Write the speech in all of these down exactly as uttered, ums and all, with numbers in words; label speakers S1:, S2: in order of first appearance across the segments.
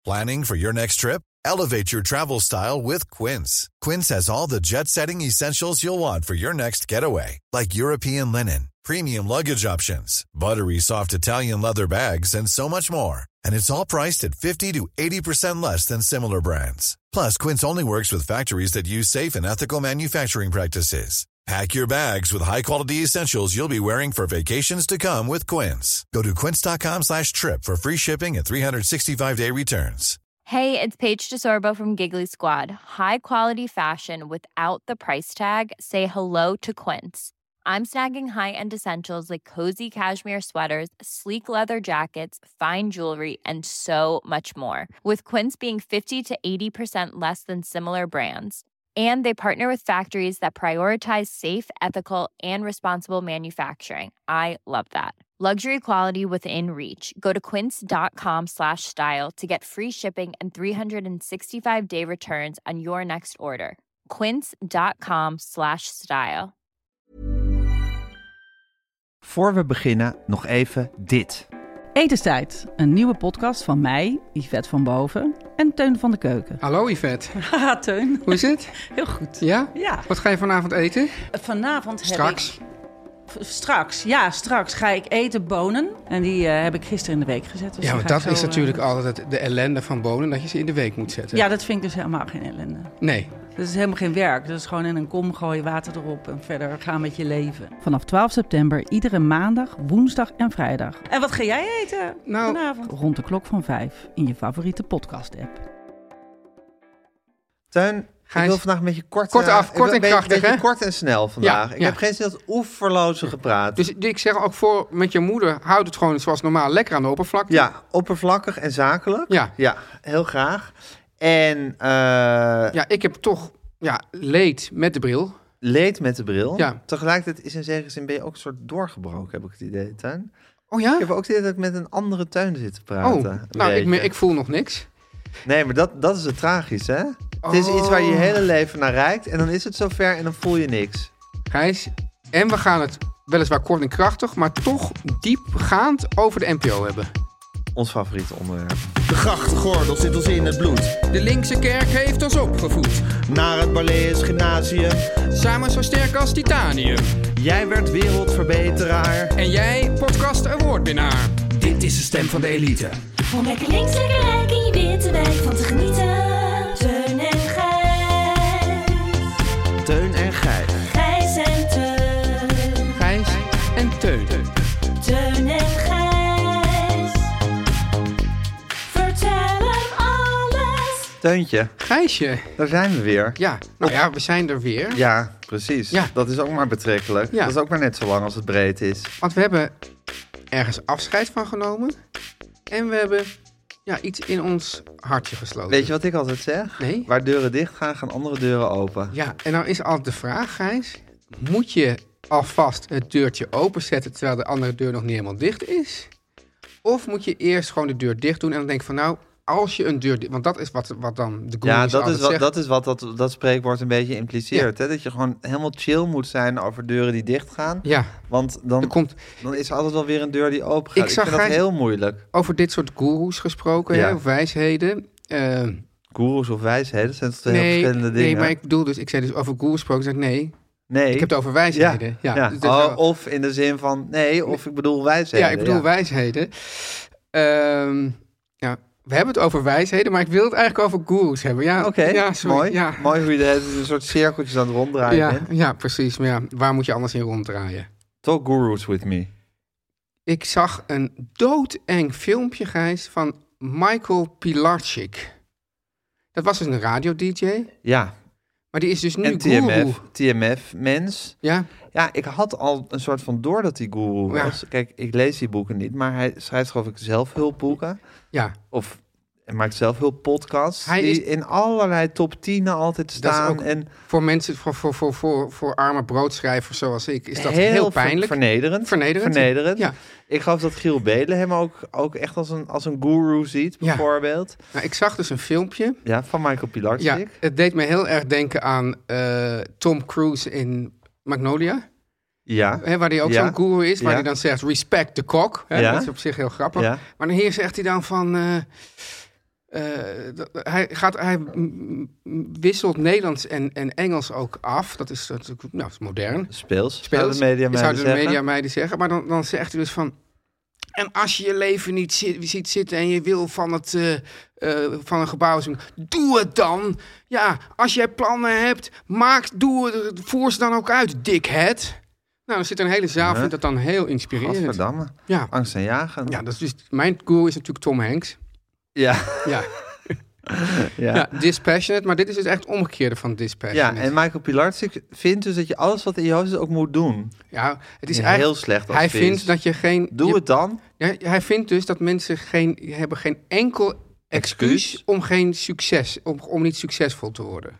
S1: Planning for your next trip? Elevate your travel style with Quince. Quince has all the jet-setting essentials you'll want for your next getaway, like European linen, premium luggage options, buttery soft Italian leather bags, and so much more. And it's all priced at fifty to eighty percent less than similar brands. Plus, Quince only works with factories that use safe and ethical manufacturing practices. Pack your bags with high-quality essentials you'll be wearing for vacations to come with Quince. Go to quince.com slash trip for free shipping and three sixty-five day returns.
S2: Hey, it's Paige DeSorbo from Giggly Squad. High quality fashion without the price tag. Say hello to Quince. I'm snagging high-end essentials like cozy cashmere sweaters, sleek leather jackets, fine jewelry, and so much more. With Quince being fifty to eighty percent less than similar brands. And they partner with factories that prioritize safe, ethical, and responsible manufacturing. I love that. Luxury quality within reach. Go to quince.com slash style to get free shipping and three sixty-five day returns on your next order. Quince.com slash style.
S3: Voor we beginnen, nog even dit.
S4: Etenstijd, een nieuwe podcast van mij, Yvette van Boven en Teun van de Keuken.
S5: Hallo Yvette.
S4: Haha, Teun.
S5: Hoe is het?
S4: Heel goed.
S5: Ja?
S4: Ja.
S5: Wat ga je vanavond eten?
S4: Vanavond heb
S5: Straks?
S4: ik... Straks, ja, straks ga ik eten bonen. En die uh, heb ik gisteren in de week gezet. Dus
S5: ja, maar dat
S4: zo,
S5: is natuurlijk
S4: uh...
S5: altijd de ellende van bonen, dat je ze in de week moet zetten.
S4: Ja, dat vind ik dus helemaal geen ellende.
S5: Nee.
S4: Dat is helemaal geen werk. Dat is gewoon in een kom gooien, water erop en verder gaan met je leven. Vanaf twaalf september, iedere maandag, woensdag en vrijdag. En wat ga jij eten
S5: nou,
S4: vanavond? Rond de klok van vijf in je favoriete podcast-app.
S3: Teun,
S5: Gijs,
S3: ik wil vandaag een beetje kort...
S5: Kort af,
S3: uh,
S5: kort en krachtig,
S3: Een beetje
S5: hè?
S3: kort en snel vandaag.
S5: Ja,
S3: ik
S5: ja.
S3: heb geen zin dat oefenloze gepraat.
S5: Dus ik zeg ook voor met je moeder, houd het gewoon zoals normaal lekker aan de oppervlakte.
S3: Ja, oppervlakkig en zakelijk.
S5: Ja.
S3: Ja, heel graag. En uh,
S5: Ja, ik heb toch ja, leed met de bril.
S3: leed met de bril.
S5: Ja.
S3: Tegelijkertijd is in zekere zin ben je ook een soort doorgebroken, heb ik het idee, Teun.
S5: Oh ja?
S3: Ik heb ook het idee dat ik met een andere Teun zit te praten.
S5: Oh,
S3: een
S5: nou, ik, me-
S3: beetje.
S5: ik voel nog niks.
S3: Nee, maar dat, dat is het tragische, hè? Het is
S5: Oh.
S3: iets waar je je hele leven naar reikt en dan is het zover en dan voel je niks.
S5: Gijs, en we gaan het weliswaar kort en krachtig, maar toch diepgaand over de N P O hebben.
S3: Ons favoriete onderwerp.
S6: De grachtgordel zit ons in het bloed.
S5: De linkse kerk heeft ons opgevoed.
S6: Naar het Barlees Gymnasium.
S5: Samen zo sterk als titanium.
S3: Jij werd wereldverbeteraar.
S5: En jij podcast awardwinnaar. Dit is de stem van de elite.
S7: Om lekker links, lekker rijk in je witte wijk van te genieten. Teun en Gijs.
S3: Teun en Gijs.
S7: Gijs en Teun.
S5: Gijs en Teun.
S7: Teun en Gijs. Vertel hem alles.
S3: Teuntje,
S5: Gijsje.
S3: daar zijn we weer.
S5: Ja, nou ja, we zijn er weer.
S3: Ja, precies.
S5: Ja.
S3: Dat is ook maar betrekkelijk.
S5: Ja.
S3: Dat is ook maar net zo lang als het breed is.
S5: Want we hebben ergens afscheid van genomen. En we hebben ja, iets in ons hartje gesloten.
S3: Weet je wat ik altijd zeg?
S5: Nee.
S3: Waar deuren dicht gaan, gaan andere deuren open.
S5: Ja, en nou is altijd de vraag, Gijs. Moet je alvast het deurtje openzetten terwijl de andere deur nog niet helemaal dicht is? Of moet je eerst gewoon de deur dicht doen en dan denk je van nou, als je een deur dicht... Want dat is wat, wat dan de
S3: Ja,
S5: gurus
S3: dat
S5: altijd
S3: is, wat,
S5: zeggen.
S3: dat is wat dat, dat spreekwoord een beetje impliceert. Hè? Dat je gewoon helemaal chill moet zijn over deuren die dicht gaan.
S5: Ja,
S3: Want dan,
S5: er komt
S3: dan is er altijd wel weer een deur die open gaat.
S5: Ik
S3: Ik,
S5: zag
S3: vind dat
S5: Gijs-
S3: heel moeilijk.
S5: over dit soort goeroes gesproken,
S3: Ja.
S5: hè, of wijsheden. Eh,
S3: Goeroes of wijsheden, dat zijn toch twee heel
S5: nee,
S3: verschillende dingen?
S5: nee, maar ik bedoel dus, ik zei dus over goeroes gesproken, zeg ik nee.
S3: nee.
S5: Ik heb het over wijsheden. Ja,
S3: Ja.
S5: dus dat is
S3: Oh,
S5: wel-
S3: of in de zin van, nee, of ik bedoel wijsheden.
S5: ja, ik bedoel
S3: ja.
S5: wijsheden. Ehm, ja, we hebben het over wijsheden, maar ik wil het eigenlijk over goeroes hebben. Ja,
S3: Oké,
S5: ja, sorry.
S3: mooi.
S5: Ja.
S3: Mooi hoe je de hele tijd een soort cirkeltjes aan het ronddraaien
S5: Ja,
S3: bent.
S5: ja, precies. Maar ja, waar moet je anders in ronddraaien?
S3: Talk gurus with me.
S5: Ik zag een doodeng filmpje, Gijs, van Michael Pilarczyk. Dat was dus een radio-D J,
S3: Ja,
S5: maar die is dus nu
S3: en T
S5: guru.
S3: M F, T M F-mens.
S5: Ja,
S3: Ja, ik had al een soort van door dat hij guru
S5: Ja.
S3: was. Kijk, ik lees die boeken niet, maar hij schrijft geloof ik zelfhulpboeken.
S5: ja.
S3: Of hij maakt zelfhulppodcasts.
S5: Hij
S3: die
S5: is-
S3: in allerlei top tien altijd
S5: Dat is
S3: staan.
S5: ook
S3: en
S5: voor mensen, voor, voor, voor, voor, voor arme broodschrijvers zoals ik, is dat
S3: heel,
S5: heel,
S3: ver-
S5: pijnlijk.
S3: Vernederend.
S5: Vernederend.
S3: Vernederend.
S5: Ja.
S3: Ik geloof dat Giel Belen hem ook, ook echt als een, als een guru ziet,
S5: Ja.
S3: bijvoorbeeld.
S5: Nou, ik zag dus een filmpje.
S3: Ja, van Michael Pilarczyk.
S5: Ja, het deed me heel erg denken aan eh, Tom Cruise in Magnolia.
S3: Ja.
S5: Hè, waar hij ook
S3: Ja.
S5: zo'n guru is, waar
S3: Ja.
S5: hij dan zegt, respect the cock. Hè,
S3: Ja.
S5: Dat is op zich heel grappig.
S3: Ja.
S5: Maar dan hier zegt hij dan van... eh, Uh, dat, hij, gaat, hij m- m- wisselt Nederlands en, en Engels ook af. Dat is, dat is, nou, dat is modern.
S3: Speels,
S5: Speels.
S3: zouden de media
S5: Zouden de
S3: zeggen.
S5: mediameiden zeggen. Maar dan, dan zegt hij dus van... En als je je leven niet zit, ziet zitten en je wil van, het, uh, uh, van een gebouw zien, doe het dan. Ja, als jij plannen hebt, maak, doe het, voer ze dan ook uit, dickhead. Nou, dan zit een hele zaal,
S3: Huh?
S5: vindt dat dan heel inspirerend.
S3: Gadverdamme.
S5: Ja.
S3: Angst en jagen.
S5: Ja, dat is dus, mijn guru is natuurlijk Tom Hanks.
S3: Ja.
S5: Ja.
S3: ja.
S5: Ja, dispassionate, maar dit is dus echt het omgekeerde van
S3: Ja,
S5: dispassionate.
S3: en Michael Pilarczyk vindt dus dat je alles wat in je hoofd zit ook moet doen.
S5: Ja, het is
S3: Heel
S5: eigenlijk,
S3: slecht
S5: hij
S3: advies.
S5: vindt dat je geen...
S3: Doe
S5: je,
S3: het dan.
S5: Ja, hij vindt dus dat mensen geen, hebben geen enkel excuus,
S3: Excuus?
S5: om geen succes, om, om niet succesvol te worden.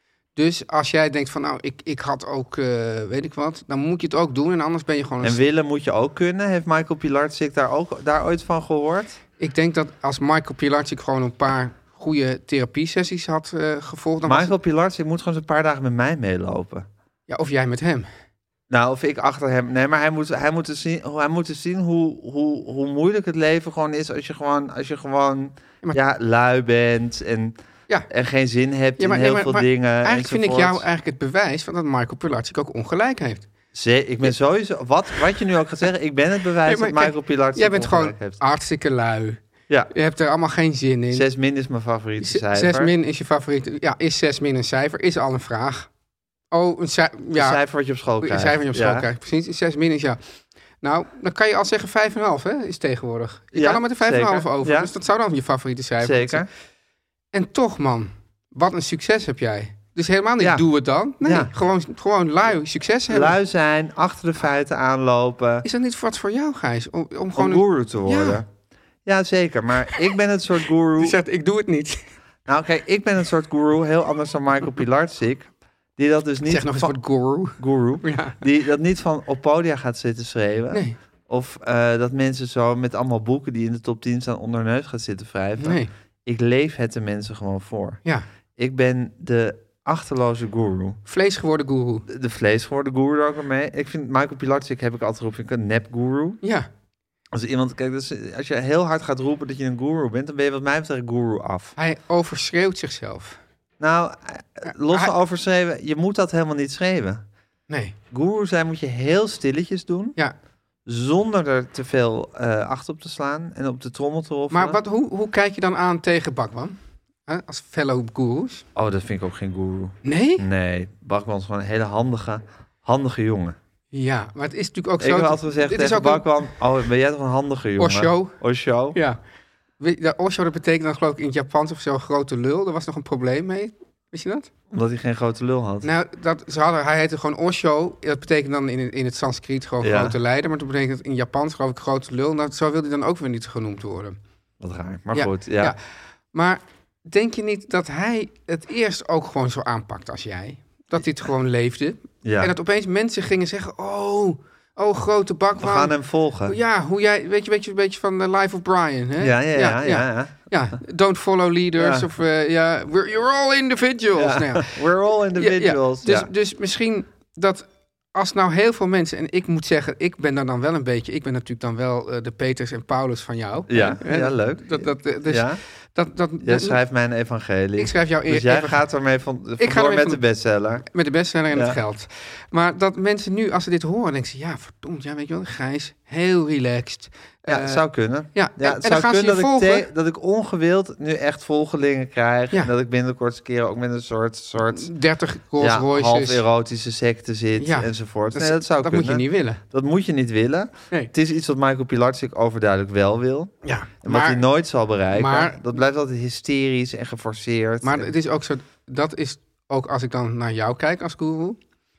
S5: Dus als jij denkt van, nou, ik, ik had ook, uh, weet ik wat, dan moet je het ook doen en anders ben je gewoon... Een
S3: En willen moet je ook kunnen. Heeft Michael Pilarczyk daar ook daar ooit van gehoord?
S5: Ik denk dat als Michael Pilarczyk gewoon een paar goede therapiesessies had uh, gevolgd... Dan
S3: Michael
S5: was,
S3: Pilarczyk moet gewoon eens een paar dagen met mij meelopen.
S5: ja, of jij met hem.
S3: Nou, of ik achter hem... Nee, maar hij moet, hij moet eens zien, hij moet eens zien hoe, hoe, hoe moeilijk het leven gewoon is... als je gewoon, als je gewoon
S5: Ja, maar-
S3: ja, lui bent en,
S5: Ja.
S3: en geen zin hebt
S5: Ja, maar,
S3: in heel
S5: ja, maar-
S3: veel
S5: maar
S3: dingen.
S5: Eigenlijk vind ik jou
S3: enzovoorts.
S5: eigenlijk het bewijs van dat Michael Pilarczyk ook ongelijk heeft.
S3: Zee, ik ben sowieso... Wat, wat je nu ook gaat zeggen, ik ben het bewijs
S5: Nee, maar
S3: dat
S5: kijk,
S3: Michael Pilarczyk
S5: Jij bent gewoon
S3: ongelijk heeft.
S5: hartstikke lui.
S3: Ja,
S5: Je hebt er allemaal geen zin in.
S3: zes min is mijn favoriete
S5: Z-
S3: cijfer.
S5: Zes min is je favoriete. Ja, is zes min een cijfer? Is al een vraag. Oh, een cijfer.
S3: Een
S5: Ja,
S3: cijfer wat je op school
S5: een
S3: krijgt.
S5: cijfer die je op school
S3: Ja.
S5: krijgt. Precies. Zes min is ja. Nou, dan kan je al zeggen vijf komma vijf, hè? Is tegenwoordig. Je
S3: Ja,
S5: kan er met een vijf komma vijf
S3: zeker.
S5: over.
S3: Ja.
S5: Dus dat zou dan je favoriete cijfer
S3: Zeker.
S5: zijn. En toch, man. Wat een succes heb jij. Dus helemaal niet
S3: Ja.
S5: doe het dan. Nee,
S3: Ja.
S5: gewoon, gewoon lui succes hebben.
S3: Lui zijn, achter de feiten aanlopen.
S5: Is dat niet wat voor jou, Gijs? Om, om
S3: Om
S5: gewoon een...
S3: guru te worden.
S5: Ja.
S3: Ja. zeker. Maar ik ben het soort guru...
S5: Die zegt, ik doe het niet.
S3: Nou, kijk, ik ben het soort guru, heel anders dan Michael Pilarczyk. Die dat dus niet...
S5: Zeg nog eens
S3: van,
S5: wat guru.
S3: guru.
S5: Ja.
S3: Die dat niet van op podia gaat zitten schreeuwen.
S5: Nee,
S3: Of uh, dat mensen zo met allemaal boeken die in de top tien staan onder hun neus gaat zitten wrijven.
S5: nee.
S3: Ik leef het de mensen gewoon voor.
S5: Ja.
S3: Ik ben de achterloze guru.
S5: Vlees geworden guru.
S3: De, de vleesgeworden guru er ook al mee. Ik vind Michael Pilarczyk, heb ik altijd geroepen, vind ik een nep guru.
S5: Ja.
S3: Als iemand, kijk, dus als je heel hard gaat roepen dat je een guru bent, dan ben je wat mij betreft guru af.
S5: Hij overschreeuwt zichzelf.
S3: Nou, eh, los
S5: hij-
S3: van overschreven, je moet dat helemaal niet schreeuwen.
S5: Nee.
S3: Guru zijn moet je heel stilletjes doen,
S5: Ja.
S3: zonder er te veel uh, acht op te slaan en op de trommel te roffelen.
S5: Maar wat, hoe, hoe kijk je dan aan tegen Bakman? Huh? Als fellow gurus?
S3: Oh, dat vind ik ook geen guru.
S5: Nee?
S3: Nee, Bakman is gewoon een hele handige, handige jongen.
S5: Ja, maar het is natuurlijk ook
S3: Ik
S5: zo...
S3: heb altijd gezegd
S5: dit is
S3: tegen
S5: ook een
S3: Bakman, oh, ben jij toch een handige jongen?
S5: Osho.
S3: Osho.
S5: Ja. Weet je, dat Osho, dat betekent dan geloof ik in het Japans of zo grote lul. Daar was nog een probleem mee. Wist je dat?
S3: Omdat hij geen grote lul had.
S5: Nou, dat, ze hadden, hij heette gewoon Osho. Dat betekent dan in, in het Sanskriet gewoon
S3: Ja.
S5: grote leider. Maar dat betekent in Japans geloof ik grote lul. Nou, zo wil hij dan ook weer niet genoemd worden.
S3: Wat raar, maar
S5: Ja,
S3: goed. Ja.
S5: ja. Maar denk je niet dat hij het eerst ook gewoon zo aanpakt als jij? Dat hij het gewoon leefde.
S3: Ja.
S5: En dat opeens mensen gingen zeggen... Oh, oh grote
S3: We
S5: Bakman.
S3: gaan hem volgen.
S5: Ja, hoe jij... Weet je, weet je een beetje van The Life of Brian, hè?
S3: Ja, ja, ja. ja, ja.
S5: Ja, don't follow leaders
S3: Ja.
S5: of uh, ja, we're, you're all individuals.
S3: Ja.
S5: Nou ja.
S3: We're all individuals.
S5: Ja, ja.
S3: Ja.
S5: Dus, dus misschien dat als nou heel veel mensen... En ik moet zeggen, ik ben daar dan wel een beetje... Ik ben natuurlijk dan wel uh, de Peters en Paulus van jou.
S3: Ja,
S5: Hè?
S3: ja, leuk.
S5: Dat, dat, uh, dus
S3: ja?
S5: dat, dat,
S3: Jij schrijft mij een evangelie.
S5: Ik schrijf jou
S3: Dus
S5: eer-
S3: jij
S5: even-
S3: gaat ermee van,
S5: ga
S3: vandoor
S5: ermee
S3: met
S5: van-
S3: de bestseller.
S5: met de bestseller en
S3: Ja.
S5: het geld. Maar dat mensen nu, als ze dit horen, denken ze... Ja, verdomd, ja, weet je wel, Gijs, heel relaxed.
S3: Ja,
S5: Uh,
S3: het zou kunnen.
S5: ja,
S3: Ja,
S5: en-
S3: het
S5: en dan
S3: zou
S5: gaan ze
S3: kunnen
S5: je
S3: dat ik,
S5: volgen.
S3: te- dat ik ongewild nu echt volgelingen krijg.
S5: Ja.
S3: En dat ik binnenkort eens keren ook met een soort, soort
S5: dertig Rolls
S3: ja, half
S5: Royces.
S3: erotische secte zit
S5: Ja.
S3: enzovoort.
S5: Dat,
S3: Nee, dat zou
S5: dat
S3: kunnen.
S5: moet je niet willen.
S3: Dat moet je niet willen.
S5: Nee.
S3: Het is iets wat Michael Pilarczyk overduidelijk wel wil.
S5: Ja,
S3: En wat hij nooit zal bereiken.
S5: maar-
S3: dat blijft altijd hysterisch en geforceerd.
S5: Maar
S3: En-
S5: het is ook zo, dat is ook als ik dan naar jou kijk als guru,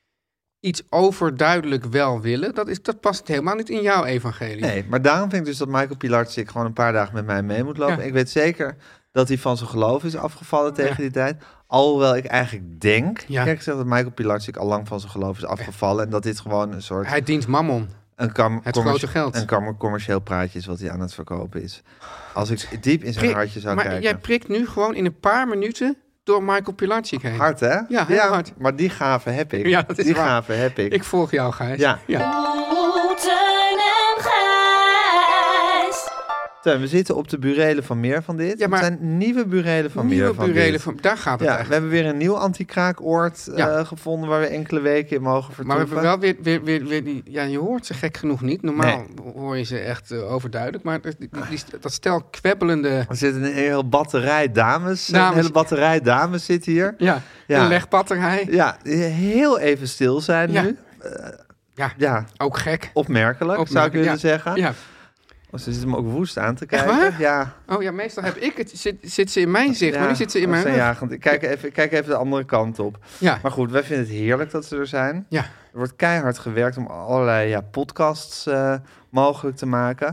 S5: iets overduidelijk wel willen, dat, is, dat past helemaal niet in jouw evangelie.
S3: Nee, maar daarom vind ik dus dat Michael Pilarczyk gewoon een paar dagen met mij mee moet lopen.
S5: Ja.
S3: Ik weet zeker dat hij van zijn geloof is afgevallen tegen
S5: Ja.
S3: die tijd. Alhoewel ik eigenlijk denk,
S5: Ja.
S3: kijk, ik zeg dat Michael Pilarczyk al lang van zijn geloof is afgevallen. En dat dit gewoon een soort...
S5: Hij dient mammon.
S3: Een, kam-
S5: Het
S3: commerci-
S5: grote geld.
S3: een kam- commercieel praatje is wat hij aan het verkopen is. Als ik diep in zijn
S5: Prik-
S3: hartje zou
S5: maar
S3: kijken.
S5: jij prikt nu gewoon in een paar minuten door Michael Pilarczyk heen.
S3: Hard, hè?
S5: Ja, heel hard.
S3: Maar die gave heb ik.
S5: Ja, dat is
S3: die
S5: waar.
S3: gave heb ik.
S5: Ik volg jou, Gijs.
S3: Ja.
S5: ja.
S7: Oeh, Teun en Gijs.
S3: Teun, we zitten op de burelen van meer van dit.
S5: Ja, maar-
S3: Het zijn nieuwe burelen van
S5: Nieuwe
S3: meer van
S5: burelen
S3: dit.
S5: van... Daar gaat het
S3: Ja, we
S5: eigenlijk.
S3: hebben weer een nieuw anti-kraakoord eh,
S5: Ja.
S3: gevonden waar we enkele weken in mogen vertoeven.
S5: Maar we hebben wel weer, weer, weer, weer die... Ja, je hoort ze gek genoeg niet. Normaal hoor je ze echt uh, overduidelijk. Maar die, die, die, dat stel kwebbelende...
S3: Er zit een hele batterij dames.
S5: Dames.
S3: Een hele batterij dames zit hier.
S5: Ja,
S3: Ja.
S5: een legbatterij.
S3: Ja, die heel even stil zijn
S5: Ja.
S3: nu.
S5: Ja,
S3: Ja,
S5: ook gek.
S3: opmerkelijk, zou ik
S5: Opmerkelijk,
S3: willen
S5: ja.
S3: zeggen.
S5: Ja.
S3: Oh, ze zit hem ook woest aan te
S5: Echt
S3: kijken.
S5: waar?
S3: Ja.
S5: Oh ja, meestal heb ik het. Zit, zit ze in mijn zicht,
S3: ja,
S5: maar nu zit ze in
S3: dat
S5: mijn
S3: zijn
S5: rug.
S3: jagend. Ik kijk even, ik kijk even de andere kant op.
S5: Ja.
S3: Maar goed, wij vinden het heerlijk dat ze er zijn.
S5: Ja.
S3: Er wordt keihard gewerkt om allerlei ja, podcasts uh, mogelijk te maken.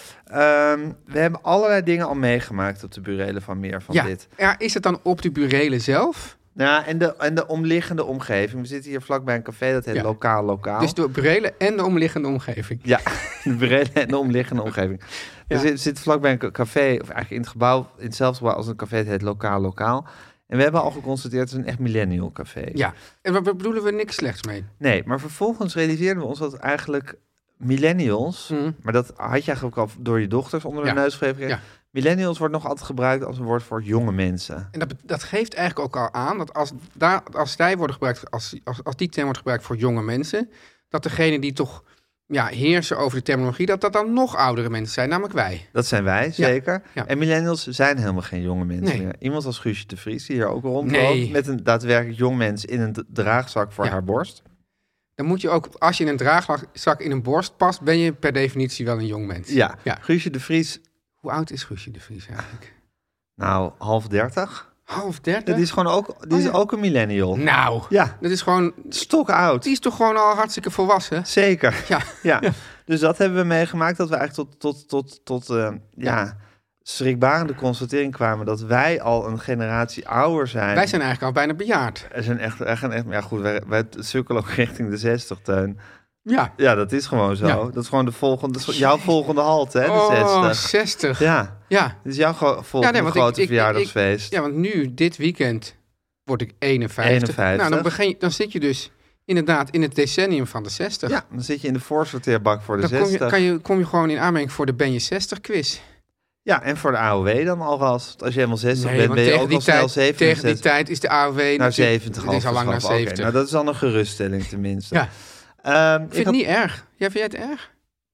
S3: Um, we hebben allerlei dingen al meegemaakt op de burelen van meer van
S5: ja.
S3: dit.
S5: Ja, is het dan op de burelen zelf?
S3: Ja, en de, en de omliggende omgeving. We zitten hier vlakbij een café, dat heet
S5: Ja.
S3: Lokaal Lokaal.
S5: Dus de burelen en de omliggende omgeving.
S3: Ja, de burelen en de omliggende omgeving.
S5: Ja.
S3: We zitten, zitten vlakbij een café, of eigenlijk in het gebouw, in hetzelfde gebouw als een café, het heet Lokaal Lokaal. En we hebben al geconstateerd, het is een echt millennial café.
S5: Ja, en waar bedoelen we niks slechts mee?
S3: Nee, maar vervolgens realiseerden we ons dat eigenlijk millennials,
S5: Mm.
S3: maar dat had je eigenlijk ook al door je dochters onder de
S5: Ja.
S3: neus gegeven.
S5: Ja.
S3: Millennials wordt nog altijd gebruikt als een woord voor jonge mensen.
S5: En dat, dat geeft eigenlijk ook al aan dat als, daar, als, zij worden gebruikt, als, als, als die term wordt gebruikt voor jonge mensen, dat degene die toch ja, heersen over de terminologie, dat dat dan nog oudere mensen zijn, namelijk wij.
S3: Dat zijn wij, zeker.
S5: ja.
S3: En millennials zijn helemaal geen jonge mensen
S5: Nee.
S3: meer. Iemand als Guusje de Vries, die hier ook rondloopt,
S5: Nee.
S3: met een daadwerkelijk jong mens in een d- draagzak voor
S5: Ja.
S3: haar borst.
S5: Dan moet je ook, als je in een draagzak in een borst past, ben je per definitie wel een jong mens.
S3: Ja,
S5: Ja.
S3: Guusje de Vries,
S5: Hoe oud is Guusje de Vries eigenlijk?
S3: nou, half dertig.
S5: Half dertig?
S3: Die is gewoon ook, die is
S5: Oh, ja.
S3: ook een millennial.
S5: Nou,
S3: Ja,
S5: dat is gewoon,
S3: stok oud.
S5: die is toch gewoon al hartstikke volwassen?
S3: Zeker.
S5: Ja.
S3: Ja. Dus dat hebben we meegemaakt, dat we eigenlijk tot, tot, tot, tot uh, ja, schrikbarende constatering kwamen dat wij al een generatie ouder zijn.
S5: Wij zijn eigenlijk al bijna bejaard.
S3: Er zijn echt, er gaan echt, ja goed, wij, wij sukkelen ook richting de zestig, Teun.
S5: Ja.
S3: Ja, dat is gewoon zo.
S5: Ja.
S3: Dat is gewoon de volgende, dat is jouw volgende halte, hè, de
S5: Oh,
S3: zestig.
S5: zestig.
S3: Ja,
S5: Ja.
S3: dit is jouw gro- volgende
S5: nee, want ik-
S3: grote
S5: ik- ik-
S3: verjaardagsfeest.
S5: Ja, want nu, dit weekend, word ik eenenvijftig.
S3: eenenvijftig.
S5: Nou, dan, begin, je- dan zit je dus inderdaad in het decennium van de zestig.
S3: Ja, dan zit je in de voorsorteerbak voor de
S5: Dan kom je,
S3: zestig.
S5: kan je, kom je gewoon in aanmerking voor de Ben je zestig quiz.
S3: Ja, en voor de A O W dan alvast. Als je helemaal zestig
S5: Nee,
S3: bent,
S5: want
S3: ben je
S5: tegen
S3: ook
S5: die,
S3: al snel
S5: tijd, tegen
S3: zevenenzestig.
S5: die tijd is de A O W
S3: Naar
S5: natuurlijk-
S3: zeventig
S5: Het is al lang naar
S3: afgeschaft. Oké,
S5: zeventig.
S3: nou, dat is dan een geruststelling tenminste.
S5: Ja,
S3: Ehm,
S5: ik vind
S3: ik
S5: het
S3: had-
S5: niet erg. Ja, vind jij het erg?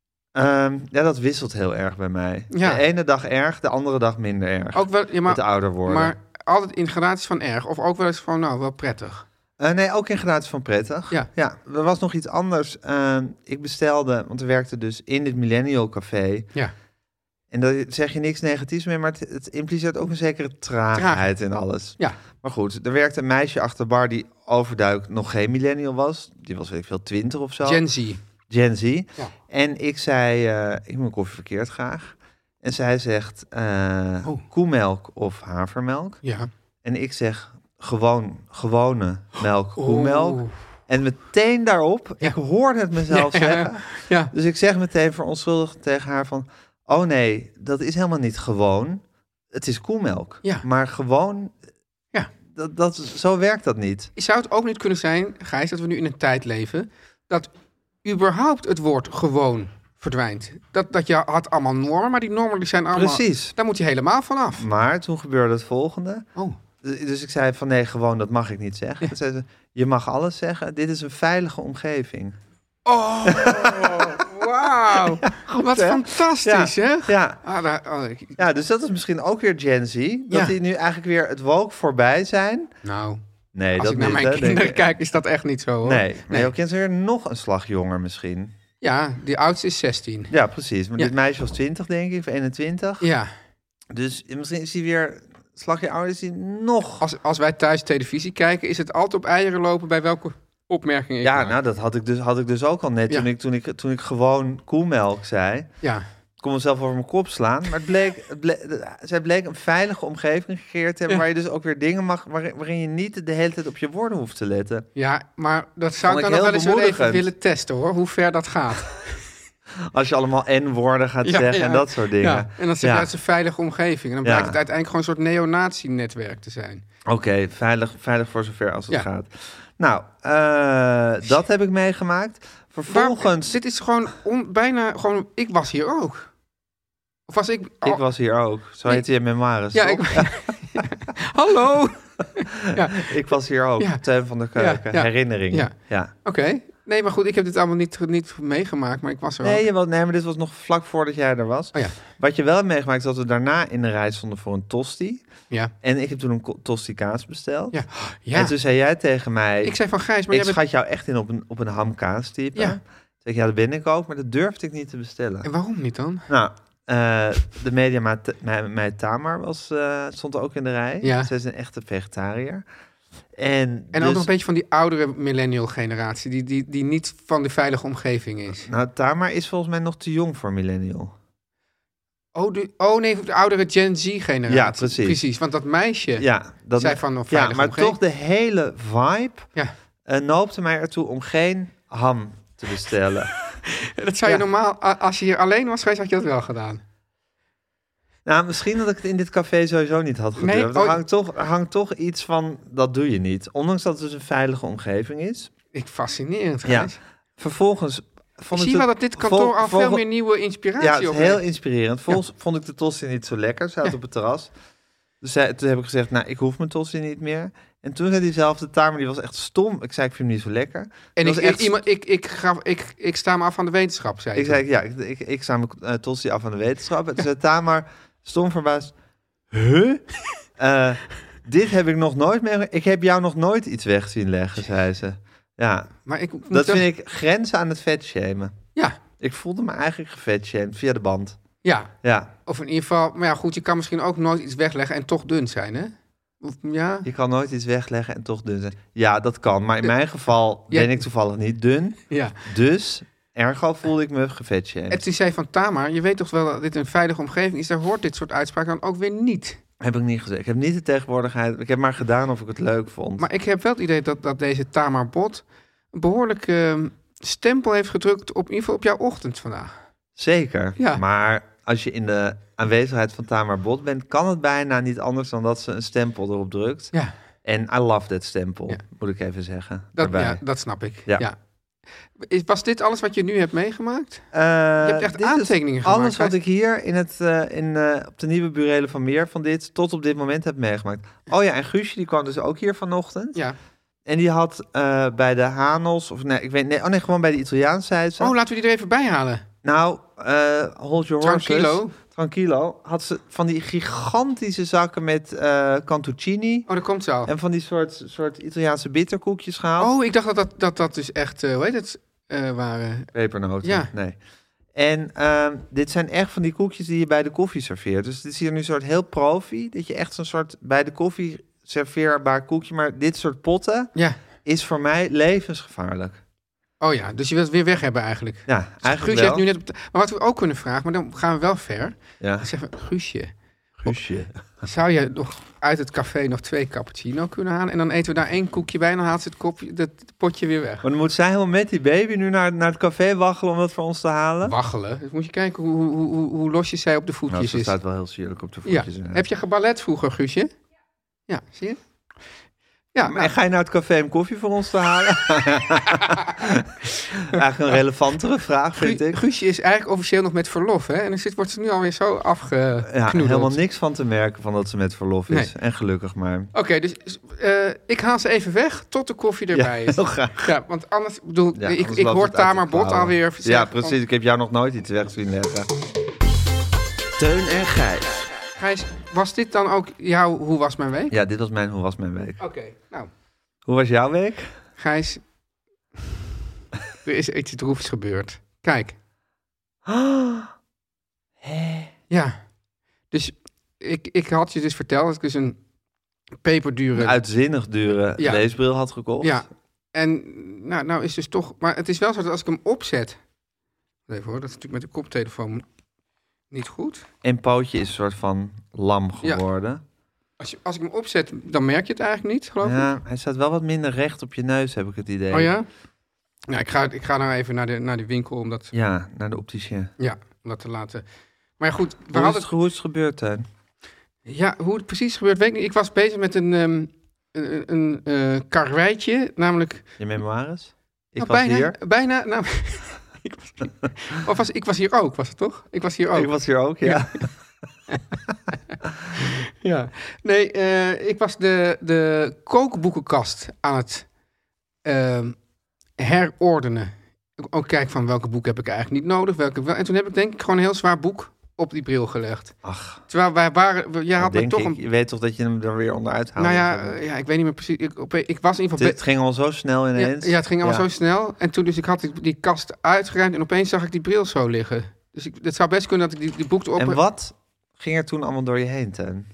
S3: ehm, ja, dat wisselt heel erg bij mij.
S5: Ja.
S3: De ene dag erg, de andere dag minder erg.
S5: Ook wel, ja,
S3: Met
S5: maar,
S3: ouder worden.
S5: maar altijd in gradaties van erg. Of ook wel eens van, nou, wel prettig.
S3: Eh, nee, ook in gradaties van prettig.
S5: Ja.
S3: ja, er was nog iets anders. Ehm, ik bestelde, want we werkten dus in dit Millennial Café.
S5: Ja.
S3: En daar zeg je niks negatiefs mee, maar het, het impliceert ook een zekere traagheid in alles.
S5: Ja.
S3: Maar goed, er werkte een meisje achter de bar die overduidelijk nog geen millennial was. Die was, weet ik veel, twintig of zo.
S5: Gen Z.
S3: Gen Z.
S5: Ja.
S3: En ik zei, eh, ik moet mijn koffie verkeerd graag. En zij zegt, eh,
S5: Oh.
S3: koemelk of havermelk.
S5: Ja.
S3: En ik zeg, gewoon, gewone melk, koemelk.
S5: Oeh.
S3: En meteen daarop,
S5: Ja.
S3: ik hoorde het mezelf
S5: Ja,
S3: zeggen.
S5: Ja.
S3: Dus ik zeg meteen verontschuldigd tegen haar van... Oh nee, dat is helemaal niet gewoon. Het is koemelk.
S5: Ja.
S3: Maar gewoon...
S5: Ja.
S3: Dat, dat, zo werkt dat niet.
S5: Zou het ook niet kunnen zijn, Gijs, dat we nu in een tijd leven... dat überhaupt het woord gewoon verdwijnt? Dat, dat je had allemaal normen, maar die normen die zijn allemaal...
S3: Precies.
S5: Daar moet je helemaal van af.
S3: Maar toen gebeurde het volgende.
S5: Oh.
S3: Dus ik zei van nee, gewoon, dat mag ik niet zeggen. Toen zei ze, je mag alles zeggen. Dit is een veilige omgeving.
S5: Oh, wauw. Wat
S3: hè?
S5: fantastisch, hè?
S3: Ja.
S5: Ah, daar, oh, ik-
S3: Ja, dus dat is misschien ook weer Gen Z. Dat
S5: Ja.
S3: die nu eigenlijk weer het woke voorbij zijn.
S5: nou,
S3: Nee,
S5: als
S3: dat
S5: ik naar
S3: niet,
S5: mijn
S3: hè, denk
S5: kinderen
S3: ik.
S5: kijk, is dat echt niet zo, hoor.
S3: Nee, maar
S5: nee.
S3: jouw kind is weer nog een slag jonger misschien.
S5: Ja, die oudste is zestien.
S3: Ja, precies. Maar
S5: Ja.
S3: dit meisje was twintig, denk ik, of eenentwintig.
S5: Ja,
S3: Dus misschien is hij weer, slagje ouder, is hij nog...
S5: als, als wij thuis televisie kijken, is het altijd op eieren lopen bij welke opmerkingen ik
S3: Ja,
S5: maak.
S3: nou, dat had ik dus, had ik dus ook al net
S5: Ja.
S3: toen, ik, toen, ik, toen ik gewoon koemelk zei.
S5: Ja,
S3: Ik kon mezelf over mijn kop slaan. Maar het bleek, het bleek, zij bleek een veilige omgeving gecreëerd te hebben...
S5: Ja.
S3: waar je dus ook weer dingen mag... Waarin, waarin je niet de hele tijd op je woorden hoeft te letten.
S5: ja, maar dat zou
S3: Vond
S5: ik
S3: ik
S5: dan nog wel
S3: heel
S5: eens wel even
S3: bemoedigend.
S5: willen testen, hoor. Hoe ver dat gaat.
S3: Als je allemaal N-woorden gaat
S5: Ja,
S3: zeggen
S5: ja.
S3: en dat soort dingen.
S5: Ja, en dan zeg je,
S3: Ja.
S5: dat is een veilige omgeving. En dan
S3: Ja.
S5: blijkt het uiteindelijk gewoon een soort neonazi-netwerk te zijn.
S3: Oké, veilig, veilig voor zover als het
S5: Ja.
S3: gaat. Nou, eh, dat heb ik meegemaakt. Vervolgens...
S5: Maar dit is gewoon on- bijna gewoon... Ik was hier ook. Of was ik...
S3: Ik was hier ook. Zo
S5: Nee.
S3: heette je memoires,
S5: Ja,
S3: toch?
S5: ik... Hallo! ja,
S3: Ik was hier ook.
S5: Ja.
S3: Teun van der Keuken.
S5: Ja, ja.
S3: Herinneringen.
S5: Ja.
S3: Ja.
S5: oké. Nee, maar goed, ik heb dit allemaal niet, niet meegemaakt, maar ik was er
S3: Nee,
S5: ook.
S3: jawel, nee, maar dit was nog vlak voordat jij er was.
S5: Oh ja.
S3: Wat je wel hebt meegemaakt is dat we daarna in de rij stonden voor een tosti.
S5: Ja.
S3: En ik heb toen een ko- tosti kaas besteld.
S5: Ja. ja.
S3: En toen zei jij tegen mij...
S5: Ik zei van Gijs, maar
S3: ik
S5: jij bent...
S3: schat jou echt in op een, op een hamkaas type.
S5: Ja.
S3: Toen zei ik, ja, dat ben ik ook, maar dat durfde ik niet te bestellen.
S5: En waarom niet dan?
S3: Nou, eh, de mediameid Tamar was, eh, stond ook in de rij.
S5: Ja.
S3: Zij is een echte vegetariër. En,
S5: En
S3: dus,
S5: ook nog een beetje van die oudere millennial generatie, die, die, die niet van de veilige omgeving is.
S3: Nou, Tamar is volgens mij nog te jong voor millennial.
S5: Oh, de, oh nee, de oudere Gen Z generatie.
S3: Ja, precies.
S5: Precies, want dat meisje
S3: Ja, dat
S5: zei van een
S3: ja,
S5: veilige
S3: maar
S5: omgeving.
S3: toch de hele vibe
S5: Ja,
S3: uh, noopte mij ertoe om geen ham te bestellen.
S5: dat zou je
S3: Ja.
S5: normaal, a- als je hier alleen was geweest, had je dat wel gedaan.
S3: Nou, misschien dat ik het in dit café sowieso niet had gedurfd.
S5: Nee,
S3: er,
S5: oh,
S3: hangt toch, er hangt toch iets van, dat doe je niet. Ondanks dat het dus een veilige omgeving is.
S5: Ik fascinerend,
S3: Ja.
S5: Gijs.
S3: Vervolgens vond
S5: Ik
S3: ik
S5: zie
S3: het-
S5: wel dat dit kantoor
S3: vol-
S5: al veel
S3: volgen-
S5: meer nieuwe inspiratie
S3: Ja, het is
S5: op
S3: heel
S5: heeft.
S3: inspirerend. Volgens vond ik de tosti niet zo lekker. Ze zat
S5: Ja.
S3: op het terras. Dus zij, toen heb ik gezegd, nou, ik hoef mijn tosti niet meer. En toen zei diezelfde Tamer, die was echt stom. Ik zei, ik vind hem niet zo lekker.
S5: En
S3: Die
S5: ik,
S3: was
S5: ik,
S3: echt
S5: iemand, ik, ik, ga, ik, ik sta me af van de wetenschap, zei
S3: Ik
S5: ik.
S3: zei, ja, ik, ik, ik sta mijn uh, tosti af aan de wetenschap. En toen zei Tamar, stom verbaasd, huh? Uh, dit heb ik nog nooit meer... Ik heb jou nog nooit iets weg zien leggen, zei ze. Ja,
S5: Maar ik moet
S3: dat
S5: wel-
S3: vind ik grenzen aan het vetshamen.
S5: Ja,
S3: Ik voelde me eigenlijk gevetshamed via de band.
S5: ja.
S3: Ja,
S5: Of in ieder geval, maar ja, goed, je kan misschien ook nooit iets wegleggen en toch dun zijn, hè? Of, ja,
S3: je kan nooit iets wegleggen en toch dun zijn. Ja, dat kan. Maar in mijn geval
S5: Ja.
S3: ben ik toevallig niet dun.
S5: ja.
S3: Dus, ergo voelde ik me gevetshamed.
S5: En toen zei van Tamar, je weet toch wel dat dit een veilige omgeving is, daar hoort dit soort uitspraken dan ook weer niet.
S3: Heb ik niet gezegd. Ik heb niet de tegenwoordigheid. Ik heb maar gedaan of ik het leuk vond.
S5: Maar ik heb wel het idee dat, dat deze Tamar Bot een behoorlijk eh, stempel heeft gedrukt op in ieder geval op jouw ochtend vandaag.
S3: Zeker.
S5: Ja.
S3: Maar als je in de aanwezigheid van Tamar Bot bent, kan het bijna niet anders dan dat ze een stempel erop drukt.
S5: Ja,
S3: En I love that stempel,
S5: Ja.
S3: moet ik even zeggen.
S5: dat,
S3: daarbij.
S5: ja, dat snap ik.
S3: Ja.
S5: Ja. Is, was dit alles wat je nu hebt meegemaakt?
S3: Eh,
S5: Je hebt echt
S3: dit is
S5: aantekeningen gemaakt.
S3: alles wat
S5: hè?
S3: ik hier in het, eh, in, eh, op de nieuwe burelen van Meer van dit tot op dit moment heb meegemaakt. Oh ja, en Guusje die kwam dus ook hier vanochtend.
S5: Ja.
S3: En die had eh, bij de Hanos, of nee, ik weet nee, oh nee, gewoon bij de Italiaans zei ze.
S5: Oh, laten we die er even bij halen.
S3: Nou, eh hold your horses.
S5: Tranquilo.
S3: Tranquilo. Had ze van die gigantische zakken met eh cantuccini.
S5: Oh, daar komt ze al.
S3: En van die soort, soort Italiaanse bitterkoekjes gehaald.
S5: Oh, ik dacht dat dat, dat, dat dus echt, uh, hoe heet het, uh, waren.
S3: Pepernoten.
S5: Ja.
S3: Nee. En uh, dit zijn echt van die koekjes die je bij de koffie serveert. Dus dit is hier nu een soort heel profi. Dat je echt zo'n soort bij de koffie serveerbaar koekje. Maar dit soort potten
S5: Ja.
S3: is voor mij levensgevaarlijk.
S5: Oh ja, dus je wilt het weer weg hebben eigenlijk.
S3: Ja,
S5: Dus
S3: eigenlijk
S5: Guusje
S3: wel.
S5: heeft nu net op de- Maar wat we ook kunnen vragen, maar dan gaan we wel ver.
S3: Ja.
S5: Dan zeggen we, Guusje,
S3: Guusje.
S5: zou je nog uit het café nog twee cappuccino kunnen halen? En dan eten we daar één koekje bij en dan haalt ze het, kopje, het potje weer weg.
S3: Maar dan moet zij helemaal met die baby nu naar, naar het café waggelen om dat voor ons te halen.
S5: Waggelen. Dus moet je kijken hoe, hoe, hoe, hoe losjes zij op de
S3: Nou,
S5: voetjes
S3: ze
S5: is.
S3: staat wel heel sierlijk op de
S5: Ja.
S3: voetjes. Ja.
S5: Heb je geballet vroeger, Guusje? Ja, zie je? Ja,
S3: En
S5: nou,
S3: ga je naar het café om koffie voor ons te halen? Eigenlijk een relevantere vraag, vind
S5: Gu-
S3: ik.
S5: Guusje is eigenlijk officieel nog met verlof, hè? En dan zit, wordt ze nu alweer zo
S3: Ja,
S5: afgeknoedeld.
S3: helemaal niks van te merken van dat ze met verlof is.
S5: Nee.
S3: En gelukkig maar.
S5: Oké, dus eh, ik haal ze even weg tot de koffie erbij
S3: Ja,
S5: is.
S3: heel graag.
S5: Ja, want anders, bedoel,
S3: Ja,
S5: ik,
S3: anders
S5: ik
S3: loopt
S5: hoor
S3: het uit
S5: Tamar
S3: de
S5: Bot
S3: klauwen.
S5: alweer
S3: Ja,
S5: zeggen
S3: precies.
S5: van,
S3: Ik heb jou nog nooit iets weg zien leggen.
S6: Teun en Gijs.
S5: Gijs, was dit dan ook jouw Hoe was mijn week?
S3: Ja, dit was mijn Hoe was mijn week?
S5: Oké, nou,
S3: Hoe was jouw week?
S5: Gijs, er is iets droefs gebeurd. Kijk, ja. Dus ik, ik had je dus verteld dat ik dus een peperdure...
S3: Een uitzinnig dure
S5: Ja.
S3: leesbril had gekocht.
S5: Ja, en nou, nou is dus toch... Maar het is wel zo dat als ik hem opzet... Even hoor, dat is natuurlijk met de koptelefoon niet goed.
S3: En Pootje is een soort van lam
S5: Ja.
S3: geworden.
S5: Als, je, als ik hem opzet, dan merk je het eigenlijk niet, geloof ik.
S3: Ja, hij staat wel wat minder recht op je neus, heb ik het idee.
S5: Oh ja? Nou, ik ga, ik ga nou even naar de, naar de winkel om dat,
S3: Ja, naar de opticien.
S5: ja, om dat te laten... Maar ja, goed, we
S3: Hoe is,
S5: hadden...
S3: het, hoe is het gebeurd, Teun?
S5: Ja, hoe het precies gebeurt, weet ik niet. Ik was bezig met een, ehm, een, een eh, karweitje, namelijk...
S3: Je memoires? Ik
S5: nou,
S3: was
S5: bijna,
S3: hier.
S5: bijna, nou, ik, was, of was, ik was hier ook, was het toch? Ik was hier ook.
S3: Ik was hier ook, ja.
S5: Ja. Nee, uh, ik was de, de kookboekenkast aan het uh, herordenen. Ook kijk van welke boek heb ik eigenlijk niet nodig. Welke wel. En toen heb ik denk ik gewoon een heel zwaar boek op die bril gelegd.
S3: Ach.
S5: Terwijl wij waren... Jij had me toch
S3: ik,
S5: een...
S3: Je weet toch dat je hem er weer onderuit haalt?
S5: Nou ja, uh, ja, ik weet niet meer precies. Ik, op, ik was in ieder geval...
S3: Het, het ging al zo snel ineens.
S5: Ja, ja het ging allemaal
S3: ja.
S5: zo snel. En toen dus ik had die, die kast uitgeruimd en opeens zag ik die bril zo liggen. Dus ik, het zou best kunnen dat ik die, die boek erop...
S3: En wat ging er toen allemaal door je heen, Teun?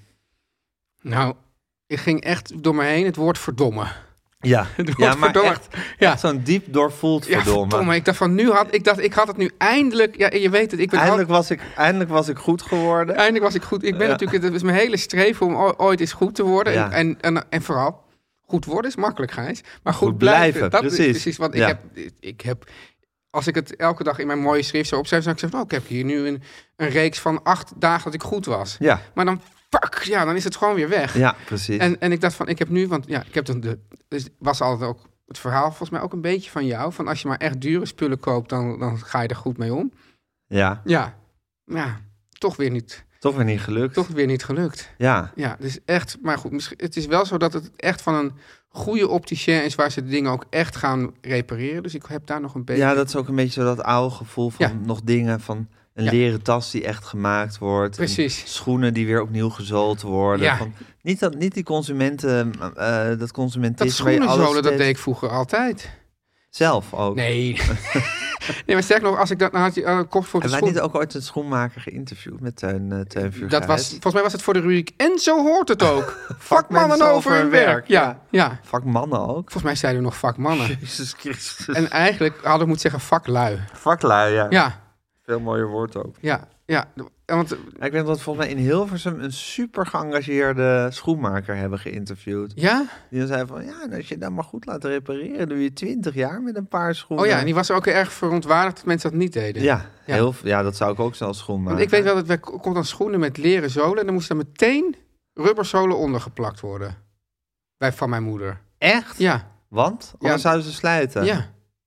S5: Nou, ik ging echt door me heen het woord verdomme.
S3: Ja,
S5: het woord
S3: ja maar
S5: verdomme.
S3: echt,
S5: ja.
S3: echt zo'n diep doorvoeld verdomme.
S5: Ja, verdomme. Ik dacht van nu had ik dacht ik had het nu eindelijk. Ja, je weet het. Ik ben
S3: eindelijk,
S5: al,
S3: was ik, eindelijk was ik goed geworden.
S5: Eindelijk was ik goed. Ik ben
S3: ja.
S5: natuurlijk. Het is mijn hele streven om o- ooit eens goed te worden.
S3: Ja.
S5: En, en, en, en vooral goed worden is makkelijk, Gijs. Maar goed,
S3: Goed
S5: blijven.
S3: blijven,
S5: Dat
S3: precies.
S5: is precies. Want
S3: Ja.
S5: ik heb. Ik heb als ik het elke dag in mijn mooie schrift zou opschrijven, zou ik zeggen, oh, ik heb hier nu een, een reeks van acht dagen dat ik goed was.
S3: Ja.
S5: Maar dan, fuck, ja, dan is het gewoon weer weg.
S3: Ja, precies.
S5: En, en ik dacht van, ik heb nu, want ja, ik heb dan de, dus was altijd ook het verhaal volgens mij ook een beetje van jou, van als je maar echt dure spullen koopt, dan, dan ga je er goed mee om.
S3: Ja.
S5: Ja, ja, toch weer niet.
S3: Toch weer niet gelukt.
S5: Toch weer niet gelukt.
S3: Ja.
S5: Ja, dus echt, maar goed, misschien, het is wel zo dat het echt van een goede opticien is waar ze de dingen ook echt gaan repareren. Dus ik heb daar nog een beetje...
S3: Ja, dat is ook een beetje zo dat oude gevoel van
S5: Ja.
S3: nog dingen van een
S5: Ja.
S3: leren tas die echt gemaakt wordt.
S5: Precies.
S3: En schoenen die weer opnieuw gezold worden.
S5: Ja.
S3: Van, niet, dat, niet die consumenten, uh, dat
S5: Dat
S3: consumentisme. waar je alles
S5: schoenenzolen, dat
S3: steeds-
S5: deed ik vroeger altijd.
S3: Zelf ook.
S5: Nee. nee, maar sterk nog, als ik dat nou had je uh, kocht voor de
S3: En wij
S5: schoen...
S3: niet ook ooit een schoenmaker geïnterviewd met Teun, uh, Teun Vergrijs?
S5: Dat was, volgens mij was het voor de rubriek. En zo hoort het ook. Vakmannen over hun werk. Ja, ja.
S3: Vakmannen ook.
S5: Volgens mij zeiden we nog vakmannen.
S3: Jezus Christus.
S5: En eigenlijk hadden we moeten zeggen vaklui.
S3: Vaklui, ja.
S5: Ja,
S3: Veel mooier woord ook.
S5: ja, ja. Want,
S3: Ik weet dat we volgens mij in Hilversum een super geëngageerde schoenmaker hebben geïnterviewd.
S5: ja?
S3: Die dan zei van, ja, en als je dat maar goed laat repareren, doe je twintig jaar met een paar schoenen.
S5: Oh ja, en die was ook erg verontwaardigd dat mensen dat niet deden.
S3: Ja,
S5: Ja.
S3: heel, ja, dat zou ik ook zelf schoen maken.
S5: Want ik weet wel dat wij komt dan schoenen met leren zolen en dan moesten er meteen rubberzolen onder geplakt worden. Bij van mijn moeder.
S3: Echt?
S5: Ja,
S3: Want? Anders
S5: Ja.
S3: zouden ze slijten.
S5: ja.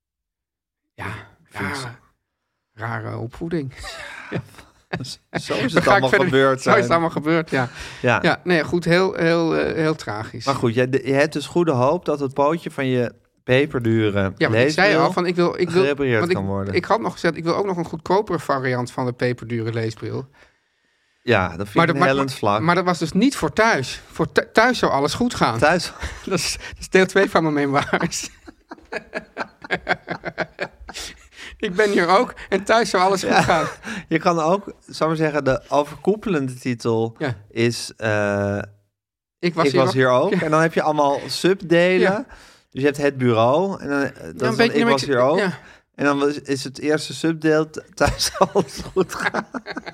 S5: Ja,
S3: Vind ik
S5: ja. Rare opvoeding.
S3: Zo is
S5: Daar
S3: het
S5: ga ik
S3: allemaal
S5: verder-
S3: gebeurd.
S5: Zo is het
S3: zijn.
S5: allemaal gebeurd, ja.
S3: Ja.
S5: Ja, nee, goed, heel, heel, eh, heel tragisch.
S3: Maar goed, je, je hebt dus goede hoop dat het pootje van je peperdure
S5: Ja, maar ik zei al van ik wil, ik wil
S3: gerepareerd
S5: want ik,
S3: kan worden.
S5: Ik had nog gezegd, ik wil ook nog een goedkopere variant van de peperdure leesbril.
S3: Ja, dat vind
S5: Maar,
S3: ik
S5: dat-
S3: een
S5: maar,
S3: hellend
S5: maar,
S3: vlak.
S5: maar dat was dus niet voor thuis. Voor thu- thuis zou alles goed gaan.
S3: Thuis,
S5: Dat is, dat is deel twee van mijn memoires. Ik ben hier ook en thuis zou alles goed
S3: Ja.
S5: gaan.
S3: je kan ook, zou maar zeggen, de overkoepelende titel
S5: Ja.
S3: is... eh,
S5: Ik was,
S3: ik
S5: hier
S3: was
S5: ook-
S3: hier ook.
S5: Ja.
S3: En dan heb je allemaal subdelen.
S5: Ja.
S3: Dus je hebt het bureau. En dan, eh, dat
S5: Ja,
S3: is
S5: een
S3: dan
S5: beetje-
S3: ik
S5: maar
S3: was hier ook.
S5: Ja.
S3: En dan was- is het eerste subdeel th- thuis alles goed gaan.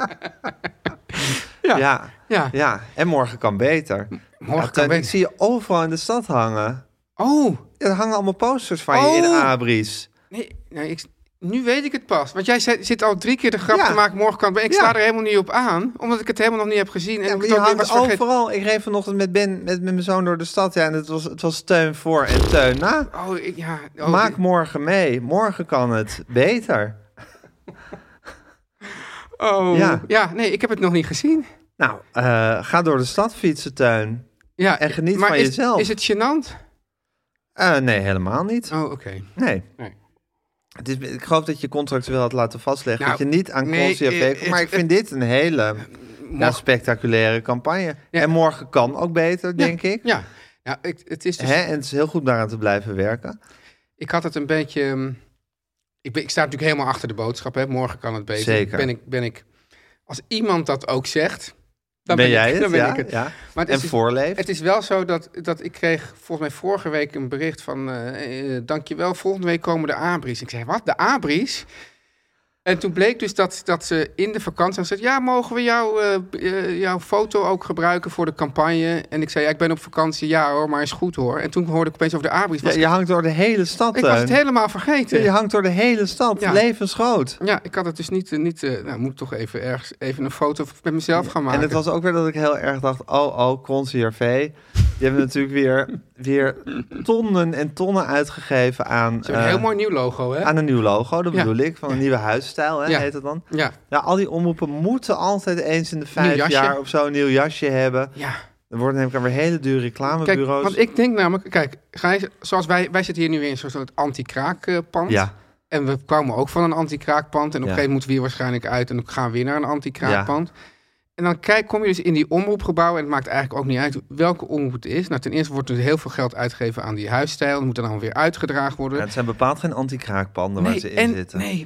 S5: Ja.
S3: Ja,
S5: Ja.
S3: ja. En morgen kan beter.
S5: Morgen
S3: Ja,
S5: kan
S3: Teun, Ik
S5: beter.
S3: zie je overal in de stad hangen.
S5: Oh,
S3: Ja, er hangen allemaal posters van je in
S5: Oh.
S3: abris.
S5: nee, nee ik, nu weet ik het pas. Want jij zei- zit al drie keer de grap
S3: Ja.
S5: te maken, morgen kan het beter. Ik
S3: Ja.
S5: sta er helemaal niet op aan, omdat ik het helemaal nog niet heb gezien. En
S3: Ja,
S5: ik
S3: maar
S5: het
S3: je
S5: ook weer
S3: hangt
S5: was vergeten.
S3: overal. Ik reed vanochtend met Ben, met, met mijn zoon door de stad. Ja, en het was, het was Teun voor en Teun na.
S5: Oh, ik, ja. Oh,
S3: Maak
S5: dit-
S3: morgen mee. Morgen kan het beter.
S5: Oh,
S3: Ja.
S5: ja. Nee, ik heb het nog niet gezien.
S3: Nou, eh, ga door de stad fietsen, Teun.
S5: Ja,
S3: En geniet
S5: maar
S3: van
S5: is,
S3: jezelf.
S5: Is het gênant?
S3: Eh, nee, helemaal niet.
S5: Oh, oké.
S3: Nee.
S5: Nee.
S3: Het is, ik geloof dat je contractueel had laten vastleggen
S5: Nou,
S3: dat je niet aan
S5: nee,
S3: Corsia
S5: eh,
S3: veegt.
S5: het-
S3: Maar ik vind dit een hele ja,
S5: Morgen-
S3: spectaculaire campagne.
S5: Ja.
S3: En morgen kan ook beter, denk ik.
S5: Ja, ja ik, het is dus,
S3: Hè? En het is heel goed daaraan te blijven werken.
S5: ik had het een beetje... um, Ik, ben, ik sta natuurlijk helemaal achter de boodschap. Hè. Morgen kan het beter.
S3: Zeker.
S5: Ben ik, ben ik, als iemand dat ook zegt, dan
S3: ben,
S5: ben,
S3: jij
S5: ik,
S3: het?
S5: dan ben
S3: ja?
S5: ik het.
S3: Ja.
S5: Maar het
S3: En
S5: is, dus-
S3: voorleef.
S5: het is wel zo dat, dat ik kreeg volgens mij vorige week een bericht van... eh eh, dankjewel, volgende week komen de abris. Ik zei, wat, de abris? En toen bleek dus dat, dat ze in de vakantie zeiden... ja, mogen we jou, eh, eh, jouw foto ook gebruiken voor de campagne? En ik zei, ja, ik ben op vakantie, ja hoor, maar is goed hoor. En toen hoorde ik opeens over de abris.
S3: Ja,
S5: Was
S3: je hangt door de hele stad,
S5: ik was het
S3: Teun.
S5: helemaal vergeten.
S3: Je hangt door de hele stad.
S5: Ja.
S3: Levensgroot.
S5: Ja, ik had het dus niet... eh, niet eh, nou, moet ik toch even ergens even een foto met mezelf gaan maken.
S3: En het was ook weer dat ik heel erg dacht... oh, oh, Conciervé. Die hebben natuurlijk weer, weer tonnen en tonnen uitgegeven aan...
S5: Ze hebben een
S3: uh,
S5: heel mooi nieuw logo, hè?
S3: Aan een nieuw logo, dat
S5: Ja.
S3: bedoel ik. Van een nieuwe huisstijl, hè,
S5: Ja.
S3: heet het dan.
S5: Ja,
S3: Ja, al die omroepen moeten altijd eens in de vijf
S5: jasje.
S3: jaar of zo een nieuw jasje hebben.
S5: ja.
S3: Er worden namelijk weer hele dure
S5: Kijk,
S3: reclamebureaus.
S5: want ik denk namelijk... Kijk, Gijs, zoals wij... Wij zitten hier nu in zo'n soort anti-kraakpand.
S3: Ja,
S5: En we kwamen ook van een anti-kraakpand. En op een
S3: Ja.
S5: gegeven moment moeten we hier waarschijnlijk uit. En dan gaan we weer naar een anti-kraakpand. En dan kijk, kom je dus in die omroepgebouwen. En het maakt eigenlijk ook niet uit welke omroep het is. Nou, ten eerste wordt er heel veel geld uitgegeven aan die huisstijl. Dat moet dan allemaal weer uitgedragen worden.
S3: ja, het zijn bepaald geen anti-kraakpanden waar ze in
S5: en,
S3: zitten.
S5: Nee,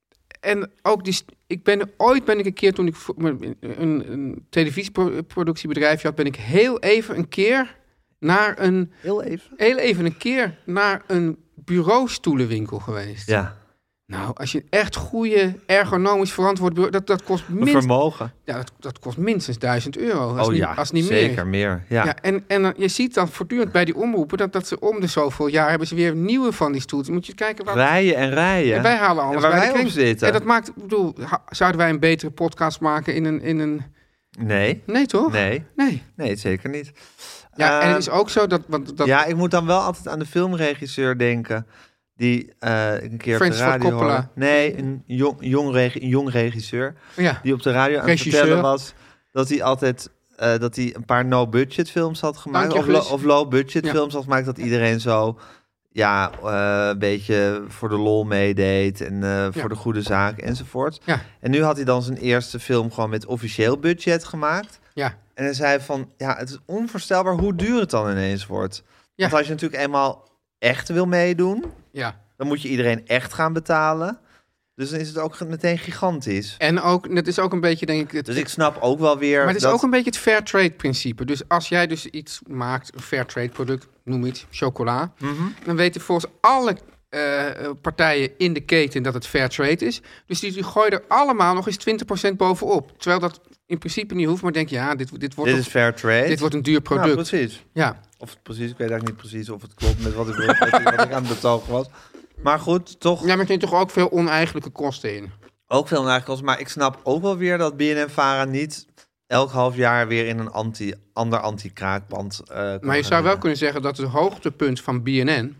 S5: en ook die... st- Ik ben ooit ben ik een keer toen ik voor- een, een, een televisieproductiebedrijfje had, ben ik heel even een keer naar een
S3: Heel even.
S5: heel even een keer naar een bureaustoelenwinkel geweest.
S3: Ja,
S5: Nou, als je echt goede ergonomisch verantwoord bureau, dat dat kost
S3: een
S5: minstens
S3: vermogen.
S5: ja, dat, dat kost minstens duizend euro. Als
S3: Oh
S5: niet,
S3: ja,
S5: als niet
S3: zeker
S5: meer.
S3: meer. Ja.
S5: Ja, en, en dan- je ziet dan voortdurend bij die omroepen dat, dat ze om de zoveel jaar hebben ze weer nieuwe van die stoeltjes. Moet je kijken waar
S3: Rijen en rijen.
S5: en wij halen alles
S3: En waar
S5: bij
S3: wij
S5: de
S3: op
S5: kring.
S3: zitten.
S5: En dat maakt, ik bedoel, ha- zouden wij een betere podcast maken in een, in een...
S3: Nee,
S5: Nee, toch?
S3: nee,
S5: Nee.
S3: nee, zeker niet.
S5: Ja, en
S3: Eh,
S5: het is ook zo dat... Want, dat
S3: Ja, ik moet dan wel altijd aan de filmregisseur denken... die eh, ik een keer
S5: Francis
S3: op de radio
S5: Ford Coppola.
S3: hoorde. Nee, een jong, jong, regi- een jong regisseur...
S5: ja,
S3: die op de radio aan het
S5: Regisseur.
S3: vertellen was... dat hij altijd eh, dat hij een paar no-budget films had gemaakt...
S5: Dank je,
S3: of, lo-
S5: Guus.
S3: of low-budget
S5: Ja.
S3: films had gemaakt... dat iedereen zo ja, eh, een beetje voor de lol meedeed... en eh, voor
S5: Ja.
S3: de goede zaak enzovoort.
S5: ja,
S3: En nu had hij dan zijn eerste film gewoon met officieel budget gemaakt...
S5: ja.
S3: En hij zei van, ja, het is onvoorstelbaar hoe duur het dan ineens wordt.
S5: Ja.
S3: Want als je natuurlijk eenmaal echt wil meedoen,
S5: Ja.
S3: dan moet je iedereen echt gaan betalen. Dus dan is het ook meteen gigantisch.
S5: En ook, het is ook een beetje, denk ik... Het,
S3: Dus ik snap ook wel weer
S5: maar het is
S3: dat...
S5: ook een beetje het fair trade principe. Dus als jij dus iets maakt, een fair trade product, noem iets, chocola...
S3: Mhm.
S5: dan weten volgens alle eh, partijen in de keten dat het fair trade is. Dus die, die gooien er allemaal nog eens twintig procent bovenop. Terwijl dat in principe niet hoeft, maar denk je, ja, dit, dit, wordt,
S3: Dit
S5: toch-
S3: is fair trade.
S5: dit wordt een duur
S3: Nou,
S5: product.
S3: precies.
S5: Ja,
S3: Of precies, ik weet eigenlijk niet precies of het klopt met wat ik, wat ik, wat ik aan het betogen was. Maar goed, toch
S5: ja, maar er zitten toch ook veel oneigenlijke kosten in.
S3: ook veel eigenlijk. Maar ik snap ook wel weer dat B N N Vara niet elk half jaar weer in een anti, ander anti-kraakpand uh, kan
S5: Maar je
S3: gaan
S5: zou wel
S3: zitten.
S5: kunnen zeggen dat het hoogtepunt van B N N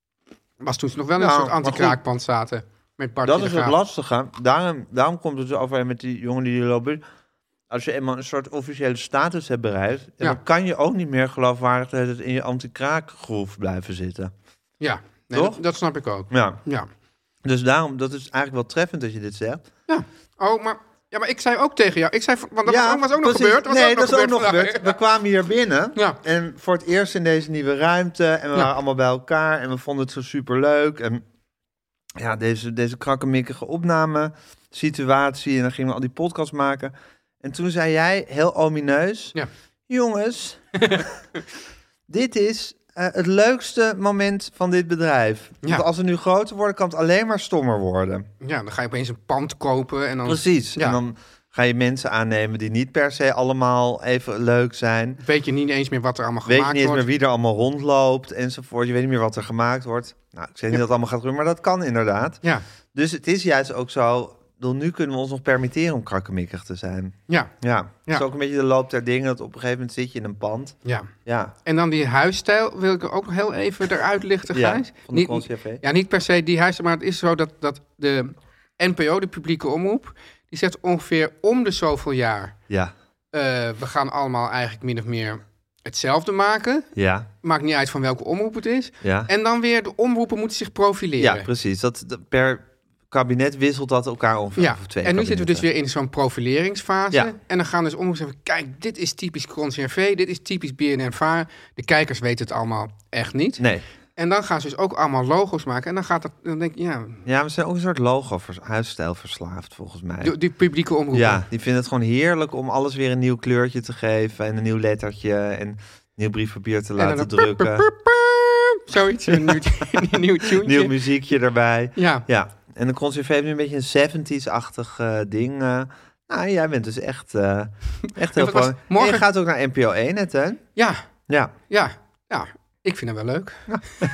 S5: was toen ze nog wel in
S3: Nou,
S5: een soort
S3: maar goed.
S5: anti-kraakpand zaten. Met Bart
S3: Dat
S5: de
S3: is het
S5: Graaf.
S3: lastige. Daarom, daarom komt het zo over met die jongen die lopen. Als je eenmaal een soort officiële status hebt bereikt,
S5: Ja.
S3: dan kan je ook niet meer geloofwaardig de hele tijd in je anti-kraakgroef blijven zitten.
S5: Ja, nee,
S3: Toch?
S5: dat, dat snap ik ook.
S3: Ja.
S5: Ja.
S3: Dus daarom, dat is eigenlijk wel treffend dat je dit zegt.
S5: ja. Oh, maar, ja, maar ik zei ook tegen jou. Ik zei, want dat
S3: ja,
S5: was, ook, was ook nog
S3: precies.
S5: gebeurd. Was
S3: nee,
S5: ook
S3: dat
S5: nog
S3: is ook nog
S5: vandaag.
S3: gebeurd. We kwamen hier binnen
S5: Ja.
S3: en voor het eerst in deze nieuwe ruimte en we
S5: Ja.
S3: waren allemaal bij elkaar en we vonden het zo superleuk. En ja, deze, deze krakkemikkige opname situatie en dan gingen we al die podcasts maken. En toen zei jij, heel omineus,
S5: Ja.
S3: jongens, dit is eh, het leukste moment van dit bedrijf.
S5: Ja.
S3: Want als we nu groter worden, kan het alleen maar stommer worden.
S5: Ja, dan ga je opeens een pand kopen en dan
S3: Precies.
S5: Ja.
S3: En dan ga je mensen aannemen die niet per se allemaal even leuk zijn.
S5: weet je niet eens meer wat er allemaal
S3: Weet je
S5: gemaakt
S3: niet eens
S5: wordt.
S3: meer wie er allemaal rondloopt enzovoort. Je weet niet meer wat er gemaakt wordt. Nou, ik zeg niet dat het allemaal gaat gebeuren, maar dat kan inderdaad.
S5: Ja,
S3: Dus het is juist ook zo, ik bedoel, nu kunnen we ons nog permitteren om krakkemikkig te zijn.
S5: ja,
S3: Ja, het
S5: Ja.
S3: is ook een beetje de loop der dingen, dat op een gegeven moment zit je in een pand.
S5: ja.
S3: Ja,
S5: En dan die huisstijl wil ik ook nog heel even eruit lichten,
S3: ja
S5: Gijs.
S3: van de
S5: Niet-
S3: Concierge.
S5: Ja, niet per se die huisstijl, maar het is zo dat, dat de N P O, de publieke omroep, die zegt ongeveer om de zoveel jaar,
S3: Ja,
S5: eh, we gaan allemaal eigenlijk min of meer hetzelfde maken.
S3: ja,
S5: Maakt niet uit van welke omroep het is.
S3: ja.
S5: En dan weer, de omroepen moeten zich profileren.
S3: Ja, precies. Dat, dat- per kabinet wisselt dat elkaar ongeveer.
S5: Ja,
S3: Of twee
S5: en nu zitten we dus
S3: kabinetten.
S5: weer in zo'n profileringsfase.
S3: Ja.
S5: En dan gaan dus omroepen zeggen, kijk, dit is typisch Concierge, dit is typisch B N N Vara. De kijkers weten het allemaal echt niet.
S3: Nee.
S5: En dan gaan ze dus ook allemaal logo's maken. En dan gaat dat, dan denk ik, ja,
S3: Ja, we zijn ook een soort logo huisstijl verslaafd, volgens mij.
S5: die, die publieke omroepen.
S3: Ja, die vinden het gewoon heerlijk om alles weer een nieuw kleurtje te geven en een nieuw lettertje en nieuw briefpapier te
S5: En dan
S3: laten
S5: een
S3: drukken.
S5: pup, pup, pup, zoiets, een nieuw, een nieuw tuentje.
S3: Nieuw muziekje erbij.
S5: Ja,
S3: Ja, en de Concierge heeft nu een beetje een zeventies-achtig eh, ding. eh. Nou, jij bent dus echt, eh, echt heel
S5: wat was-
S3: vrolijk.
S5: morgen-
S3: En je gaat ook naar N P O één, hè, Teun?
S5: ja,
S3: Ja.
S5: ja, ja. Ik vind het wel leuk.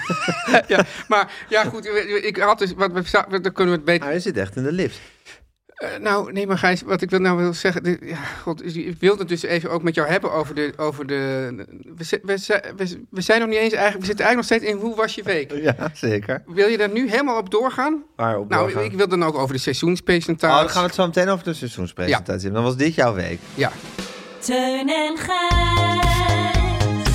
S5: Ja, maar ja, goed. Ik had dus, wat we, dan kunnen we het beter.
S3: Nou, je zit echt in de lift.
S5: Uh, nou, nee, maar Gijs, wat ik wil nou wil zeggen... De, ja, God, ik wilde het dus even ook met jou hebben over de... Over de we, we, we, we zijn nog niet eens eigenlijk... We zitten eigenlijk nog steeds in hoe was je week?
S3: Ja, zeker.
S5: Wil je daar nu helemaal op doorgaan?
S3: Waarop
S5: nou,
S3: doorgaan?
S5: ik wil dan ook over de seizoenspresentatie.
S3: Oh, dan gaan we het zo meteen over de seizoenspresentatie hebben. Dan was dit jouw week.
S5: Ja.
S7: Teun en Gijs.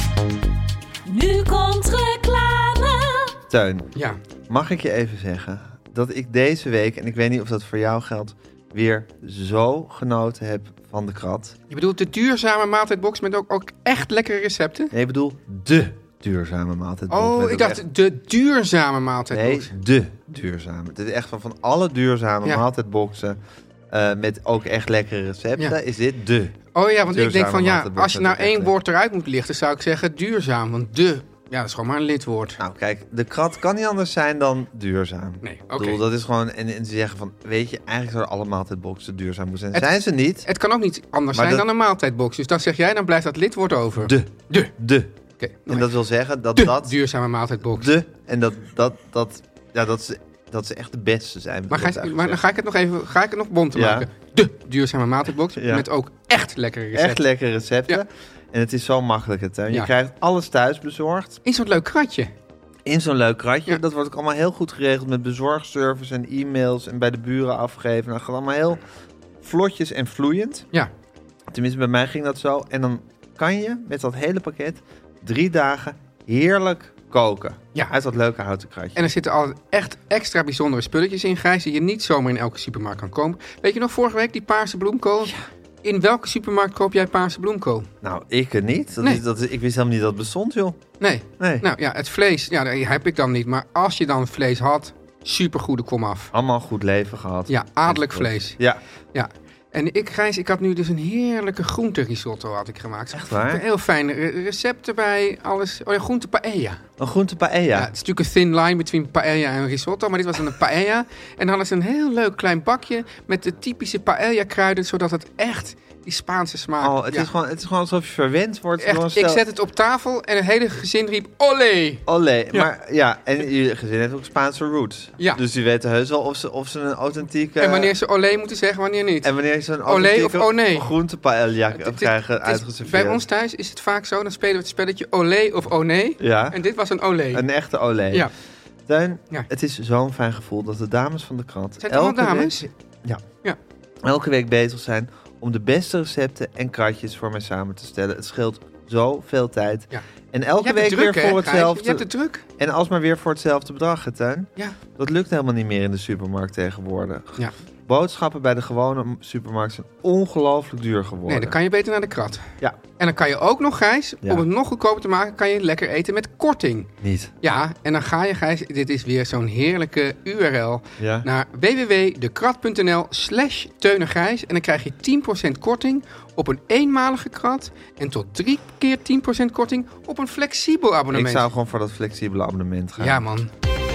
S7: Nu komt reclame.
S3: Teun,
S5: Ja.
S3: mag ik je even zeggen dat ik deze week, en ik weet niet of dat voor jou geldt, weer zo genoten heb van de krat.
S5: Je bedoelt de duurzame maaltijdbox met ook, ook echt lekkere recepten?
S3: Nee, ik bedoel de duurzame maaltijdbox.
S5: Oh,
S3: Met
S5: ik
S3: ook
S5: dacht
S3: echt-
S5: de duurzame maaltijdbox.
S3: Nee, de duurzame. Het is echt van, van alle duurzame
S5: Ja.
S3: maaltijdboxen uh, met ook echt lekkere recepten,
S5: Ja.
S3: is dit de.
S5: Oh ja, want ik denk
S3: duurzame
S5: van ja,
S3: maaltijdbox
S5: als je
S3: met
S5: nou
S3: ook echt
S5: één woord eruit moet lichten, zou ik zeggen duurzaam. Want de, ja, dat is gewoon maar een lidwoord.
S3: Nou, kijk, de krat kan niet anders zijn dan duurzaam.
S5: Nee,
S3: Ik
S5: oké.
S3: bedoel, dat is gewoon... En, en ze zeggen van, weet je, eigenlijk zouden alle maaltijdboxen duurzaam moeten zijn.
S5: Het-
S3: Zijn ze niet?
S5: Het kan ook niet anders
S3: Maar
S5: zijn
S3: dat-
S5: dan een maaltijdbox. Dus dat zeg jij, dan blijft dat lidwoord over.
S3: De.
S5: De.
S3: De.
S5: Oké,
S3: En dat wil zeggen dat
S5: de
S3: dat...
S5: duurzame maaltijdbox.
S3: De. En dat, dat, dat, ja, dat, ze, dat ze echt de beste zijn.
S5: Maar,
S3: wil
S5: ga,
S3: ik
S5: maar dan ga ik het nog even, ga ik het nog bonter
S3: Ja.
S5: maken. De duurzame maaltijdbox
S3: Ja.
S5: met ook echt lekkere recepten.
S3: Echt lekkere recepten.
S5: Ja.
S3: En het is zo makkelijk, het. Je
S5: Ja.
S3: krijgt alles thuis bezorgd.
S5: In zo'n leuk kratje.
S3: In zo'n leuk kratje.
S5: Ja.
S3: Dat wordt ook allemaal heel goed geregeld met bezorgservice en e-mails en bij de buren afgeven. Dat gaat allemaal heel vlotjes en vloeiend.
S5: Ja.
S3: Tenminste, bij mij ging dat zo. En dan kan je met dat hele pakket drie dagen heerlijk koken.
S5: Ja.
S3: Uit dat leuke houten kratje.
S5: En er zitten altijd echt extra bijzondere spulletjes in, Gijs, die je niet zomaar in elke supermarkt kan kopen. Weet je nog vorige week die paarse bloemkool? Ja. In welke supermarkt koop jij paarse bloemkool?
S3: Nou, ik het niet. Dat
S5: Nee.
S3: is, dat is, ik wist helemaal niet dat het bestond, joh.
S5: Nee.
S3: Nee.
S5: Nou ja, het vlees, ja, dat heb ik dan niet. Maar als je dan vlees had, supergoede kom af.
S3: Allemaal goed leven gehad.
S5: Ja, adellijk
S3: Enzovoort.
S5: vlees.
S3: Ja.
S5: Ja. En ik, Gijs, ik had nu dus een heerlijke groenterisotto had ik gemaakt.
S3: Echt waar?
S5: Een heel fijn re- recept erbij, alles. Oh ja, groente paella.
S3: Een groente paella.
S5: Ja, het is natuurlijk een thin line between paella en risotto, maar dit was dan een paella. En dan hadden ze een heel leuk klein bakje met de typische paella kruiden, zodat het echt die Spaanse smaak...
S3: Oh, het,
S5: ja.
S3: is gewoon, het is gewoon alsof je verwend wordt. door een
S5: Echt,
S3: stel-
S5: ik zet het op tafel en het hele gezin riep olé.
S3: Olé.
S5: Ja.
S3: Maar ja, en je gezin heeft ook Spaanse roots.
S5: Ja.
S3: Dus die weten heus wel of ze, of ze een authentieke...
S5: En wanneer ze olé moeten zeggen, wanneer niet.
S3: En wanneer ze een
S5: Olé
S3: authentieke
S5: of oné?
S3: groente paella
S5: Het- het-
S3: krijgen
S5: het is-
S3: uitgeserveerd.
S5: Bij ons thuis is het vaak zo, dan spelen we het spelletje olé of oné.
S3: Ja,
S5: En dit was een olé.
S3: een echte olé.
S5: Ja.
S3: Teun,
S5: Ja.
S3: het is zo'n fijn gevoel dat de dames van de krant...
S5: Zijn het allemaal
S3: elke
S5: dames?
S3: Week, ja.
S5: Ja.
S3: Elke week bezig zijn om de beste recepten en kratjes voor mij samen te stellen. Het scheelt zoveel tijd.
S5: Ja.
S3: En
S5: Je
S3: elke
S5: hebt het
S3: week
S5: druk,
S3: weer
S5: hè,
S3: voor
S5: Gijs?
S3: hetzelfde.
S5: Je hebt het druk.
S3: En alsmaar weer voor hetzelfde bedrag, hè, Teun?
S5: Ja.
S3: Dat lukt helemaal niet meer in de supermarkt tegenwoordig.
S5: Ja.
S3: Boodschappen bij de gewone supermarkt zijn ongelooflijk duur geworden.
S5: Nee, dan kan je beter naar de krat.
S3: Ja,
S5: En dan kan je ook nog, Gijs,
S3: Ja.
S5: om het nog goedkoper te maken, kan je lekker eten met korting.
S3: niet.
S5: Ja, en dan ga je, Gijs, dit is weer zo'n heerlijke U R L,
S3: Ja.
S5: naar www.dekrat.nl slash Teun en Gijs. En dan krijg je tien procent korting op een eenmalige krat en tot drie keer tien procent korting op een flexibel
S3: Ik
S5: abonnement.
S3: zou gewoon voor dat flexibele abonnement gaan.
S5: Ja, man.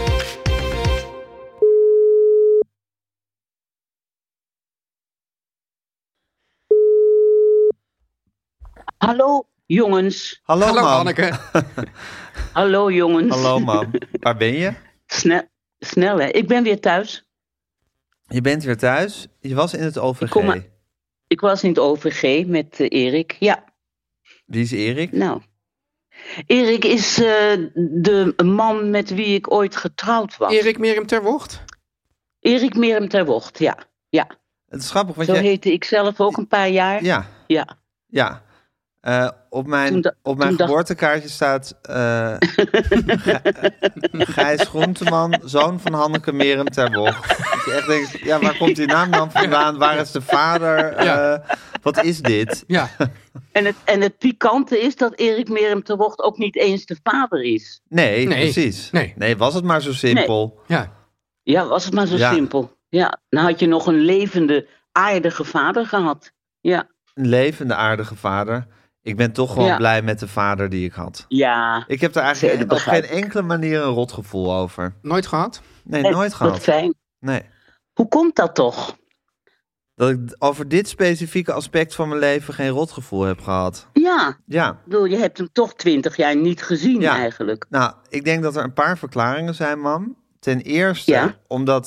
S8: Hallo jongens.
S3: Hallo,
S5: Hallo,
S3: mam.
S5: Hanneke.
S8: Hallo jongens.
S3: Hallo, mam. Waar ben je?
S8: Snel, snel hè. Ik ben weer thuis.
S3: Je bent weer thuis. Je was in het O V G.
S8: Ik kom maar- Ik was in het O V G met eh, Erik. Ja,
S3: Wie is Erik?
S8: nou. Erik is eh, de man met wie ik ooit getrouwd was.
S5: Erik Miriam ter Wocht.
S8: Erik Miriam ter Wocht, ja. Ja,
S3: Het is grappig, want
S8: zo
S3: jij...
S8: heette ik zelf ook een paar jaar.
S3: Ja,
S8: Ja.
S3: ja. Eh, op mijn,
S8: Toen da-
S3: op mijn
S8: toen dacht-
S3: geboortekaartje staat... eh Gij- Gijs Groenteman, zoon van Hanneke Meren ter Bocht. Dat je echt denkt, ja, waar komt die naam dan vandaan? Waar is de vader?
S5: Ja.
S3: Eh, wat is dit?
S5: Ja.
S8: En het, en het pikante is dat Erik Miriam ter Wocht ook niet eens de vader is.
S3: Nee,
S5: Nee.
S3: precies.
S5: Nee.
S3: was het maar zo simpel.
S5: Ja.
S8: Ja, was het maar zo
S3: Ja.
S8: simpel. Ja, dan had je nog een levende, aardige vader gehad. Ja,
S3: Een levende, aardige vader. Ik ben toch gewoon
S8: Ja.
S3: blij met de vader die ik had.
S8: ja.
S3: Ik heb daar
S8: Zeker
S3: eigenlijk op geen
S8: begrijp ik.
S3: enkele manier een rotgevoel over.
S5: Nooit gehad?
S3: Nee,
S8: Eh,
S3: nooit
S8: Wat
S3: gehad.
S8: fijn.
S3: Nee.
S8: Hoe komt dat toch?
S3: Dat ik over dit specifieke aspect van mijn leven geen rotgevoel heb gehad.
S8: Ja,
S3: Ja,
S8: ik bedoel, je hebt hem toch twintig jaar niet gezien
S3: Ja.
S8: eigenlijk.
S3: nou, ik denk dat er een paar verklaringen zijn, mam. Ten eerste,
S8: Ja.
S3: omdat...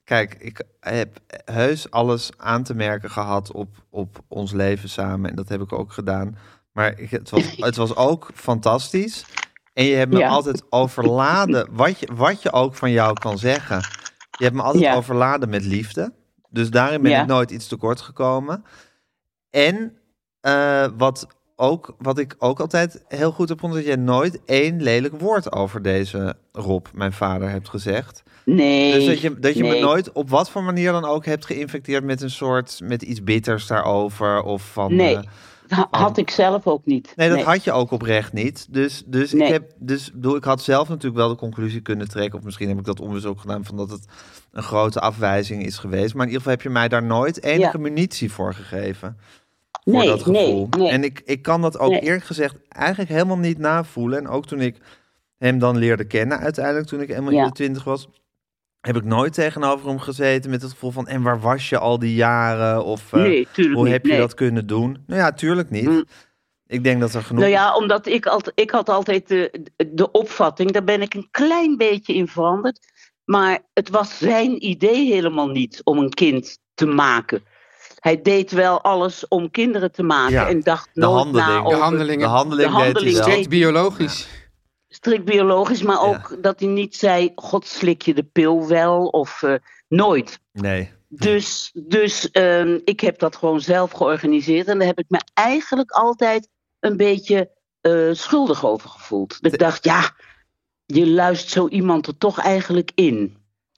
S3: kijk, ik heb heus alles aan te merken gehad op, op ons leven samen. En dat heb ik ook gedaan. Maar ik, het, was, het was ook fantastisch. En je hebt me
S8: Ja.
S3: altijd overladen, wat je, wat je ook van jou kan zeggen. Je hebt me altijd
S8: Ja.
S3: overladen met liefde. Dus daarin ben
S8: Ja.
S3: ik nooit iets tekort gekomen. En uh, wat, ook, wat ik ook altijd heel goed heb gevonden, dat jij nooit één lelijk woord over deze Rob, mijn vader, hebt gezegd.
S8: Nee.
S3: Dus dat je, dat je
S8: nee.
S3: me nooit op wat voor manier dan ook hebt geïnfecteerd met een soort, met iets bitters daarover. Of van,
S8: Nee,
S3: uh,
S8: dat had ik zelf ook niet.
S3: Nee, dat had je ook oprecht niet. Dus, dus,
S8: Nee.
S3: ik, heb, dus bedoel, ik had zelf natuurlijk wel de conclusie kunnen trekken. Of misschien heb ik dat onbewust ook gedaan. Van dat het een grote afwijzing is geweest. Maar in ieder geval heb je mij daar nooit enige
S8: Ja.
S3: munitie voor gegeven. Voor
S8: Nee,
S3: dat gevoel.
S8: nee, nee.
S3: En ik, ik kan dat ook
S8: Nee.
S3: eerlijk gezegd eigenlijk helemaal niet navoelen. En ook toen ik hem dan leerde kennen uiteindelijk. Toen ik eenmaal
S8: Ja.
S3: in de twintig was. Heb ik nooit tegenover hem gezeten met het gevoel van... En waar was je al die jaren? Of uh,
S8: Nee, tuurlijk
S3: hoe
S8: niet,
S3: heb je
S8: nee.
S3: dat kunnen doen? Nou ja, tuurlijk niet.
S8: Mm.
S3: Ik denk dat er genoeg...
S8: Nou ja, omdat ik, altijd, ik had altijd de, de opvatting, daar ben ik een klein beetje in veranderd. Maar het was zijn idee helemaal niet om een kind te maken. Hij deed wel alles om kinderen te maken
S3: Ja,
S8: en dacht
S3: de
S8: nooit
S3: handeling.
S8: na
S3: De
S8: over
S3: De
S5: handelingen.
S3: handeling,
S8: De
S3: deed
S8: handeling
S3: hij wel.
S5: Strikt biologisch.
S8: strikt biologisch, maar ook dat hij niet zei, god slik je de pil wel of uh, nooit.
S3: Nee.
S8: Dus, dus um, ik heb dat gewoon zelf georganiseerd. En daar heb ik me eigenlijk altijd een beetje uh, schuldig over gevoeld. Dat ik dacht, ja, je luistert zo iemand er toch eigenlijk in.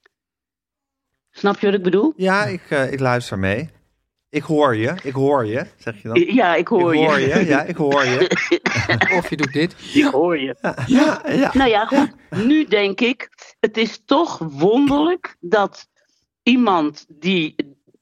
S8: Snap je wat ik bedoel?
S3: Ja, ik, uh, ik luister mee. Ik hoor je, ik hoor je, zeg je dan?
S8: Ja, ik hoor,
S3: ik hoor
S8: je.
S3: je. Ja, ik hoor je.
S5: Of je doet dit.
S8: Ik hoor je.
S3: Ja, ja.
S8: Nou ja, goed. Nu denk ik, het is toch wonderlijk dat iemand die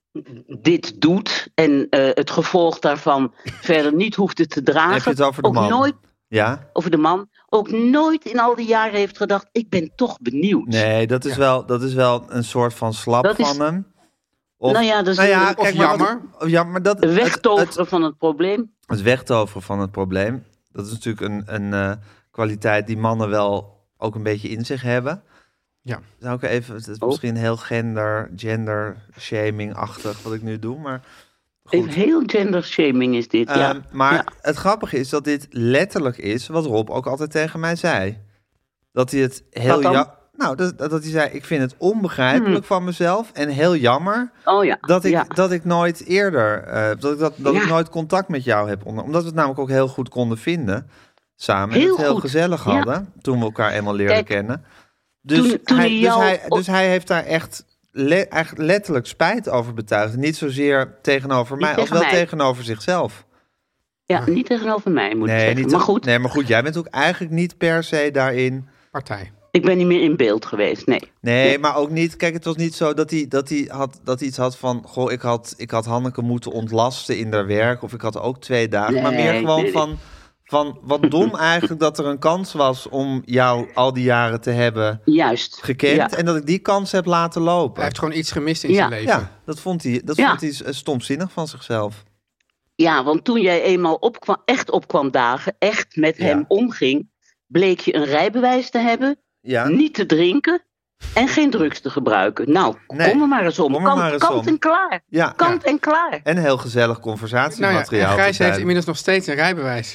S8: dit doet en uh, het gevolg daarvan verder niet hoefde te dragen,
S3: Heb je het over de
S8: ook
S3: man?
S8: nooit
S3: Ja?
S8: over de man, ook nooit in al die jaren heeft gedacht, ik ben toch benieuwd.
S3: Nee, dat is,
S5: Ja.
S3: wel, dat is wel een soort van slap
S8: Dat is-
S3: van hem. Of,
S8: nou ja, dat is
S3: nou ja,
S8: een-
S3: kijk,
S5: of
S3: maar
S5: jammer.
S3: wat- ja, maar dat,
S8: het
S3: het,
S8: wegtoveren
S3: het,
S8: van het probleem.
S3: het wegtoveren van het probleem, dat is natuurlijk een, een uh, kwaliteit die mannen wel ook een beetje in zich hebben.
S5: Ja.
S3: Zou ik even, het is
S8: Oh.
S3: misschien heel gender, gender shaming-achtig wat ik nu doe, maar goed.
S8: Even heel gendershaming is dit, ja.
S3: Ehm, maar
S8: Ja.
S3: het grappige is dat dit letterlijk is wat Rob ook altijd tegen mij zei. Dat hij het heel...
S8: Wat dan?
S3: ja- nou, dat, dat hij zei, ik vind het onbegrijpelijk
S8: Hmm.
S3: van mezelf en heel jammer
S8: Oh ja,
S3: dat ik,
S8: ja.
S3: dat ik nooit eerder, uh, dat, ik, dat, dat ik
S8: Ja.
S3: nooit contact met jou heb. Onder, omdat we het namelijk ook heel goed konden vinden samen. En
S8: Heel
S3: het heel
S8: goed.
S3: gezellig
S8: Ja.
S3: hadden toen we elkaar eenmaal leerden
S8: Kijk,
S3: kennen. Dus,
S8: toen- toen
S3: hij,
S8: hij
S3: dus,
S8: jou
S3: hij,
S8: op-
S3: dus hij heeft daar echt, le- echt letterlijk spijt over betuigd. Niet zozeer tegenover
S8: Niet
S3: mij, als
S8: tegen
S3: wel
S8: mij.
S3: tegenover zichzelf.
S8: Ja, niet tegenover mij moet ik
S3: Nee,
S8: zeggen.
S3: niet,
S8: Maar goed,
S3: nee, maar goed, jij bent ook eigenlijk niet per se daarin.
S5: Partij.
S8: ik ben niet meer in beeld geweest, nee.
S3: Nee,
S8: Nee.
S3: maar ook niet. Kijk, het was niet zo dat hij, dat hij, had, dat hij iets had van. Goh, ik had, ik had Hanneke moeten ontlasten in haar werk. Of ik had ook twee dagen. maar
S8: Nee,
S3: meer gewoon
S8: nee.
S3: van. Van wat dom eigenlijk dat er een kans was om jou al die jaren te hebben
S8: Juist.
S3: gekend.
S8: Ja.
S3: En dat ik die kans heb laten
S5: Hij
S3: lopen.
S5: heeft gewoon iets gemist in
S8: Ja.
S5: zijn leven.
S3: Ja, dat vond hij, dat
S8: Ja.
S3: vond hij eh, stomzinnig van zichzelf.
S8: Ja, want toen jij eenmaal opkwam, echt opkwam dagen, echt met
S3: Ja.
S8: hem omging, bleek je een rijbewijs te hebben,
S3: Ja,
S8: niet te drinken en geen drugs te gebruiken. Nou,
S3: Nee,
S8: kom er maar eens om.
S3: kom er
S8: Kant,
S3: maar eens
S8: kant
S3: om.
S8: en klaar.
S3: ja.
S8: Kant en klaar.
S3: En heel gezellig
S5: Nou ja,
S3: conversatiemateriaal.
S5: en
S3: te
S5: Gijs
S3: zijn.
S5: heeft inmiddels nog steeds een rijbewijs.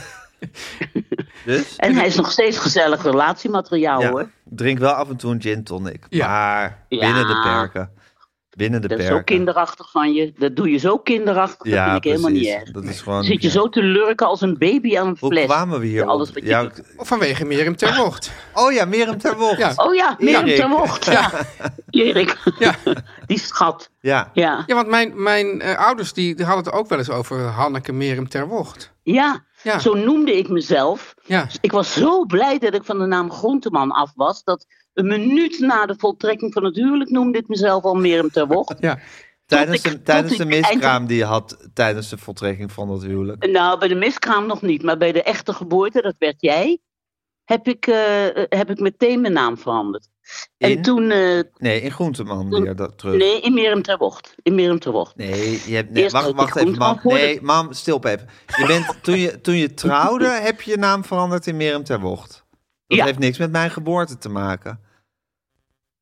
S3: Dus
S8: En hij is nog steeds gezellig relatiemateriaal,
S3: ja,
S8: hoor.
S3: drink wel af en toe een gin tonic.
S5: Ja.
S3: Maar
S8: Ja.
S3: binnen de perken. Binnen de
S8: Dat is
S3: perken.
S8: zo kinderachtig van je. Dat doe je zo kinderachtig, dat
S3: Ja,
S8: vind ik helemaal niet
S3: precies.
S8: erg.
S3: Dat is gewoon.
S8: Zit je
S3: ja.
S8: zo te lurken als een baby aan een
S3: Hoe
S8: fles.
S3: kwamen we hier
S8: Alles
S3: op?
S8: wat je
S3: Ja,
S8: doet.
S5: Of vanwege Miriam ter Wocht.
S3: oh ja, Miriam ter Wocht.
S5: Ja.
S8: Oh ja, Mirjam
S3: Erik.
S8: ter Wocht. Ja. Erik,
S5: Ja.
S8: die schat.
S3: Ja.
S8: Ja.
S5: Ja, want mijn, mijn uh, ouders die, die hadden het ook wel eens over Hanneke Miriam ter Wocht.
S8: Ja,
S5: Ja.
S8: zo noemde ik mezelf.
S5: Ja.
S8: Ik was zo blij dat ik van de naam Groenteman af was, dat een minuut na de voltrekking van het huwelijk noemde ik mezelf al Mirjam ter Wocht.
S5: Ja.
S3: Tijdens,
S8: ik-
S3: de, tijdens
S8: tot
S3: de
S8: ik
S3: miskraam die je had tijdens de voltrekking van dat huwelijk.
S8: Nou, bij de miskraam nog niet, maar bij de echte geboorte, dat werd jij, heb ik, uh, heb ik meteen mijn naam veranderd.
S3: In?
S8: En toen, uh,
S3: Nee, in Groenteman
S8: Toen-
S3: weer dat terug.
S8: nee, in Mirjam ter Wocht. In Mirjam ter Wocht.
S3: Nee, je hebt, nee
S8: Eerst
S3: wacht,
S8: heet
S3: wacht
S8: die
S3: even, mam.
S8: Groenteman voor
S3: Nee, mam, stil op even. Je bent, toen, je, toen je trouwde, heb je je naam veranderd in Miriam ter Wocht. Dat
S8: Ja.
S3: heeft niks met mijn geboorte te maken.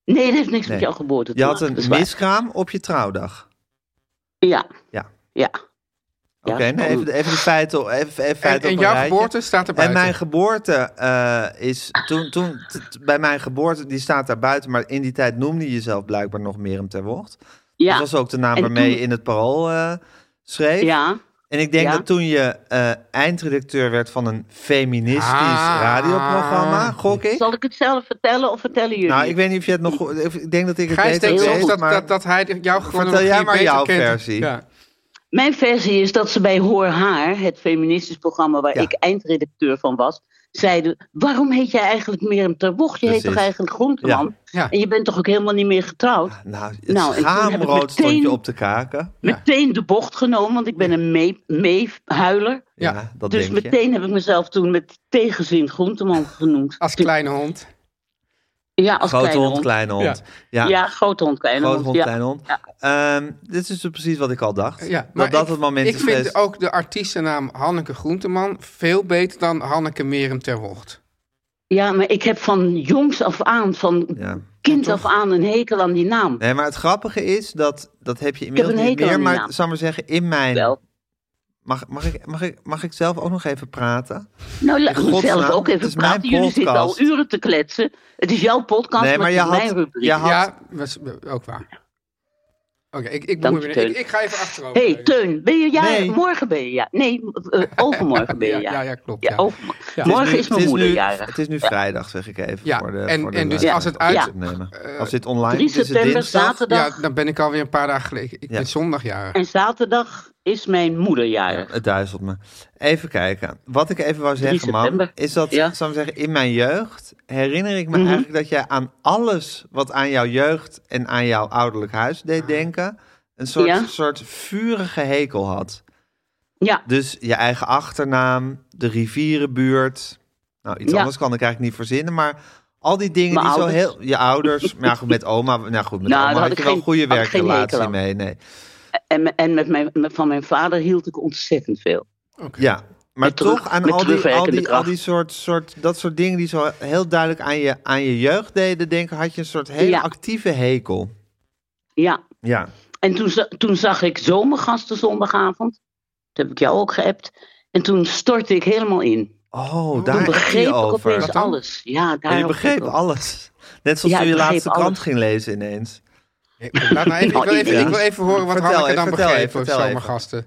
S8: Nee, dat heeft niks
S3: Nee.
S8: met jouw geboorte te
S3: Je
S8: maken.
S3: had een
S8: dat is waar.
S3: miskraam op je trouwdag.
S8: Ja.
S3: Ja.
S8: Ja.
S3: Oké,
S8: Ja,
S3: nee, even, even de feiten, even, even
S5: En,
S3: feiten
S5: en
S3: op een
S5: jouw
S3: rijtje.
S5: geboorte staat er
S3: En
S5: buiten.
S3: mijn geboorte eh, is... Toen, toen, t- t- bij mijn geboorte, die staat daar buiten... maar in die tijd noemde je jezelf blijkbaar nog Merem ter Wocht.
S8: Ja.
S3: Dat was ook de naam
S8: En
S3: waarmee je
S8: toen-
S3: in het Parool eh, schreef.
S8: Ja.
S3: En ik denk
S8: Ja.
S3: dat toen je eh, eindredacteur werd van een feministisch
S5: Ah.
S3: radioprogramma, gok ik.
S8: Zal ik het zelf vertellen of vertellen jullie?
S3: Nou,
S8: het?
S3: ik weet niet of je het nog... goed- Ik denk dat ik het
S5: Gijs
S3: beter
S5: denkt
S8: heel
S5: soms
S3: weet,
S5: dat,
S3: maar...
S5: dat, dat hij de- jouw
S3: Vertel jij maar
S5: beter
S3: jouw
S5: kent.
S3: versie.
S5: Ja.
S8: Mijn versie is dat ze bij Hoor Haar, het feministisch programma waar
S3: Ja.
S8: ik eindredacteur van was, zeiden: waarom heet jij eigenlijk Merem ter Wocht? Je heet
S3: Precies.
S8: toch eigenlijk Groenteman?
S5: Ja.
S8: En je bent toch ook helemaal niet meer getrouwd?
S3: Nou, het
S8: Nou, en toen heb ik
S3: schaamrood stond je
S8: meteen-
S3: op de kaken.
S5: Ja.
S8: Meteen de bocht genomen, want ik ben een mee- meehuiler.
S3: Ja,
S5: Ja.
S3: dat
S8: Dus
S3: denk je.
S8: meteen heb ik mezelf toen met tegenzin Groenteman genoemd.
S5: Als kleine hond.
S8: Ja, als
S3: Grote
S8: kleine
S3: hond,
S8: hond.
S3: kleine hond.
S8: Ja,
S3: Ja,
S8: grote hond, kleine
S3: grote
S8: hond.
S3: hond,
S8: ja.
S3: kleine hond.
S8: Ja.
S3: Ehm, dit is dus precies wat ik al dacht.
S5: Ja,
S3: dat
S5: maar
S3: dat
S5: ik,
S3: het moment
S5: ik
S3: is
S5: vind
S3: geweest.
S5: ook de artiestennaam Hanneke Groenteman veel beter dan Hanneke Merem ter Wocht.
S8: Ja, maar ik heb van jongs af aan, van
S3: Ja.
S8: kind af aan, een hekel aan die naam.
S3: Nee, maar het grappige is, dat, dat heb je
S8: heb
S3: inmiddels
S8: een
S3: niet
S8: hekel
S3: meer.
S8: aan die
S3: Maar
S8: naam.
S3: zal ik maar zeggen, in mijn...
S8: Wel.
S3: Mag, mag, ik, mag, ik, mag ik zelf ook nog even praten?
S8: Nou, laat
S3: In
S8: me
S3: godsnaam,
S8: zelf ook
S3: het
S8: even
S3: is mijn
S8: praten. Jullie zitten al
S3: podcast.
S8: uren te kletsen. Het is jouw podcast,
S3: Nee,
S8: maar,
S3: maar
S8: het
S3: je
S8: is mijn
S3: had-
S8: rubriek.
S3: je had-
S5: Ja, was ook waar. Oké, ik, ik,
S8: Dank
S5: bemoei
S8: je,
S5: me niet.
S8: Teun.
S5: ik, ik ga even achterover.
S8: Hé, hey, Teun, ben je jarig?
S3: Nee.
S8: Morgen ben je ja. Nee, uh, overmorgen ben je
S5: Ja,
S8: ja.
S5: ja, ja, klopt,
S8: Ja,
S5: ja.
S8: overmorgen.
S5: Ja.
S8: Morgen
S3: Het nu-
S8: is mijn
S3: het
S8: moeder
S3: nu,
S8: jarig.
S3: Het is nu vrijdag, zeg ik even.
S5: Ja,
S3: voor de,
S5: en-
S3: voor de
S5: en dus
S3: luisteraars.
S5: als het uit-
S3: Als, nemen.
S5: eh,
S3: als dit online
S8: drie
S3: komt, is het
S8: september,
S3: dinsdag.
S8: zaterdag.
S5: Ja, dan ben ik alweer een paar dagen geleden. Ik
S3: Ja.
S5: ben zondagjarig.
S8: En zaterdag is mijn moeder jarig.
S3: Het duizelt me. Even kijken. Wat ik even wou zeggen, mam,
S8: september.
S3: is dat,
S8: Ja.
S3: zou ik zeggen, in mijn jeugd herinner ik me
S8: Mhm.
S3: eigenlijk dat jij aan alles wat aan jouw jeugd en aan jouw ouderlijk huis deed denken, een soort,
S8: Ja.
S3: soort vurige hekel had.
S8: Ja,
S3: Dus je eigen achternaam, de rivierenbuurt. Nou, iets
S8: Ja.
S3: anders kan ik eigenlijk niet verzinnen, maar al die dingen
S8: Mijn
S3: die zo
S8: ouders.
S3: heel... Je ouders, maar ja, goed, met oma, nou goed, met
S8: Nou,
S3: oma
S8: daar
S3: had
S8: had
S3: je
S8: ik
S3: wel een
S8: geen-
S3: goede
S8: had ik geen
S3: werkrelatie
S8: hekel aan.
S3: mee, nee.
S8: en, me- en met mijn, met, van mijn vader hield ik ontzettend veel.
S3: Ja, maar
S8: Met terug-
S3: toch aan
S8: met
S3: al die, al
S8: terugwerkende
S3: die, al
S8: kracht.
S3: die soort, soort, dat soort dingen die zo heel duidelijk aan je, aan je jeugd deden denken, had je een soort hele
S8: Ja.
S3: actieve hekel.
S8: Ja,
S3: Ja,
S8: en toen, za- toen zag ik Zomergasten zondagavond. Dat heb ik jou ook geappt. En toen stortte ik helemaal in.
S3: oh, daar
S8: Toen
S3: heb
S8: begreep
S3: je
S8: ik
S3: over.
S8: opeens
S5: Wat dan?
S8: alles. Ja,
S3: Maar
S8: daar
S3: je begreep alles. Net zoals
S8: Ja,
S3: toen je
S8: ik begreep
S3: laatste krant
S8: alles.
S3: ging lezen ineens.
S5: Laat nou even, ik, wil even,
S3: Ja.
S5: ik wil even horen wat
S3: Vertel
S5: Hanneke dan
S3: even, vertel
S5: begreep
S3: even,
S5: over
S3: vertel even.
S5: zomergasten.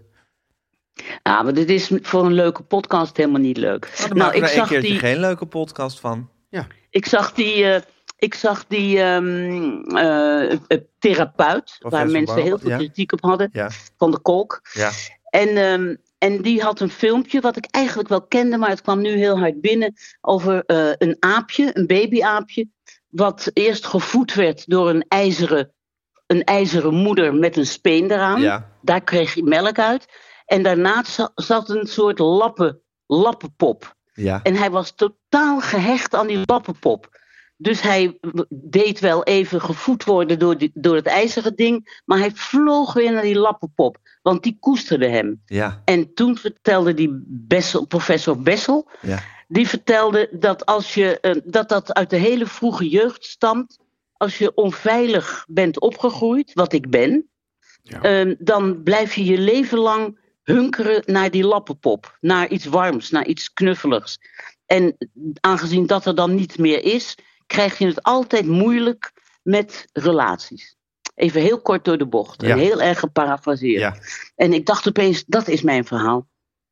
S8: Ja, maar dit is voor een leuke podcast helemaal niet leuk.
S3: Nou, dan
S8: nou,
S3: maken we
S8: ik
S3: er een
S8: zag,
S3: keertje
S8: die,
S3: geen leuke podcast van.
S8: ik zag die, eh, ik zag die ehm, eh, eh, therapeut, waar
S3: Professor
S8: mensen heel
S3: Barbara,
S8: veel
S3: ja.
S8: kritiek op hadden,
S3: Ja,
S8: van de Kolk.
S3: ja.
S8: En, ehm, en die had een filmpje wat ik eigenlijk wel kende, maar het kwam nu heel hard binnen, over eh, een aapje, een babyaapje, wat eerst gevoed werd door een ijzeren, een ijzeren moeder met een speen eraan.
S3: ja.
S8: Daar kreeg je melk uit. En daarnaast za- zat een soort lappen, lappenpop.
S3: ja.
S8: En hij was totaal gehecht aan die lappenpop. Dus hij w- deed wel even gevoed worden door, die, door het ijzeren ding. Maar hij vloog weer naar die lappenpop. Want die koesterde hem.
S3: ja.
S8: En toen vertelde die Bessel, professor Bessel.
S3: ja.
S8: Die vertelde dat, als je, eh, dat dat uit de hele vroege jeugd stamt. Als je onveilig bent opgegroeid, wat ik ben.
S5: Ja.
S8: eh, dan blijf je je leven lang hunkeren naar die lappenpop. Naar iets warms, naar iets knuffeligs. En aangezien dat er dan niet meer is, krijg je het altijd moeilijk met relaties. Even heel kort door de bocht.
S3: Ja.
S8: En heel erg geparafraseerd.
S3: ja.
S8: En ik dacht opeens, dat is mijn verhaal.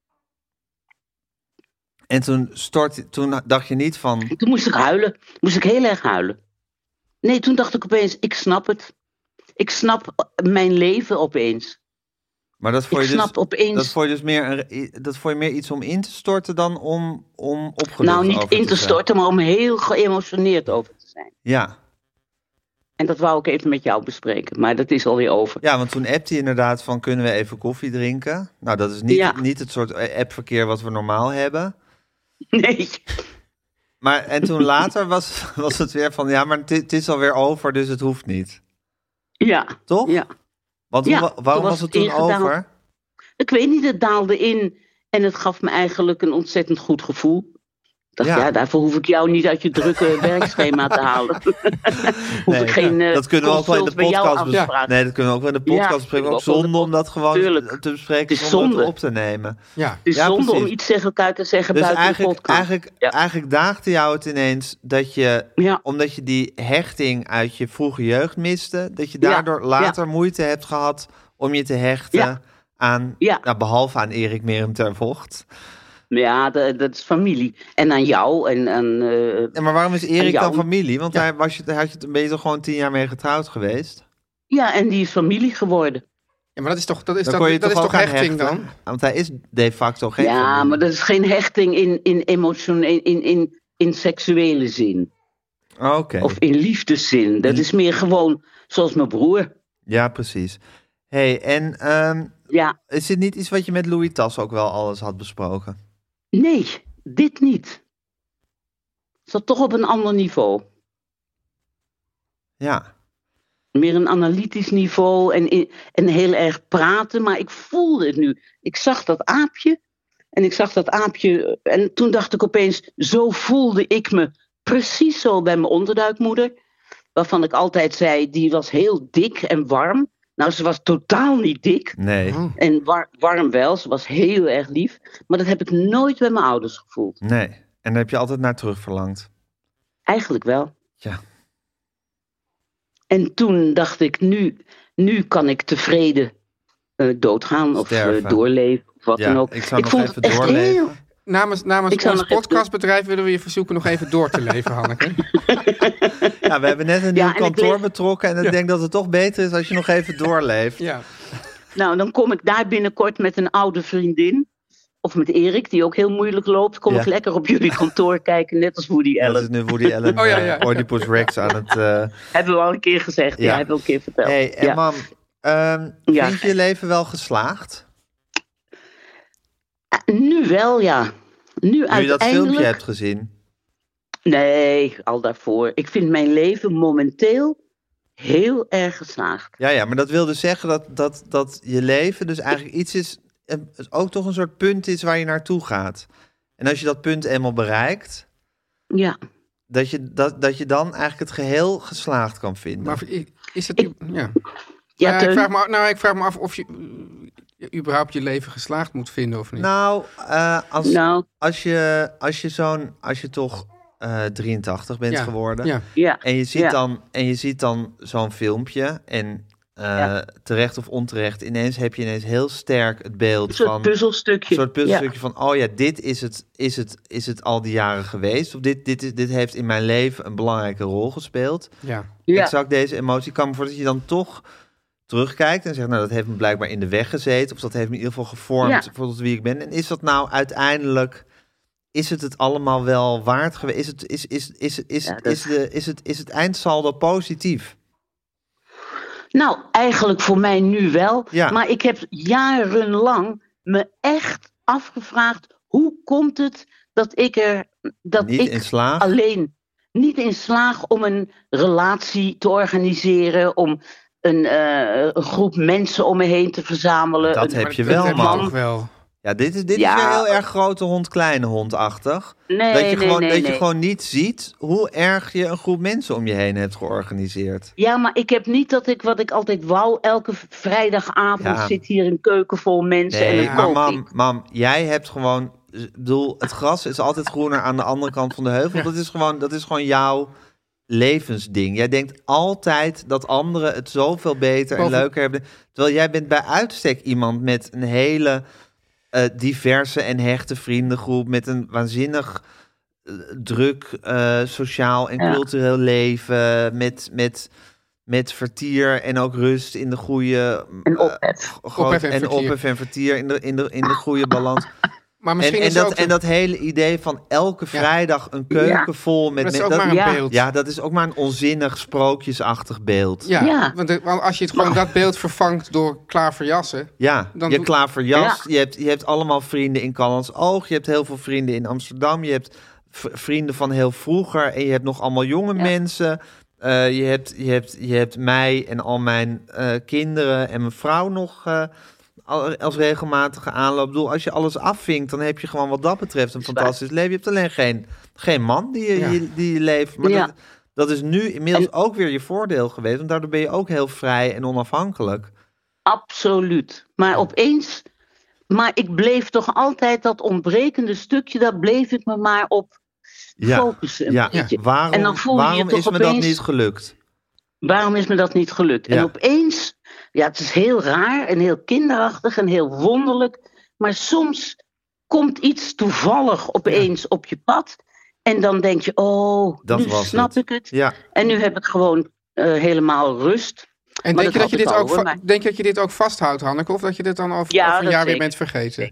S3: En toen, stort, toen dacht je niet van...
S8: Toen moest ik huilen. Moest ik heel erg huilen. Nee, toen dacht ik opeens, ik snap het. Ik snap mijn leven opeens.
S3: Maar dat vond
S8: Ik
S3: je dus,
S8: snap opeens...
S3: dat vond je dus meer, een, dat vond je meer iets om in te storten dan om, om opgelucht
S8: nou, niet
S3: over
S8: in te
S3: zijn?
S8: storten, maar om heel geëmotioneerd over te zijn.
S3: Ja.
S8: En dat wou ik even met jou bespreken. Maar dat is alweer over.
S3: Ja, want toen appte je inderdaad van, kunnen we even koffie drinken? Nou, dat is niet,
S8: Ja.
S3: niet het soort appverkeer wat we normaal hebben.
S8: Nee.
S3: Maar, en toen later was, was het weer van, ja, maar het, het is alweer over, dus het hoeft niet.
S8: Ja.
S3: Toch?
S8: Ja.
S3: Want
S8: Ja,
S3: hoe- waarom
S8: toen
S3: was
S8: was
S3: het
S8: het
S3: toen
S8: ingedaald.
S3: over?
S8: Ik weet niet, het daalde in. En het gaf me eigenlijk een ontzettend goed gevoel. dacht,
S3: Ja.
S8: ja. daarvoor hoef ik jou niet uit je drukke werkschema te halen. hoef
S3: Nee,
S8: ik geen uh,
S3: dat kunnen we ook wel in de
S8: consult bij jou
S3: podcast
S8: aan te
S3: bespreken.
S8: vragen.
S3: Nee, dat kunnen we ook wel in de podcast
S8: Ja,
S3: bespreken. Ook
S8: ook wel in de
S3: zonde om dat gewoon
S8: Tuurlijk.
S3: te bespreken
S8: Het is
S3: zonder het
S8: zonde.
S3: op te nemen.
S5: Ja.
S8: Het is
S3: Ja,
S8: zonde
S3: precies.
S8: om iets tegen elkaar te zeggen
S3: Dus
S8: buiten de
S3: eigenlijk,
S8: podcast.
S3: eigenlijk,
S8: Ja.
S3: eigenlijk daagde jou het ineens dat je,
S8: Ja.
S3: omdat je die hechting uit je vroege jeugd miste, dat je
S8: Ja,
S3: daardoor later moeite hebt gehad om je te hechten
S8: Ja.
S3: aan,
S8: Ja.
S3: nou, behalve aan Erik Merem ter Vocht.
S8: Ja, dat, dat is familie. En aan jou en aan... eh,
S3: En maar waarom is Erik
S8: jou?
S3: dan familie? Want hij was je, hij had je, ben je toch gewoon tien jaar mee getrouwd geweest?
S8: ja, en die is familie geworden.
S5: Ja, maar dat is toch, dat is
S3: Dan
S5: dat,
S3: kon je
S5: dat is
S3: toch
S5: toch
S3: ook aan
S5: hechting
S3: hechten?
S5: dan?
S3: Want hij is de facto geen
S8: ja,
S3: familie.
S8: maar dat is geen hechting in, in, emotion, in, in, in, in seksuele zin.
S3: Oké,
S8: Of in liefdeszin. Dat is meer gewoon zoals mijn broer.
S3: ja, precies. Hey, en ehm,
S8: Ja,
S3: is dit niet iets wat je met Louis Tas ook wel alles had besproken?
S8: nee, dit niet. Het zat toch op een ander niveau.
S3: Ja.
S8: Meer een analytisch niveau en, en heel erg praten. Maar ik voelde het nu. Ik zag dat aapje. En ik zag dat aapje. En toen dacht ik opeens, zo voelde ik me precies zo bij mijn onderduikmoeder. Waarvan ik altijd zei, die was heel dik en warm. Nou, ze was totaal niet dik.
S3: Nee,
S5: Oh.
S8: En war- warm wel, ze was heel erg lief. Maar dat heb ik nooit bij mijn ouders gevoeld.
S3: nee. En daar heb je altijd naar terug verlangd.
S8: Eigenlijk wel.
S3: Ja.
S8: En toen dacht ik, nu, nu kan ik tevreden eh, doodgaan of eh,
S3: Sterven.
S8: doorleven. Of wat
S3: Ja,
S8: dan ook.
S3: ik zou nog
S8: vond
S3: even
S8: het echt
S3: doorleven.
S8: heel...
S5: Namens, namens
S8: Ik zou
S5: ons
S8: nog even-
S5: podcastbedrijf willen we je verzoeken nog even door te leven, Hanneke.
S3: Ja, we hebben net een nieuw
S8: Ja, en ik
S3: kantoor
S8: leef-
S3: betrokken en ik denk dat het toch beter is als je nog even doorleeft.
S5: Ja.
S8: Nou, dan kom ik daar binnenkort met een oude vriendin. Of met Erik, die ook heel moeilijk loopt. Kom
S3: Ja.
S8: ik lekker op jullie kantoor kijken, net als Woody
S3: Ja, dat
S8: Allen.
S3: is nu Woody Allen,
S5: Oh, ja,
S3: eh,
S5: ja.
S3: Oedipus Rex aan het... eh
S8: Hebben we al een keer gezegd. Ja,
S3: Ja.
S8: hebben we al een keer verteld.
S3: Hey, en
S8: ja.
S3: mam, ehm,
S8: Ja.
S3: vind je je leven wel geslaagd?
S8: Eh, Nu wel, ja. Nu,
S3: Nu je dat
S8: uiteindelijk...
S3: filmpje hebt gezien.
S8: Nee, al daarvoor. Ik vind mijn leven momenteel heel erg geslaagd.
S3: Ja, ja, maar dat wil dus zeggen dat, dat, dat je leven dus eigenlijk iets is... eh, ook toch een soort punt is waar je naartoe gaat. En als je dat punt eenmaal bereikt...
S8: Ja.
S3: dat je, dat, dat je dan eigenlijk het geheel geslaagd kan vinden.
S5: Maar is het... Ja.
S8: Ja,
S5: Ja, ik,
S8: Teun?
S5: vraag me, af- nou, ik vraag me af of je uh, überhaupt je leven geslaagd moet vinden of niet.
S3: Nou, eh, als,
S8: Nou,
S3: als je, als je zo'n, als je toch eh, drieëntachtig bent
S5: Ja,
S3: geworden
S5: ja.
S8: ja.
S3: en je ziet
S8: Ja.
S3: dan en je ziet dan zo'n filmpje en eh,
S8: Ja.
S3: terecht of onterecht ineens heb je ineens heel sterk het beeld
S8: Een soort
S3: van
S8: puzzelstukje.
S3: een soort puzzelstukje van oh ja, dit is het, is het, is het al die jaren geweest of dit, dit, is- dit heeft in mijn leven een belangrijke rol gespeeld.
S5: Ja.
S8: Ja.
S3: Exact deze emotie. Ik kan me voorstellen dat je dan toch terugkijkt en zegt, nou, dat heeft me blijkbaar in de weg gezeten, of dat heeft me in ieder geval gevormd
S8: Ja.
S3: tot wie ik ben. En is dat nou uiteindelijk, is het het allemaal wel waard geweest? Is het, is, is, is, is,
S8: Ja, dat-
S3: is, de, is, het, is het eindsaldo positief?
S8: Nou, eigenlijk voor mij nu wel.
S3: Ja.
S8: Maar ik heb jarenlang me echt afgevraagd... hoe komt het dat ik er... dat
S3: Niet
S8: ik
S3: in slaag?
S8: alleen niet in slaag om een relatie te organiseren... om een, eh, een groep mensen om me heen te verzamelen.
S3: Dat
S8: Een-
S3: heb je
S5: dat
S3: wel,
S5: heb je
S3: man.
S5: toch wel.
S3: Ja, dit is, dit
S8: Ja.
S3: is weer heel erg grote hond, kleine hond-achtig.
S8: Nee,
S3: dat je,
S8: nee,
S3: gewoon,
S8: nee,
S3: dat je
S8: nee.
S3: gewoon niet ziet hoe erg je een groep mensen om je heen hebt georganiseerd.
S8: Ja, maar ik heb niet dat ik wat ik altijd wou. Elke v- vrijdagavond
S3: Ja.
S8: zit hier een keuken vol mensen en
S3: Nee,
S8: een
S3: maar
S8: kook
S3: mam,
S8: ik.
S3: mam, jij hebt gewoon... Ik bedoel, het gras is altijd groener aan de andere kant van de heuvel. Dat is gewoon, dat is gewoon jouw levensding. Jij denkt altijd dat anderen het zoveel beter en
S5: Boven-
S3: leuker hebben. Terwijl jij bent bij uitstek iemand met een hele eh, diverse en hechte vriendengroep. Met een waanzinnig eh, druk eh, sociaal en
S8: Ja.
S3: cultureel leven. Met... met met vertier en ook rust in de goede...
S8: En
S3: eh,
S8: ophef.
S3: groot-
S5: Ophef en
S3: en
S5: vertier.
S3: ophef en vertier in de, in de, in de goede balans.
S5: Maar
S3: En,
S5: misschien
S3: en,
S5: is het
S3: dat,
S5: ook...
S3: en dat hele idee van elke
S5: Ja.
S3: vrijdag een keuken vol met...
S5: dat is
S3: met-
S5: ook
S3: dat-
S5: maar een
S8: ja.
S5: beeld.
S3: ja, dat is ook maar een onzinnig sprookjesachtig beeld. Ja,
S5: Ja,
S8: Ja.
S5: Want, de- want als je het gewoon dat beeld vervangt door klaverjassen... Dan
S3: je
S5: doe-
S3: klaverjas,
S8: Ja.
S3: je, hebt, je hebt allemaal vrienden in Callantsoog, je hebt heel veel vrienden in Amsterdam, je hebt v- vrienden van heel vroeger en je hebt nog allemaal jonge
S8: Ja.
S3: mensen. Eh, je, hebt, je, hebt, je hebt mij en al mijn eh, kinderen en mijn vrouw nog, eh, al- als regelmatige aanloop. Ik bedoel, als je alles afvinkt, dan heb je gewoon wat dat betreft een fantastisch leven. Je hebt alleen geen, geen man die je,
S5: Ja.
S3: die, die je leeft. Maar
S8: Ja.
S3: dat, dat is nu inmiddels
S8: En-
S3: ook weer je voordeel geweest. Want daardoor ben je ook heel vrij en onafhankelijk.
S8: Absoluut. Maar opeens... Maar ik bleef toch altijd dat ontbrekende stukje... daar bleef ik me maar op focussen. Een
S3: ja.
S8: beetje.
S3: Waarom,
S8: En dan voel je je
S3: waarom
S8: toch
S3: is me dat
S8: opeens-
S3: niet gelukt?
S8: Waarom is me dat niet gelukt?
S3: Ja.
S8: En opeens... Ja, het is heel raar en heel kinderachtig en heel wonderlijk. Maar soms komt iets toevallig opeens op je pad... En dan denk je, oh,
S3: Dat
S8: nu
S3: was
S8: snap
S3: het.
S8: ik het.
S3: Ja.
S8: En nu heb ik gewoon eh, helemaal rust.
S5: En
S8: Maar
S5: denk je,
S8: dat
S5: dat je
S8: had
S5: dit
S8: ik
S5: ook
S8: al, hoor,
S5: va-
S8: maar-
S5: denk je dat je dit ook vasthoudt, Hanneke? Of dat je dit dan over,
S8: Ja,
S5: over een
S8: dat
S5: jaar weer
S8: zeker.
S5: bent vergeten?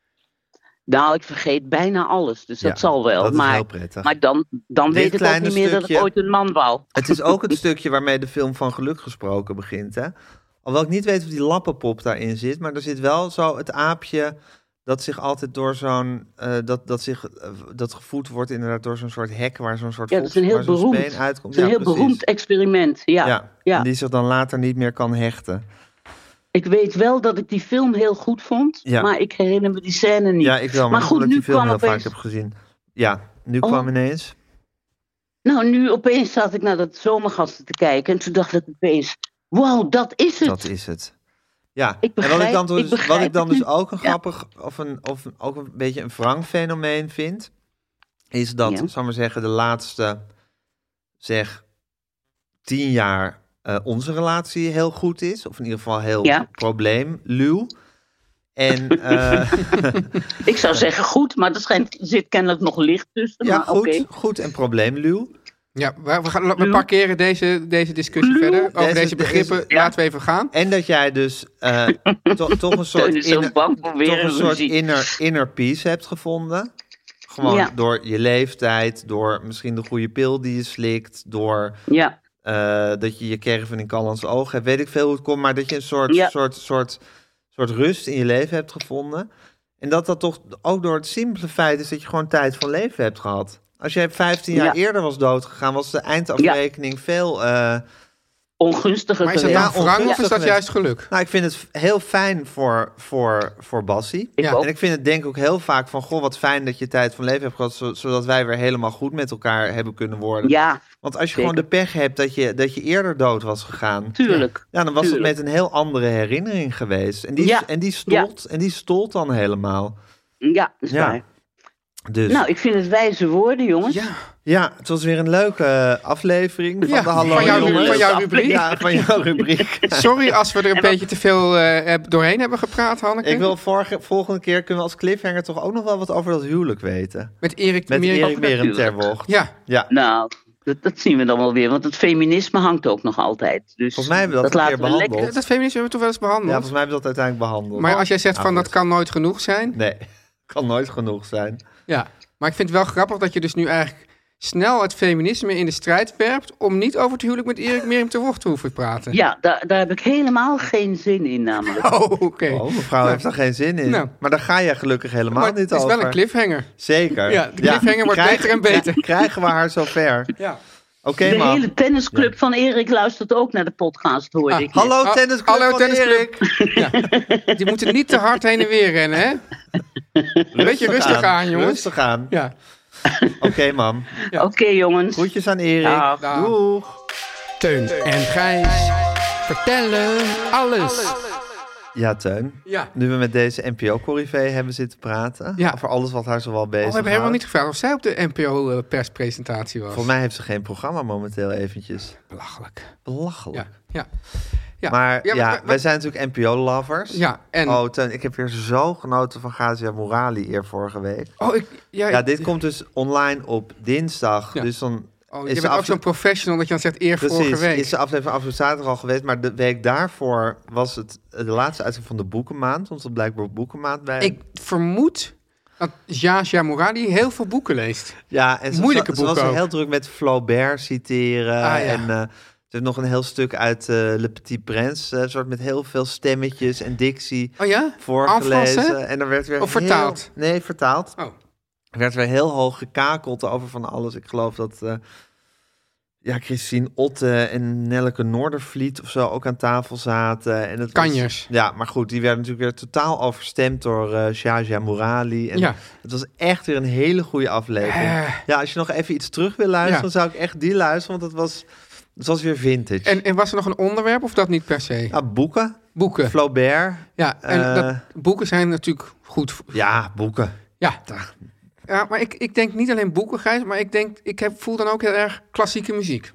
S8: Nou, ik vergeet bijna alles, dus
S3: Ja,
S8: dat zal wel.
S3: dat is
S8: maar
S3: heel prettig.
S8: maar dan, dan
S3: Dit
S8: weet ik ook
S3: kleine
S8: niet meer dat
S3: stukje-
S8: ik ooit een man wou.
S3: Het is ook het stukje waarmee de film Van Geluk Gesproken begint. Hè? Alhoewel ik niet weet of die lappenpop daarin zit. Maar er zit wel zo het aapje dat zich altijd door zo'n... eh, dat, dat, zich, eh, dat gevoed wordt inderdaad door zo'n soort hek... waar zo'n soort
S8: Ja, dat is een heel
S3: waar zo'n
S8: beroemd,
S3: speen uitkomt.
S8: het is een
S3: Ja,
S8: heel
S3: precies.
S8: beroemd experiment. Ja,
S3: Ja,
S8: ja.
S3: en die zich dan later niet meer kan hechten.
S8: Ik weet wel dat ik die film heel goed vond,
S3: Ja.
S8: maar ik herinner me die scène niet.
S3: Ja, ik wel, maar,
S8: Maar goed,
S3: omdat ik
S8: nu
S3: die film
S8: kwam
S3: heel vaak
S8: opeens-
S3: heb gezien. Ja, nu
S8: Oh.
S3: kwam ineens...
S8: Nou, nu opeens zat ik naar dat zomergasten te kijken en toen dacht ik opeens, wow, dat is het.
S3: Dat is het. Ja,
S8: Ik
S3: en wat ik
S8: begrijp-
S3: dan dus,
S8: ik
S3: wat
S8: begrijp
S3: ik dan
S8: het
S3: dus
S8: nu.
S3: ook een
S8: Ja.
S3: grappig of, een, of een, ook een beetje een wrang fenomeen vind, is dat,
S8: Ja.
S3: zal ik maar zeggen, de laatste, zeg, tien jaar eh, onze relatie heel goed is. Of in ieder geval heel
S8: Ja.
S3: probleemluw. En eh,
S8: Ik zou zeggen goed, maar er schijnt, er zit kennelijk nog licht tussen.
S3: ja,
S8: maar
S3: goed,
S8: oké.
S3: goed en probleemluw.
S5: Ja, we, we, gaan, we
S8: Luw.
S5: parkeren deze, deze discussie
S8: Luw.
S5: verder. Over
S3: Deze-
S5: deze begrippen
S3: deze-
S8: ja.
S5: laten we even gaan.
S3: En dat jij dus eh, to- toch een soort,
S8: Teun is zo
S3: inner,
S8: bang voor weer
S3: toch een
S8: een
S3: soort
S8: ruzie.
S3: inner, inner peace hebt gevonden. Gewoon
S8: Ja.
S3: door je leeftijd, door misschien de goede pil die je slikt, door
S8: Ja,
S3: eh, dat je je caravan in Callans Oog hebt. Weet ik veel hoe het komt, maar dat je een soort,
S8: Ja.
S3: soort, soort, soort rust in je leven hebt gevonden. En dat dat toch ook door het simpele feit is dat je gewoon tijd van leven hebt gehad. Als jij vijftien jaar
S8: Ja.
S3: eerder was doodgegaan, was de eindafrekening veel... eh,
S8: ongunstiger
S5: Maar is dat
S8: geweest.
S5: dan
S3: Ja,
S5: wrang of
S3: ongunstig
S5: is dat
S3: geweest.
S5: juist geluk?
S3: Nou, ik vind het heel fijn voor, voor, voor Bassie.
S8: Ik
S5: Ja.
S8: ook.
S3: En ik vind het denk ik ook heel vaak van... Goh, wat fijn dat je tijd van leven hebt gehad... zo- zodat wij weer helemaal goed met elkaar hebben kunnen worden.
S8: Ja,
S3: Want als je
S8: zeker.
S3: gewoon de pech hebt dat je, dat je eerder dood was gegaan...
S8: tuurlijk.
S3: Ja, dan was het
S8: Tuurlijk.
S3: met een heel andere herinnering geweest. En die,
S8: Ja.
S3: en die, stolt, en die stolt dan helemaal.
S8: Ja, dat is
S3: Ja.
S8: waar.
S3: Dus
S8: Nou, ik vind het wijze woorden, jongens.
S5: Ja,
S3: ja, het was weer een leuke eh, aflevering van
S5: Ja,
S3: de Hallo
S5: van jouw-
S3: Jongens.
S5: van jouw rubriek.
S3: Ja, van jouw rubriek.
S5: sorry als we er een beetje te veel eh, heb- doorheen hebben gepraat, Hanneke.
S3: Ik wil vorige, volgende keer kunnen we als cliffhanger toch ook nog wel wat over dat huwelijk weten.
S5: Met Erik
S3: Met
S5: Meering.
S3: Erik Merem ter
S8: natuurlijk.
S3: Wocht.
S5: Ja,
S3: Ja,
S8: Nou, dat, dat zien we dan wel weer, want het feminisme hangt ook nog altijd. Dus
S3: volgens mij hebben we dat, een keer
S8: laten we lekker-
S3: behandeld.
S5: dat feminisme hebben we toch wel eens
S3: Ja,
S5: behandeld.
S3: volgens mij hebben we dat uiteindelijk behandeld.
S5: maar als jij zegt van
S3: Nou,
S5: dat
S3: goed.
S5: kan nooit genoeg zijn.
S3: Nee, kan nooit genoeg zijn.
S5: Ja, maar ik vind het wel grappig dat je dus nu eigenlijk snel het feminisme in de strijd werpt om niet over het huwelijk met Erik Merim ter Wocht te hoeven praten.
S8: Ja, daar, daar heb ik helemaal geen zin in namelijk.
S5: Oh, oké.
S3: Oh, mevrouw heeft daar geen zin in.
S5: Nou.
S3: Maar daar ga je gelukkig helemaal
S5: Maar
S3: niet
S5: het is
S3: over.
S5: wel een cliffhanger.
S3: Zeker.
S5: Ja, de cliffhanger wordt beter en beter.
S3: Krijgen we haar zover.
S5: Ja.
S3: Oké,
S8: De
S3: man.
S8: hele tennisclub van Erik luistert ook naar de podcast, hoorde
S5: Ah,
S8: ik. net.
S3: Hallo
S5: Ah,
S3: tennisclub
S5: hallo,
S3: van
S5: tennisclub.
S3: Erik.
S5: Ja. Die moeten niet te hard heen en weer rennen, hè? Beetje rustig aan, jongens.
S3: Rustig aan.
S5: Ja.
S3: Oké, mam.
S5: Ja.
S8: Oké, jongens.
S3: Groetjes aan Erik.
S8: Dag.
S5: Dag.
S3: Doeg.
S5: Teun en Gijs vertellen alles.
S3: Ja, Teun.
S5: Ja.
S3: Nu we met deze N P O-corrivee hebben zitten praten...
S5: Ja.
S3: over alles wat haar zoal bezig
S5: Oh, we hebben helemaal niet gevraagd of zij op de N P O-perspresentatie was.
S3: Volgens mij heeft ze geen programma momenteel eventjes.
S5: Belachelijk.
S3: Belachelijk.
S5: Ja, ja. ja.
S3: Maar ja,
S5: maar- maar-
S3: wij zijn natuurlijk N P O-lovers.
S5: Ja, en...
S3: Oh, Teun, ik heb weer zo genoten van Gazia Morali eer vorige week.
S5: Oh, ik... Ja,
S3: Ja, dit komt dus online op dinsdag.
S5: Ja.
S3: Dus dan
S5: oh,
S3: is
S5: je
S3: de
S5: bent ook
S3: afle-
S5: zo'n professional dat je dan zegt eer vorige
S3: Precies,
S5: week.
S3: is de aflevering van afgelopen zaterdag al geweest. Maar de week daarvoor was het de laatste uitzending van de boekenmaand. Want er stond blijkbaar op boekenmaand bij.
S5: Ik vermoed dat Jasia Morali heel veel boeken leest.
S3: ja, en ze,
S5: moeilijke
S3: ze, ze was
S5: boeken
S3: er heel
S5: ook.
S3: druk met Flaubert citeren.
S5: Ah, ja.
S3: En eh, ze heeft nog een heel stuk uit eh, Le Petit Prince. eh, soort met heel veel stemmetjes en dictie
S5: Oh ja? En
S3: voorgelezen.
S5: Français?
S3: En er werd weer
S5: Of
S3: heel-
S5: vertaald?
S3: Nee, vertaald.
S5: Oh.
S3: Er werd weer heel hoog gekakeld over van alles. Ik geloof dat... eh, ja, Christine Otte en Nelleke Noordervliet of zo ook aan tafel zaten. En het
S5: Kanjers.
S3: Was, ja, maar goed, die werden natuurlijk weer totaal overstemd door uh, Shaja Morali. En
S5: Ja.
S3: het was echt weer een hele goede aflevering.
S5: Eh.
S3: Ja, als je nog even iets terug wil luisteren,
S5: Ja.
S3: zou ik echt die luisteren, want het was, het was weer vintage.
S5: En, en was er nog een onderwerp of dat niet per se?
S3: Ja, boeken,
S5: Boeken.
S3: Flaubert.
S5: Ja, en
S3: Eh.
S5: dat, boeken zijn natuurlijk goed. voor-
S3: Ja, boeken.
S5: Ja, ja maar ik, ik denk niet alleen boeken, Gijs, maar ik denk, ik heb, voel dan ook heel erg klassieke muziek.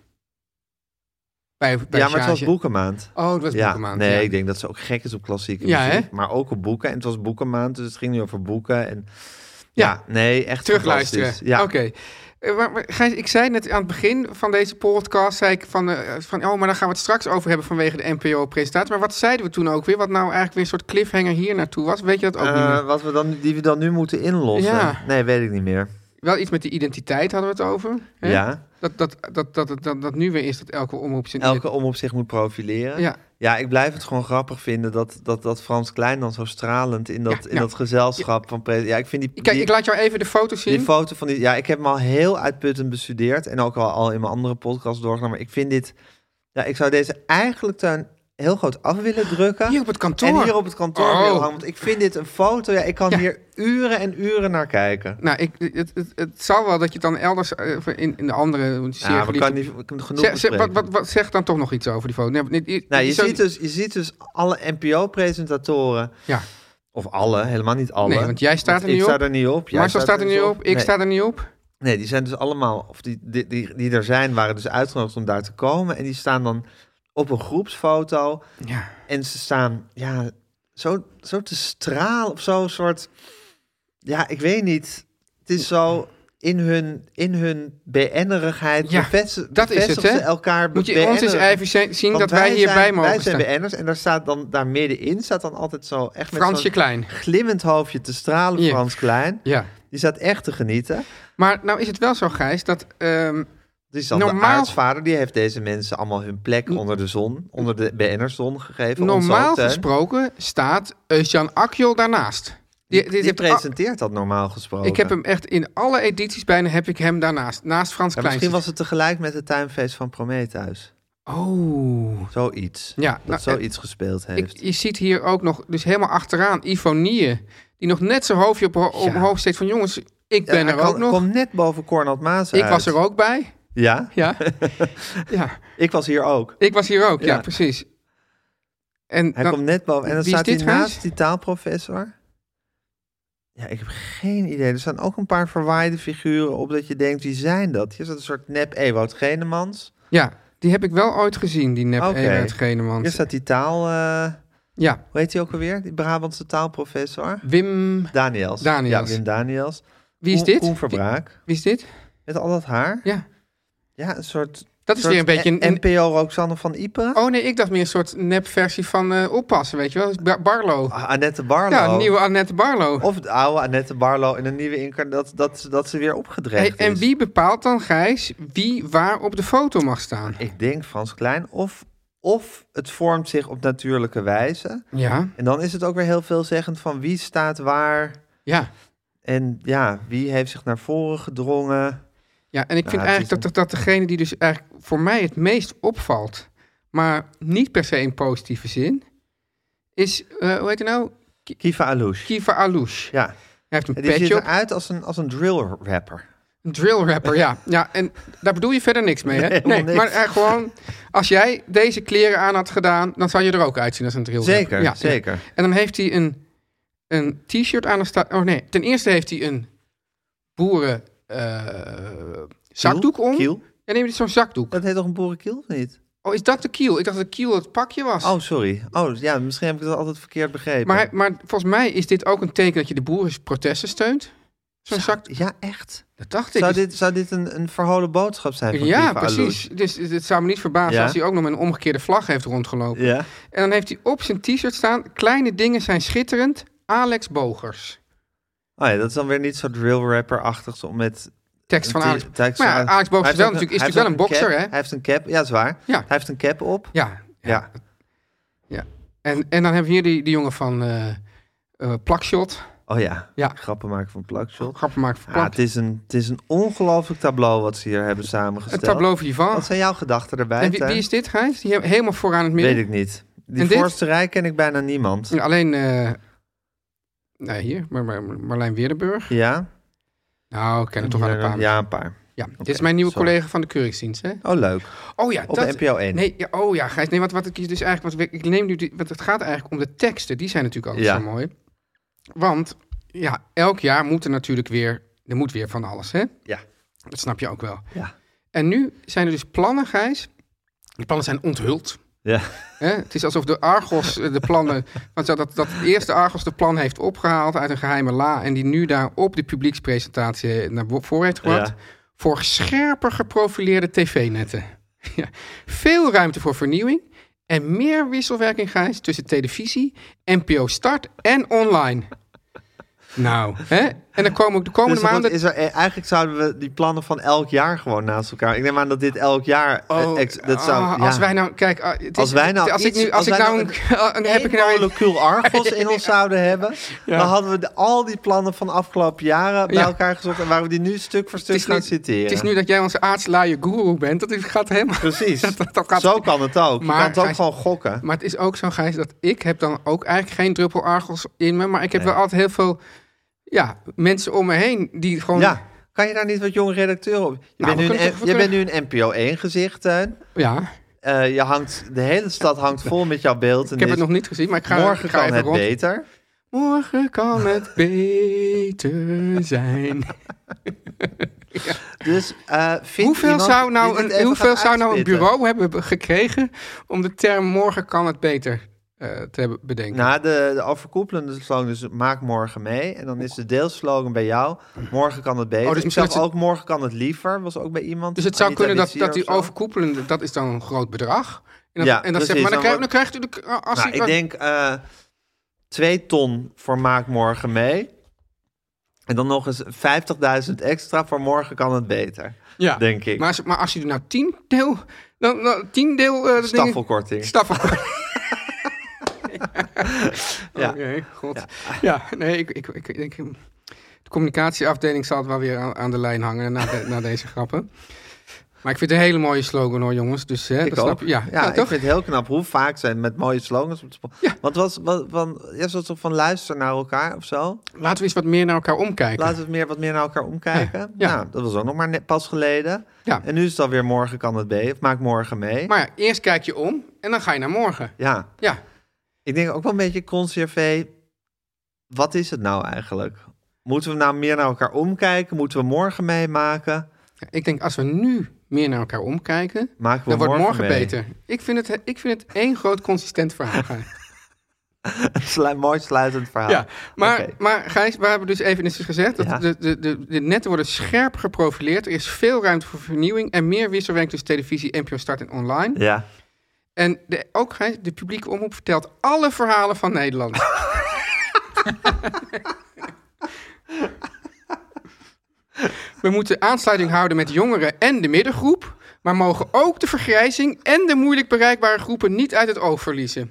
S5: Bij, bij
S3: Ja, maar het was
S5: Sjaasje.
S3: boekenmaand.
S5: Oh, het was
S3: Ja,
S5: boekenmaand.
S3: nee,
S5: ja.
S3: ik denk dat ze ook gek is op klassieke
S5: Ja,
S3: muziek.
S5: hè?
S3: Maar ook op boeken. En het was boekenmaand, dus het ging nu over boeken. En ja,
S5: Ja.
S3: nee, echt
S5: Terugluisteren.
S3: fantastisch. Ja.
S5: Oké. Eh, maar, maar, Gijs, ik zei net aan het begin van deze podcast, zei ik van, eh, van, oh, maar daar gaan we het straks over hebben vanwege de N P O-presentatie. Maar wat zeiden we toen ook weer? Wat nou eigenlijk weer een soort cliffhanger hier naartoe was? Weet je dat ook niet
S3: Eh,
S5: meer?
S3: wat we dan, die we dan nu moeten inlossen.
S5: Ja.
S3: Nee, weet ik niet meer.
S5: Wel iets met de identiteit hadden we het over. Hè?
S3: Ja,
S5: Dat, dat, dat, dat, dat, dat, dat nu weer is dat elke omroep zijn
S3: elke omroep zich moet profileren.
S5: Ja.
S3: Ja, ik blijf het gewoon grappig vinden dat, dat, dat Frans Klein dan zo stralend in dat,
S5: Ja,
S3: in
S5: nou,
S3: dat gezelschap van... Pre- ja, ik vind die,
S5: Kijk,
S3: die,
S5: ik laat jou even de foto zien.
S3: die foto van die... Ja, ik heb hem al heel uitputtend bestudeerd en ook al, al in mijn andere podcast doorgenomen. Maar ik vind dit... Ja, ik zou deze eigenlijk tuin heel groot af willen drukken.
S5: Hier op het kantoor.
S3: En hier op het kantoor
S5: Oh.
S3: willen hangen. Want ik vind dit een foto... Ja, ik kan
S5: Ja.
S3: hier uren en uren naar kijken.
S5: Nou, ik, het, het, het zal wel dat je het dan elders eh, in, in de andere zeer
S3: Ja, we
S5: geliefde-
S3: kunnen niet we kunnen genoeg
S5: Zeg, zeg, wat,
S3: bespreken.
S5: wat, wat, zeg dan toch nog iets over die foto. Nee, niet- niet-
S3: Nou, je,
S5: zo-
S3: ziet dus, je ziet dus alle N P O-presentatoren...
S5: Ja,
S3: Of alle, helemaal niet alle.
S5: nee, want jij staat er
S3: ik
S5: niet
S3: sta
S5: op.
S3: er niet op. jij
S5: Marcel staat er niet op. Ik
S3: Nee.
S5: sta er niet op.
S3: Nee, die zijn dus allemaal, of die, die, die, die er zijn, waren dus uitgenodigd om daar te komen. En die staan dan op een groepsfoto.
S5: Ja.
S3: En ze staan, ja, zo, zo te stralen of zo, een soort... Ja, ik weet niet. Het is zo in hun, in hun B N-erigheid.
S5: Ja,
S3: bevesti-
S5: dat is het,
S3: bevestigen
S5: hè?
S3: ze elkaar.
S5: Moet je ons eens
S3: B N'eren.
S5: even zien- zien
S3: Want
S5: dat wij hierbij
S3: zijn,
S5: mogen
S3: Wij zijn
S5: staan.
S3: B N'ers en daar staat dan, daar middenin staat dan altijd zo echt met
S5: Fransje
S3: zo'n
S5: Klein.
S3: glimmend hoofdje te stralen,
S5: Ja.
S3: Frans Klein.
S5: Ja.
S3: Die staat echt te genieten.
S5: Maar nou is het wel zo, Gijs, dat... ehm,
S3: Die is dan de
S5: Normaal-
S3: aartsvader, die heeft deze mensen allemaal hun plek onder de zon, onder de B N'erszon gegeven.
S5: normaal
S3: Ons ook, Teun.
S5: gesproken staat Jan Akjol daarnaast.
S3: Die,
S5: Die,
S3: die,
S5: heeft a-
S3: presenteert dat normaal gesproken.
S5: ik heb hem echt in alle edities bijna heb ik hem daarnaast. Naast Frans
S3: Ja,
S5: Klein.
S3: misschien was het tegelijk met het tuinfeest van Prometheus.
S5: Oh.
S3: Zoiets.
S5: Ja,
S3: Dat
S5: nou,
S3: zoiets gespeeld
S5: Ik,
S3: heeft.
S5: je ziet hier ook nog, dus helemaal achteraan, Ivonie, die nog net zijn hoofdje op, op
S3: Ja.
S5: hoofd steekt van jongens, ik ben
S3: Ja,
S5: er
S3: hij
S5: ook
S3: kwam-
S5: nog.
S3: kwam net boven Cornald Maas
S5: Ik
S3: uit.
S5: was er ook bij.
S3: Ja?
S5: Ja. Ja,
S3: Ik was hier ook.
S5: ik was hier ook. Ja,
S3: Ja.
S5: precies. En
S3: Hij
S5: dan-
S3: kwam net boven. En dan
S5: Wie is
S3: staat hij
S5: dit, Gijs?
S3: naast die taalprofessor. Ja, ik heb geen idee. Er staan ook een paar verwaaide figuren op dat je denkt, wie zijn dat? Hier staat een soort nep Ewout Genemans.
S5: ja, die heb ik wel ooit gezien, die nep
S3: Oké.
S5: Ewout Genemans.
S3: Hier staat die taal... eh,
S5: Ja,
S3: hoe heet hij ook alweer? Die Brabantse taalprofessor?
S5: Wim,
S3: Daniels.
S5: Daniels.
S3: Ja, Wim Daniels.
S5: wie is
S3: Koen-
S5: dit?
S3: Koen
S5: Wie,
S3: Verbraak.
S5: wie is dit?
S3: Met al dat haar.
S5: Ja,
S3: Ja, een soort...
S5: dat is
S3: soort
S5: weer een beetje een...
S3: N P O Roxanne van Ieper.
S5: Oh nee, ik dacht meer een soort nepversie van eh, Oppassen, weet je wel? Bar- Barlo.
S3: Ah, Annette Barlo.
S5: Ja, een nieuwe Annette Barlo.
S3: Of de oude Annette Barlo in een nieuwe incarnatie, dat, dat, dat ze weer opgedreigd
S5: Hey, en
S3: is.
S5: wie bepaalt dan, Gijs, wie waar op de foto mag staan?
S3: Ik denk Frans Klein. Of, of het vormt zich op natuurlijke wijze.
S5: Ja,
S3: En dan is het ook weer heel veelzeggend van wie staat waar.
S5: ja.
S3: En ja, wie heeft zich naar voren gedrongen.
S5: Ja, en ik vind
S3: het is
S5: eigenlijk dat, dat degene die dus eigenlijk voor mij het meest opvalt, maar niet per se in positieve zin, is, eh, hoe heet hij nou?
S3: Kiva Alouche.
S5: Kiva Alouche.
S3: Ja,
S5: Hij heeft een
S3: en die ziet
S5: petje op,
S3: eruit als een, als een drill rapper.
S5: een drill rapper, ja. Ja, en daar bedoel je verder niks mee, hè?
S3: Nee, helemaal niks.
S5: maar eh, gewoon, als jij deze kleren aan had gedaan, dan zou je er ook uitzien als een drill rapper.
S3: Zeker,
S5: Ja,
S3: zeker.
S5: ja. En dan heeft hij een, een t-shirt aan. Sta- oh nee, ten eerste heeft hij een boeren eh, zakdoek om.
S3: Kiel?
S5: Ja, nee, dit is zo'n zakdoek.
S3: Dat heet toch een boerenkiel of niet?
S5: Oh, is dat de kiel? Ik dacht dat de kiel het pakje was.
S3: Oh, sorry. Oh, ja, misschien heb ik dat altijd verkeerd begrepen.
S5: maar, hij- maar volgens mij is dit ook een teken dat je de boerenprotesten steunt. Zo'n zak.
S3: Ja, echt?
S5: Dat dacht ik.
S3: Zou
S5: Dus-
S3: dit, zou dit een, een verholen boodschap zijn van
S5: ja,
S3: Kiva Alouche?
S5: precies. Dus het zou me niet verbazen
S3: Ja?
S5: als hij ook nog met een omgekeerde vlag heeft rondgelopen.
S3: Ja.
S5: En dan heeft hij op zijn t-shirt staan: kleine dingen zijn schitterend. Alex Bogers.
S3: Oh ja, dat is dan weer niet zo drill rapper-achtig zo met...
S5: Tekst van
S3: een
S5: Alex.
S3: t- tekst
S5: Maar ja,
S3: van-
S5: Alex Bogers
S3: Hij
S5: is wel
S3: heeft ook
S5: natuurlijk- is
S3: hij
S5: natuurlijk wel
S3: heeft
S5: een
S3: ook
S5: bokser,
S3: cap.
S5: hè?
S3: Hij heeft een cap, ja, dat is waar.
S5: Ja.
S3: Hij heeft een cap op.
S5: Ja.
S3: Ja.
S5: Ja. En, en dan hebben we hier die, die jongen van eh eh, Plakshot.
S3: Oh ja,
S5: Ja.
S3: grappen maken van plakshot.
S5: Grappen maken
S3: Ja,
S5: verklapt.
S3: het is een, het is een ongelooflijk tableau wat ze hier hebben samengesteld.
S5: Het tableau Vivant.
S3: Wat zijn jouw gedachten erbij,
S5: En wie,
S3: Teun?
S5: wie is dit, Gijs? Die he- helemaal vooraan het midden?
S3: Weet ik niet. Die
S5: En dit?
S3: voorste rij ken ik bijna niemand.
S5: Ja, alleen, eh nee, hier, Mar- Mar- Marlijn Weerdenburg.
S3: Ja?
S5: Nou, ik ken er toch wel een paar.
S3: Ja, een paar.
S5: Ja, dit is mijn nieuwe
S3: sorry.
S5: collega van de Keuringsdienst, hè?
S3: Oh, leuk.
S5: Oh ja,
S3: Op
S5: dat...
S3: N P O één.
S5: Nee, ja, oh ja, Gijs. Nee, wat, wat ik dus eigenlijk... Wat, ik neem nu... Die, wat het gaat eigenlijk om de teksten. Die zijn natuurlijk altijd
S3: Ja.
S5: zo mooi. Want, ja, elk jaar moet er natuurlijk weer... Er moet weer van alles, hè?
S3: Ja.
S5: Dat snap je ook wel.
S3: Ja.
S5: En nu zijn er dus plannen, Gijs. Die plannen zijn onthuld.
S3: Ja.
S5: Hè? Het is alsof de Argos eh, de plannen... Want dat, dat, dat eerste Argos de plan heeft opgehaald uit een geheime la... en die nu daar op de publiekspresentatie naar voren heeft gebracht...
S3: Ja.
S5: voor scherper geprofileerde tv-netten. Ja. Veel ruimte voor vernieuwing... en meer wisselwerking, Gijs, tussen televisie, N P O Start en online. Nou, hè? En dan komen ook de komende
S3: Dus wat
S5: maanden...
S3: is er, eh, eigenlijk zouden we die plannen van elk jaar gewoon naast elkaar... Ik neem aan dat dit elk jaar... eh,
S5: Oh,
S3: ex- dat zou,
S5: ah,
S3: ja.
S5: Als wij nou, kijk, ah, het is,
S3: Als wij nou
S5: als ik
S3: iets-
S5: nu, als
S3: als
S5: ik
S3: wij
S5: nou,
S3: nou
S5: een, dan heb
S3: Eén
S5: ik nou een-
S3: molecuul Argos in ons zouden hebben...
S5: Ja.
S3: dan hadden we de, al die plannen van de afgelopen jaren bij
S5: Ja.
S3: elkaar gezocht... en waren we die nu stuk voor stuk
S5: is
S3: gaan
S5: nu-
S3: citeren.
S5: Het is nu dat jij onze aardslaaie guru bent, dat is- gaat helemaal...
S3: Precies.
S5: dat, dat gaat,
S3: Zo kan het ook. Je
S5: Maar
S3: kan het ook
S5: Gijs-
S3: gewoon gokken.
S5: Maar het is ook zo, Gijs, dat ik heb dan ook eigenlijk geen druppel Argos in me, maar ik heb
S3: Nee.
S5: wel altijd heel veel ja, mensen om me heen die gewoon...
S3: Ja, kan je daar niet wat jonge redacteur op? Je,
S5: Nou,
S3: bent,
S5: we
S3: nu
S5: kunnen
S3: een,
S5: toch- we
S3: je bent
S5: kunnen-
S3: nu een N P O één gezicht, Teun.
S5: Ja,
S3: Eh, je hangt, de hele stad hangt vol met jouw beeld.
S5: ik heb het nog niet gezien, maar ik ga,
S3: Morgen
S5: ik ga
S3: kan
S5: even
S3: het
S5: rond.
S3: beter.
S5: Morgen kan het beter zijn.
S3: Dus uh, vind
S5: Hoeveel
S3: iemand
S5: zou nou
S3: die dit
S5: een,
S3: even
S5: hoeveel
S3: gaat
S5: zou nou een
S3: uitspitten?
S5: bureau hebben gekregen om de term morgen kan het beter eh, te hebben bedenken?
S3: Nou, de, de overkoepelende slogan is maak morgen mee. En dan is de deelslogan bij jou, morgen kan het beter.
S5: Oh, dus
S3: Ik
S5: misschien
S3: zag
S5: dat ze-
S3: ook morgen kan het liever, was ook bij iemand.
S5: dus het zou
S3: Anita
S5: kunnen dat,
S3: Witsier
S5: dat die
S3: of zo.
S5: overkoepelende, dat is dan een groot bedrag. En dat,
S3: Ja,
S5: en dat zegt,
S3: precies.
S5: maar dan,
S3: Dan
S5: krijg, dan
S3: wordt-
S5: krijgt u de... Als
S3: Nou,
S5: u,
S3: ik denk eh twee ton voor maak morgen mee. En dan nog eens vijftigduizend extra voor morgen kan het beter.
S5: ja.
S3: denk ik.
S5: Maar als, maar als je er nou tien deel... Dan, dan, tien deel... eh, dat ding-
S3: Staffelkorting.
S5: Staffelkorting.
S3: Ja.
S5: Oké, god. Ja, nee, ik, ik, ik, ik, de communicatieafdeling zal het wel weer aan, aan de lijn hangen na, de, na deze grappen. Maar ik vind het een hele mooie slogan hoor, jongens. Dus, hè,
S3: Ik
S5: dat
S3: ook.
S5: snap je. Ja,
S3: Ja,
S5: ja,
S3: ik
S5: toch?
S3: vind het heel knap hoe vaak zijn met mooie slogans op de spot.
S5: Ja.
S3: Wat was, wat, van, ja, zoals van luister naar elkaar of zo?
S5: Laten we eens wat meer naar elkaar omkijken.
S3: Laten we meer, wat meer naar elkaar omkijken.
S5: Ja. Ja.
S3: Nou, dat was ook nog maar net pas geleden.
S5: Ja.
S3: En nu is het alweer morgen kan het beter. Of maak morgen mee.
S5: Maar ja, eerst kijk je om en dan ga je naar morgen.
S3: Ja,
S5: Ja,
S3: ik denk ook wel een beetje conservé. Wat is het nou eigenlijk? Moeten we nou meer naar elkaar omkijken? Moeten we morgen meemaken?
S5: ik denk als we nu meer naar elkaar omkijken,
S3: Maken we
S5: dan wordt
S3: morgen,
S5: morgen
S3: mee?
S5: beter. Ik vind, het, ik vind het één groot consistent verhaal.
S3: Slu- mooi sluitend verhaal.
S5: Ja, maar,
S3: Oké.
S5: maar Gijs, we hebben dus even eens gezegd dat
S3: Ja.
S5: de, de, de, de netten worden scherp geprofileerd. Er is veel ruimte voor vernieuwing en meer wisselwerking tussen televisie, N P O Start en online.
S3: Ja.
S5: En de, ook Gijs, de publieke omroep vertelt alle verhalen van Nederland. We moeten aansluiting houden met jongeren en de middengroep, maar mogen ook de vergrijzing en de moeilijk bereikbare groepen niet uit het oog verliezen.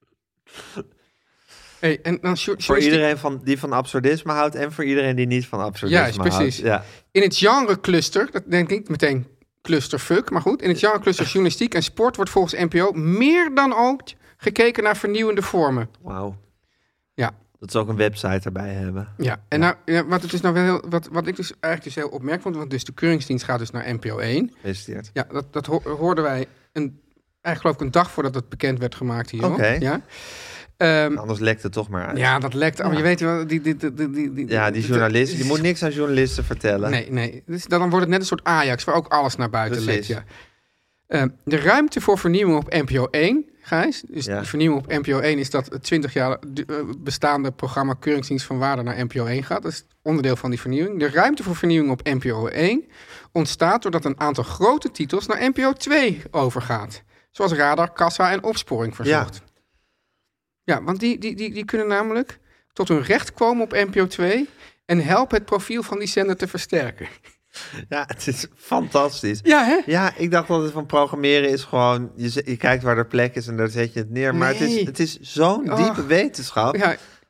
S5: Hey, en dan jo-
S3: Voor iedereen van, die van absurdisme houdt en voor iedereen die niet van absurdisme
S5: Juist, precies.
S3: houdt. Ja.
S5: In het genre-cluster, dat denk ik meteen clusterfuck, maar goed. In het genre-cluster journalistiek en sport wordt volgens N P O meer dan ooit gekeken naar vernieuwende vormen.
S3: Wauw.
S5: Ja,
S3: Dat ze ook een website erbij hebben.
S5: ja. En nou, ja, wat, het is nou wel heel, wat, wat ik dus eigenlijk dus heel opmerkelijk vond, want dus de keuringsdienst gaat dus naar N P O één.
S3: Gefeliciteerd.
S5: Ja, dat, dat ho- hoorden wij een, eigenlijk geloof ik een dag voordat het bekend werd gemaakt hier. hoor.
S3: Oké.
S5: Ja. Ehm,
S3: Anders lekt het toch maar uit.
S5: ja, dat lekt. Oh, je weet wel, die, die, die, die, die, die-
S3: Ja, die
S5: die-
S3: journalist, die moet niks aan journalisten vertellen.
S5: Nee, nee. Dus dan wordt het net een soort Ajax, waar ook alles naar buiten
S3: Precies.
S5: lekt. Ja. Eh, de ruimte voor vernieuwing op N P O één, Gijs. Dus
S3: Ja.
S5: die vernieuwing op N P O één is dat het twintig jaar du- eh, bestaande programma Keuringsdienst van Waarde naar N P O één gaat. Dat is onderdeel van die vernieuwing. De ruimte voor vernieuwing op N P O één ontstaat doordat een aantal grote titels naar N P O twee overgaat. Zoals Radar, Kassa en Opsporing Verzocht. Ja, ja want die, die, die, die kunnen namelijk tot hun recht komen op N P O twee en helpen het profiel van die zender te versterken.
S3: Ja, het is fantastisch.
S5: Ja, hè?
S3: Ja, ik dacht dat het van programmeren is gewoon... Je, zet- je kijkt waar er plek is en daar zet je het neer. Maar het is,
S5: Nee.
S3: het is zo'n
S5: Oh.
S3: diepe wetenschap.
S5: Ja,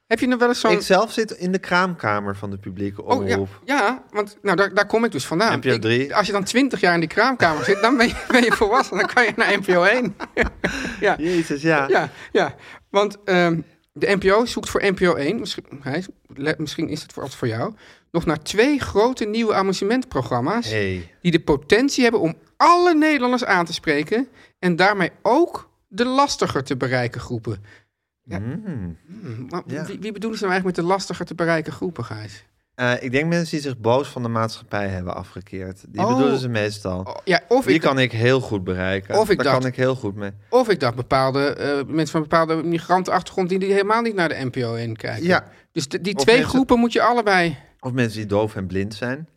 S5: Heb je nog wel eens zo'n...
S3: Ik zelf zit in de kraamkamer van de publieke
S5: Oh, ja,
S3: omroep.
S5: ja, want nou, daar, daar kom ik dus vandaan.
S3: N P O drie.
S5: Ik, als je dan twintig jaar in die kraamkamer zit, dan ben je, ben je volwassen. Dan kan je naar N P O één. ja.
S3: Jezus, ja.
S5: Ja, ja, want um, de N P O zoekt voor N P O één, misschien, Gijs, misschien is het voor, voor jou, nog naar twee grote nieuwe amusementprogramma's
S3: Hey.
S5: die de potentie hebben om alle Nederlanders aan te spreken en daarmee ook de lastiger te bereiken groepen. Ja.
S3: Mm.
S5: Hmm, maar
S3: Ja.
S5: wie, wie bedoelen ze nou eigenlijk met de lastiger te bereiken groepen, Gijs?
S3: Uh, ik denk mensen die zich boos van de maatschappij hebben afgekeerd. Die
S5: Oh.
S3: bedoelen ze meestal.
S5: Oh, ja, of
S3: Die
S5: ik,
S3: kan ik heel goed bereiken.
S5: Of ik
S3: Daar
S5: dacht-
S3: kan ik heel goed mee.
S5: of ik dacht bepaalde uh, mensen van bepaalde migrantenachtergrond die, die helemaal niet naar de N P O één kijken.
S3: Ja.
S5: Dus de- die
S3: Of
S5: twee
S3: mensen-
S5: groepen moet je allebei...
S3: Of mensen die doof en blind zijn.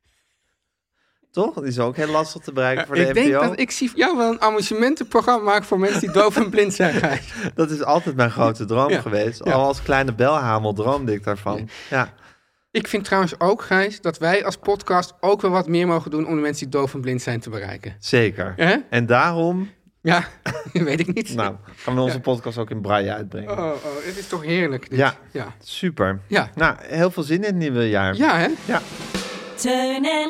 S3: Toch? Die is ook heel lastig te bereiken voor de
S5: ik
S3: N P O.
S5: denk dat ik zie jou wel een amusementenprogramma maken voor mensen die doof en blind zijn, Gijs.
S3: Dat is altijd mijn grote droom
S5: Ja.
S3: geweest.
S5: Ja.
S3: Al als kleine belhamel droomde ik daarvan. Ja.
S5: Ik vind trouwens ook, Gijs, dat wij als podcast ook wel wat meer mogen doen om de mensen die doof en blind zijn te bereiken.
S3: Zeker.
S5: Hè?
S3: En daarom,
S5: Ja, weet ik niet.
S3: nou, gaan we onze
S5: Ja.
S3: podcast ook in braille uitbrengen.
S5: Oh, oh, het is toch heerlijk. Dit.
S3: Ja.
S5: Ja.
S3: Super.
S5: Ja.
S3: Nou, heel veel zin in het nieuwe jaar.
S5: Ja, hè?
S3: Ja.
S7: Teun en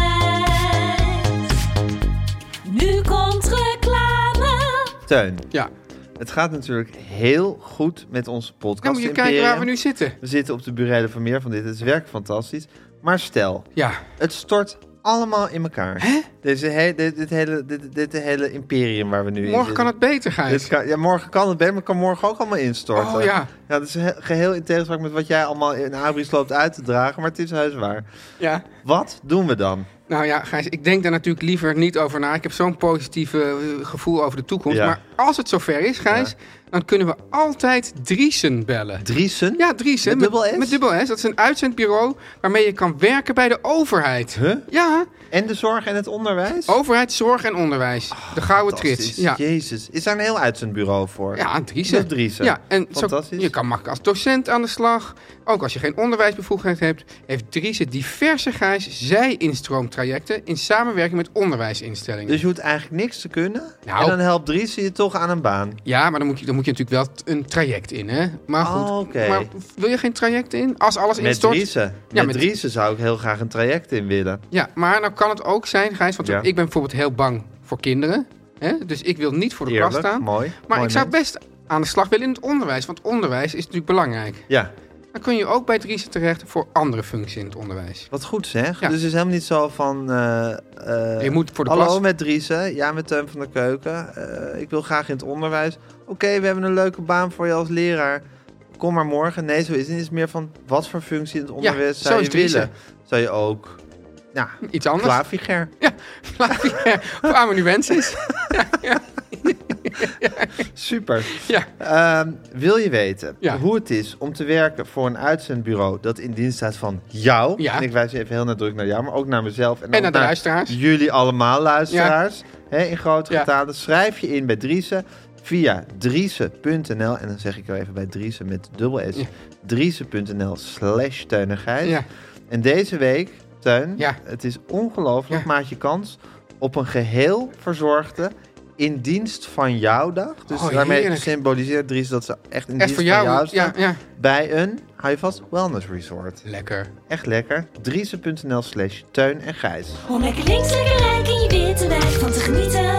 S7: Gijs. Nu komt reclame.
S3: Teun,
S5: Ja.
S3: het gaat natuurlijk heel goed met onze podcast.
S5: Dan moet je kijken waar we nu zitten.
S3: We zitten op de burelen van meer van dit. Het werkt fantastisch. Maar stel,
S5: Ja.
S3: het stort allemaal in elkaar.
S5: Hè?
S3: Deze he- dit, dit, hele, dit, dit hele imperium waar we nu in
S5: Morgen
S3: zitten.
S5: kan het beter, Gijs.
S3: Dit kan, ja, morgen kan het beter, maar kan morgen ook allemaal instorten.
S5: Oh, ja.
S3: Ja, dat is he- geheel in tegenspraak met wat jij allemaal in Abris loopt uit te dragen, maar het is heus waar.
S5: Ja.
S3: Wat doen we dan?
S5: Nou ja, Gijs, ik denk daar natuurlijk liever niet over na. Ik heb zo'n positief eh, gevoel over de toekomst.
S3: Ja.
S5: Maar als het zover is, Gijs,
S3: Ja.
S5: dan kunnen we altijd Driesen bellen.
S3: Driesen?
S5: Ja, Driesen.
S3: Met dubbel S?
S5: Met dubbel S. Dat is een uitzendbureau waarmee je kan werken bij de overheid.
S3: Huh?
S5: Ja,
S3: En de zorg en het onderwijs?
S5: overheid, zorg en onderwijs. de gouden trits.
S3: Fantastisch.
S5: Ja.
S3: Jezus. Is daar een heel uitzendbureau voor?
S5: Ja, Driesen.
S3: Dat is Driesen.
S5: Ja, en zo,
S3: Fantastisch.
S5: je kan makkelijk als docent aan de slag. Ook als je geen onderwijsbevoegdheid hebt, heeft Driesen diverse, Gijs, zij-instroomtrajecten in samenwerking met onderwijsinstellingen.
S3: Dus je hoeft eigenlijk niks te kunnen.
S5: Nou.
S3: En dan helpt Driesen je toch aan een baan.
S5: Ja, maar dan moet je, dan moet je natuurlijk wel t- een traject in, hè? Maar goed,
S3: Oh, oké.
S5: maar wil je geen traject in? Als alles
S3: Met
S5: instort?
S3: Driesen.
S5: Ja,
S3: met
S5: met-
S3: Driesen zou ik heel graag een traject in willen.
S5: Ja, maar nou kan het ook zijn, Gijs, want
S3: Ja.
S5: ik ben bijvoorbeeld heel bang voor kinderen. Hè? Dus ik wil niet voor de klas
S3: Eerlijk,
S5: staan.
S3: mooi.
S5: Maar
S3: Mooi
S5: ik zou
S3: mens.
S5: best aan de slag willen in het onderwijs, want onderwijs is natuurlijk belangrijk.
S3: Ja,
S5: Dan kun je ook bij Driesen terecht voor andere functies in het onderwijs.
S3: wat goed zeg.
S5: Ja.
S3: Dus het is helemaal niet zo van... eh, eh,
S5: Je moet voor de
S3: Hallo
S5: klas...
S3: met Driesen. Ja, met Teun van der Keuken. Eh, ik wil graag in het onderwijs. Oké, we hebben een leuke baan voor je als leraar. Kom maar morgen. Nee, zo is het. Het is meer van wat voor functie in het onderwijs
S5: zo
S3: zou
S5: is
S3: je
S5: Driesen.
S3: willen. Zou je ook... Ja,
S5: Iets anders.
S3: klaviger.
S5: Of amanuensis.
S3: Super.
S5: Ja.
S3: Ehm, wil je weten
S5: Ja.
S3: hoe het is om te werken voor een uitzendbureau dat in dienst staat van jou?
S5: Ja.
S3: En ik wijs even heel nadrukkelijk naar jou, maar ook naar mezelf. En,
S5: En
S3: ook
S5: naar de luisteraars.
S3: Jullie allemaal luisteraars. Hè, in grote
S5: Ja.
S3: getalen. Schrijf je in bij Driesen via driesen punt n l. En dan zeg ik er even bij Driesen met dubbel S.
S5: Ja.
S3: driesen punt n l slash Teun en Gijs.
S5: Ja.
S3: En deze week, Teun,
S5: Ja.
S3: het is ongelooflijk,
S5: Ja.
S3: maak je kans op een geheel verzorgde in dienst van jou dag. Dus
S5: Oh,
S3: daarmee
S5: heerlijk.
S3: symboliseert Dries dat ze echt in
S5: Echt
S3: dienst
S5: voor
S3: van
S5: jou.
S3: jou
S5: Ja,
S3: staan.
S5: ja.
S3: Bij een, hou je vast, wellness resort.
S5: Lekker.
S3: Echt lekker. driesen punt n l slash Teun en Gijs.
S7: Om lekker links, lekker rijk in je witte wijk van te genieten.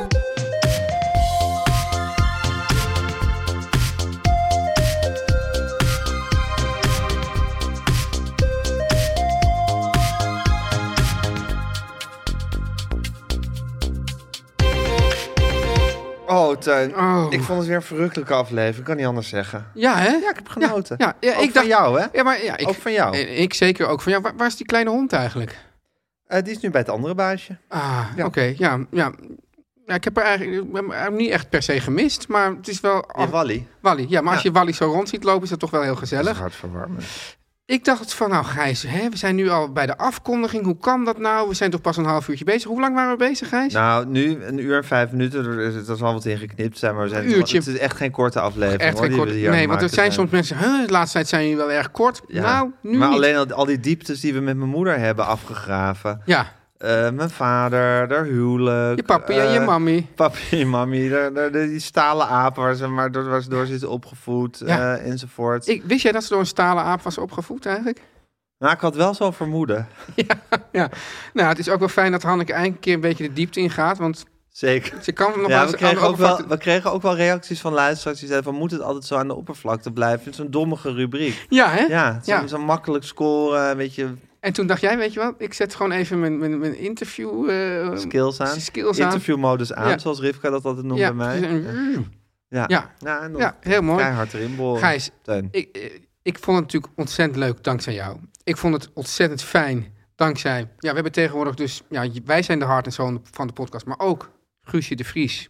S3: Oh, Teun.
S5: Oh.
S3: Ik vond het weer een verrukkelijke aflevering. Ik kan niet anders zeggen.
S5: Ja, hè?
S3: Ja, ik heb genoten.
S5: Ja, ja,
S3: ook
S5: ik
S3: van
S5: dacht...
S3: jou, hè?
S5: Ja, maar ja, ik,
S3: ook van jou.
S5: eh, ik zeker ook van jou. Waar, waar is die kleine hond eigenlijk?
S3: Eh, die is nu bij het andere baasje.
S5: Ah,
S3: Ja.
S5: oké. ja, ja. Ja, ik heb haar eigenlijk ik heb haar niet echt per se gemist, maar het is wel...
S3: Ja, Wally.
S5: Wally, ja, maar als
S3: Ja.
S5: je Wally zo rond ziet lopen, is dat toch wel heel
S3: Dat is
S5: gezellig.
S3: hartverwarmend.
S5: Ik dacht van, nou Gijs, hè, we zijn nu al bij de afkondiging. Hoe kan dat nou? We zijn toch pas een half uurtje bezig. Hoe lang waren we bezig, Gijs?
S3: Nou, nu een uur en vijf minuten. Er is, er zal wat in geknipt zijn, maar we zijn
S5: Een uurtje.
S3: het is echt geen korte aflevering.
S5: echt
S3: hoor,
S5: geen
S3: die
S5: kort.
S3: we hier aan
S5: Nee,
S3: het
S5: want er
S3: maken
S5: zijn soms mensen, huh, de laatste tijd zijn jullie wel erg kort.
S3: Ja.
S5: Nou, nu
S3: maar
S5: niet.
S3: alleen al, al die dieptes die we met mijn moeder hebben afgegraven.
S5: Ja,
S3: Uh, mijn vader, haar huwelijk.
S5: Je papi en
S3: uh,
S5: je mammy.
S3: Papi en je mammy. De, de, de, die stalen aap waar ze, maar door, waar ze door zitten opgevoed.
S5: Ja.
S3: Uh, enzovoort.
S5: Ik, wist jij dat ze door een stalen aap was opgevoed eigenlijk?
S3: Nou, ik had wel zo'n vermoeden.
S5: Ja, ja. Nou, het is ook wel fijn dat Hanneke eindelijk een keer een beetje de diepte ingaat. Want
S3: zeker.
S5: Ze kan nog
S3: ja,
S5: wel
S3: we, kregen ook
S5: oppervlakte...
S3: wel, we kregen ook wel reacties van luisteraars die zeiden van... moet het altijd zo aan de oppervlakte blijven? Het is een dommige rubriek.
S5: Ja, hè?
S3: Ja, het is
S5: ja.
S3: zo makkelijk scoren, een beetje...
S5: En toen dacht jij, weet je wat, ik zet gewoon even mijn, mijn, mijn interview... Uh,
S3: skills aan.
S5: Skills aan.
S3: Interviewmodus aan,
S5: ja.
S3: zoals Rivka dat altijd noemt
S5: ja,
S3: bij mij.
S5: Ja,
S3: ja.
S5: ja.
S3: ja,
S5: ja heel mooi.
S3: Keihard erin boren.
S5: Gijs,
S3: Teun.
S5: ik, ik vond het natuurlijk ontzettend leuk dankzij jou. Ik vond het ontzettend fijn dankzij... Ja, we hebben tegenwoordig dus... Ja, wij zijn de hart en zo van de podcast, maar ook Guusje de Vries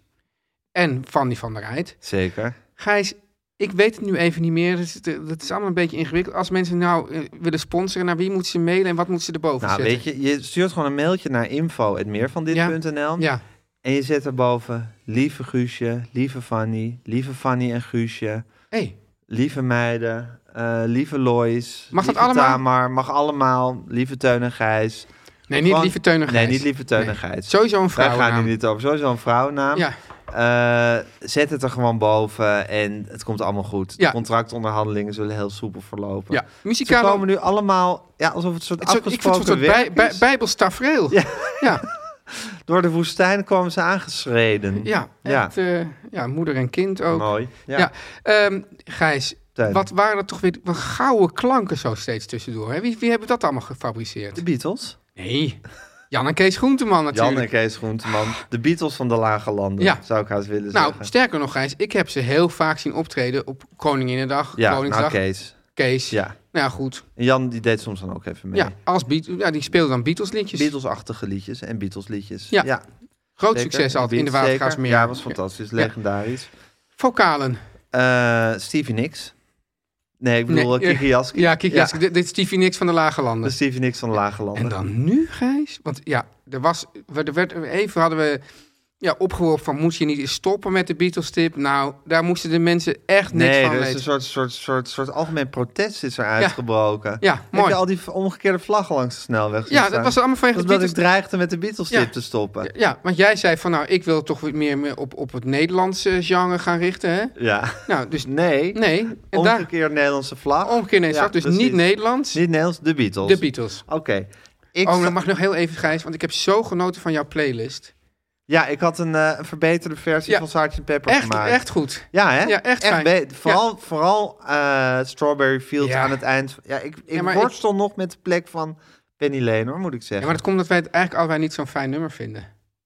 S5: en Fanny van der Rijt.
S3: Zeker.
S5: Gijs, ik weet het nu even niet meer. Het is, het is allemaal een beetje ingewikkeld. Als mensen nou uh, willen sponsoren, naar wie moeten ze mailen en wat moeten ze erboven
S3: nou,
S5: zetten?
S3: weet je, je stuurt gewoon een mailtje naar info at meervandit punt n l
S5: Ja. ja.
S3: En je zet erboven, lieve Guusje, lieve Fanny, lieve Fanny en Guusje,
S5: Hey.
S3: lieve meiden, uh, lieve Lois,
S5: mag
S3: lieve
S5: dat allemaal?
S3: Tamar, mag allemaal, lieve Teun en Gijs.
S5: Nee, niet
S3: Gewoon,
S5: lieve Teun en Gijs.
S3: Nee, niet lieve Teun
S5: nee.
S3: en Gijs.
S5: Sowieso een vrouw.
S3: Daar gaan we niet over. Sowieso een vrouwennaam.
S5: Ja.
S3: Uh, zet het er gewoon boven en het komt allemaal goed.
S5: Ja.
S3: De contractonderhandelingen zullen heel soepel verlopen.
S5: Ja. Muzikale...
S3: Ze komen nu allemaal, ja, alsof het een soort
S5: het soort,
S3: afgesproken
S5: ik vind het een soort bij, bij, bijbelstafereel.
S3: Ja.
S5: ja.
S3: Door de woestijn komen ze aangeschreden.
S5: Ja, echt, ja. Uh, ja, moeder en kind ook.
S3: Mooi. Ja.
S5: Ja. Um, Gijs,
S3: Teun.
S5: Wat waren er toch weer wat gouden klanken zo steeds tussendoor? Hè? Wie, wie hebben dat allemaal gefabriceerd?
S3: De Beatles.
S5: Nee, Jan en Kees Groenteman natuurlijk.
S3: Jan en Kees Groenteman. De Beatles van de lage landen, ja. zou ik haast willen
S5: nou,
S3: zeggen.
S5: Nou, sterker nog, Gijs, ik heb ze heel vaak zien optreden op Koninginnedag,
S3: ja,
S5: Koningsdag.
S3: Nou, Kees.
S5: Kees.
S3: Ja.
S5: Nou ja, goed.
S3: En Jan die deed soms dan ook even mee.
S5: Ja, als Beat, ja die speelde dan Beatles liedjes.
S3: Beatles-achtige liedjes en Beatles liedjes.
S5: Ja.
S3: ja.
S5: Groot
S3: zeker.
S5: succes altijd in de Watergraafsmeer.
S3: Ja, was fantastisch. Legendarisch.
S5: Vocalen.
S3: Uh, Stevie Nicks. Nee, ik bedoel
S5: nee,
S3: Kiki Jaski.
S5: Ja, Kiki Jaski. Ja. Dit is Stevie Nicks van de Lage Landen.
S3: De Stevie Nicks van de Lage Landen.
S5: En dan nu, Gijs? Want ja, er was... Er werd, even hadden we ja, opgeworpen van... Moet je niet eens stoppen met de Beatles-tip? Nou, daar moesten de mensen echt niks
S3: nee,
S5: van
S3: weten.
S5: weten.
S3: Nee, een soort, soort, soort, soort algemeen protest is er uitgebroken.
S5: Ja, ja mooi.
S3: Heb je al die omgekeerde vlaggen langs de snelweg?
S5: Ja, dat was allemaal vanwege
S3: de Beatles. Dat ik dreigde met de Beatles-tip ja. te stoppen.
S5: Ja, ja, want jij zei van... Nou, ik wil toch weer meer op, op het Nederlandse genre gaan richten, hè?
S3: Ja.
S5: Nou, dus...
S3: Nee.
S5: Nee.
S3: En omgekeerde daar, Nederlandse vlag.
S5: Omgekeerde Nederlandse vlag, dus
S3: precies.
S5: niet Nederlands.
S3: Niet Nederlands, de Beatles.
S5: De Beatles.
S3: Oké. Okay.
S5: Oh, dan mag ik nog heel even, Gijs, want ik heb zo genoten van jouw playlist.
S3: Ja, ik had een, uh, een verbeterde versie ja. van sergeant Pepper
S5: echt,
S3: gemaakt.
S5: Echt goed.
S3: Ja, hè?
S5: Ja, echt, echt
S3: fijn. Vooral, ja. vooral uh, Strawberry Fields ja. aan het eind. Ja, ik, ik ja, worstel ik... nog met de plek van Penny Lane, hoor, moet ik zeggen.
S5: Ja, maar dat komt omdat wij het eigenlijk allebei niet zo'n fijn nummer vinden.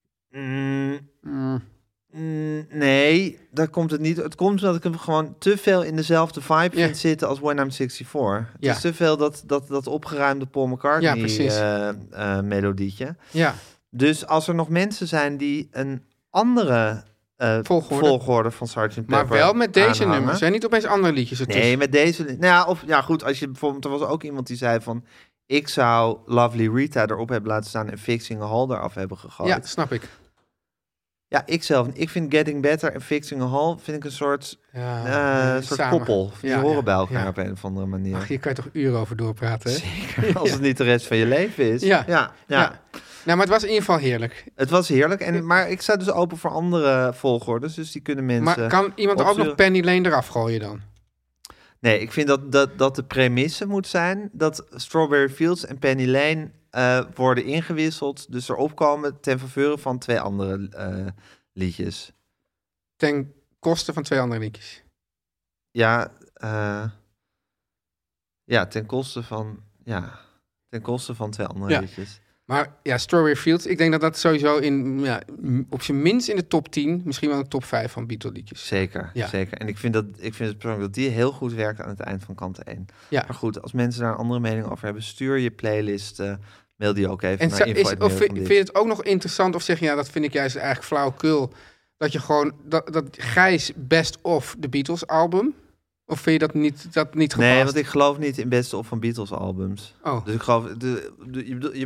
S3: Mm, mm. Mm, nee, daar komt het niet. Het komt omdat ik hem gewoon te veel in dezelfde vibe
S5: ja.
S3: vind zitten als When I'm zesendertig. Het
S5: ja.
S3: is te veel dat, dat, dat opgeruimde Paul McCartney ja, uh, uh, melodietje.
S5: Ja.
S3: Dus als er nog mensen zijn die een andere uh, volgorde. volgorde van sergeant Pepper
S5: maar wel met deze
S3: aanhangen.
S5: nummers, zijn niet opeens andere liedjes ertussen.
S3: Nee, met deze. Nou ja, of ja, goed. Als je bijvoorbeeld, er was ook iemand die zei van, ik zou Lovely Rita erop hebben laten staan en Fixing a Hole eraf hebben gegooid.
S5: Ja, snap ik.
S3: Ja, ik zelf. Ik vind Getting Better en Fixing a Hole vind ik een soort, ja, uh, soort koppel. Die ja, horen ja, bij elkaar ja. op een of andere manier.
S5: Ach, hier kan je toch uren over doorpraten, hè?
S3: Zeker, als ja. het niet de rest van je leven is.
S5: Ja.
S3: Ja, ja.
S5: ja. Nou, maar het was in ieder geval heerlijk.
S3: Het was heerlijk, en, maar ik sta dus open voor andere volgordes, dus die kunnen mensen...
S5: Maar kan iemand opsturen? Ook nog Penny Lane eraf gooien dan?
S3: Nee, ik vind dat, dat, dat de premisse moet zijn dat Strawberry Fields en Penny Lane uh, worden ingewisseld, dus erop komen ten faveur van twee andere uh, liedjes.
S5: Ten koste van twee andere liedjes?
S3: Ja, uh, ja, ten koste van, ja, ten koste van twee andere ja. liedjes.
S5: Maar ja, Strawberry Fields, ik denk dat dat sowieso in, ja, op zijn minst in de top tien, misschien wel in de top vijf van Beatle liedjes.
S3: Zeker, ja. zeker. En ik vind, dat, ik vind het persoonlijk dat die heel goed werkt aan het eind van kant één.
S5: Ja.
S3: Maar goed, als mensen daar een andere mening over hebben, stuur je playlist, uh, mail die ook even
S5: en
S3: naar info.
S5: Is, of vind, vind je het ook nog interessant, of zeg je, ja, dat vind ik juist eigenlijk flauwekul, dat je gewoon, dat, dat Gijs best of de Beatles album, of vind je dat niet, dat niet gepast?
S3: Nee, want ik geloof niet in best of van Beatles albums.
S5: Oh.
S3: Dus ik geloof, de, de, je bedoel, je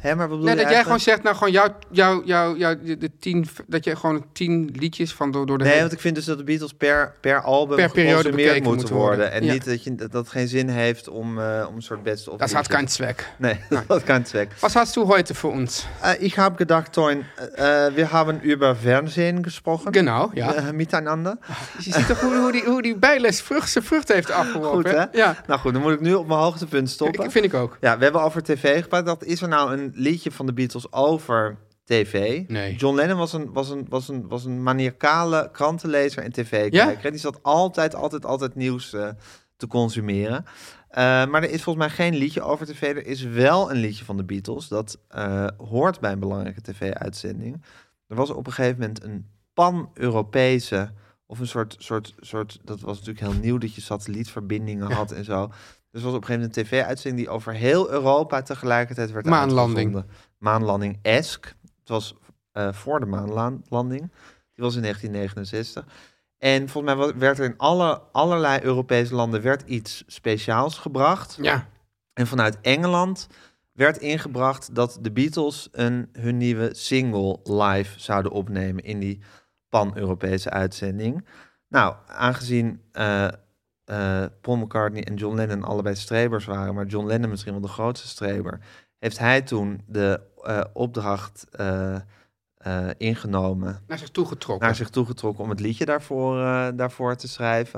S3: Hè, maar wat bedoel
S5: Nee,
S3: je
S5: dat jij gewoon
S3: eigenlijk?
S5: zegt, nou gewoon jouw, jouw, jouw, jouw, de, de tien, dat je gewoon tien liedjes van door, door de
S3: Nee,
S5: hele-
S3: want ik vind dus dat de Beatles per, per album
S5: Per periode
S3: geconsumeerd
S5: bekeken
S3: moeten
S5: moeten
S3: worden.
S5: worden.
S3: En
S5: Ja.
S3: niet dat, je, dat het geen zin heeft om, uh, om een soort beste of
S5: Dat hat
S3: liedjes-
S5: keinen Zweck.
S3: Nee, dat hat keinen Zweck.
S5: Was hast du heute für uns?
S3: Äh, ich habe gedacht, Toin, äh, wir haben über Fernsehen gesprochen.
S5: Genau, ja.
S3: Äh, miteinander.
S5: Je ziet toch hoe, hoe, die, hoe die bijles vrucht, zijn vrucht heeft afgeworpen.
S3: Goed, hè?
S5: Ja,
S3: Nou goed, dan moet ik nu op mijn hoogtepunt stoppen.
S5: ik, vind ik ook.
S3: Ja, we hebben over tv gepraat. Dat is er nou een liedje van de Beatles over tv?
S5: Nee.
S3: John Lennon was een, was een, was een, was een maniacale krantenlezer en tv-kijker.
S5: Ja?
S3: Die zat altijd, altijd, altijd nieuws uh, te consumeren. Uh, maar er is volgens mij geen liedje over tv. Er is wel een liedje van de Beatles dat uh, hoort bij een belangrijke tv-uitzending. Er was op een gegeven moment een pan-Europese, of een soort, soort, soort, dat was natuurlijk heel nieuw dat je satellietverbindingen
S5: Ja.
S3: had en zo. Dus er was op een gegeven moment een tv-uitzending die over heel Europa tegelijkertijd werd
S5: Maanlanding.
S3: uitgezonden. Maanlanding-esk. Het was uh, voor de maanlanding. Die was in negentien negenenzestig. En volgens mij werd er in alle, allerlei Europese landen werd iets speciaals gebracht.
S5: Ja.
S3: En vanuit Engeland werd ingebracht dat de Beatles een, hun nieuwe single live zouden opnemen in die pan-Europese uitzending. Nou, aangezien uh, uh, Paul McCartney en John Lennon allebei strebers waren, maar John Lennon misschien wel de grootste streber, heeft hij toen de uh, opdracht uh, uh, ingenomen,
S5: Naar zich toegetrokken.
S3: naar zich toegetrokken om het liedje daarvoor, uh, daarvoor te schrijven.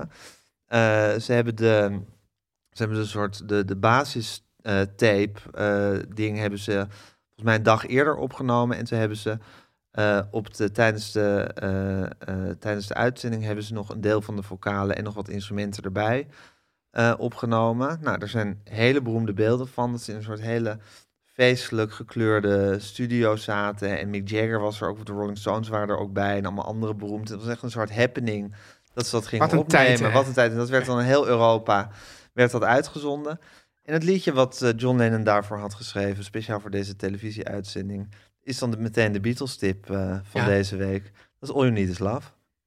S3: Uh, ze hebben de, ze hebben een soort de, de basis uh, tape uh, ding hebben ze volgens mij een dag eerder opgenomen en ze hebben ze uh, op de tijdens de uh, uh, tijdens de uitzending hebben ze nog een deel van de vocalen en nog wat instrumenten erbij uh, opgenomen. Nou, er zijn hele beroemde beelden van dat ze in een soort hele feestelijk gekleurde studio zaten. En Mick Jagger was er ook, de Rolling Stones waren er ook bij en allemaal andere beroemd. Het was echt een soort happening dat ze dat gingen
S5: Wat een
S3: opnemen.
S5: tijd, hè?
S3: Wat een tijd. En dat werd dan in heel Europa werd dat uitgezonden. En het liedje wat uh, John Lennon daarvoor had geschreven, speciaal voor deze televisieuitzending, is dan de, meteen de Beatles-tip uh, van
S5: Ja.
S3: deze week. Dat is All You Need Is Love.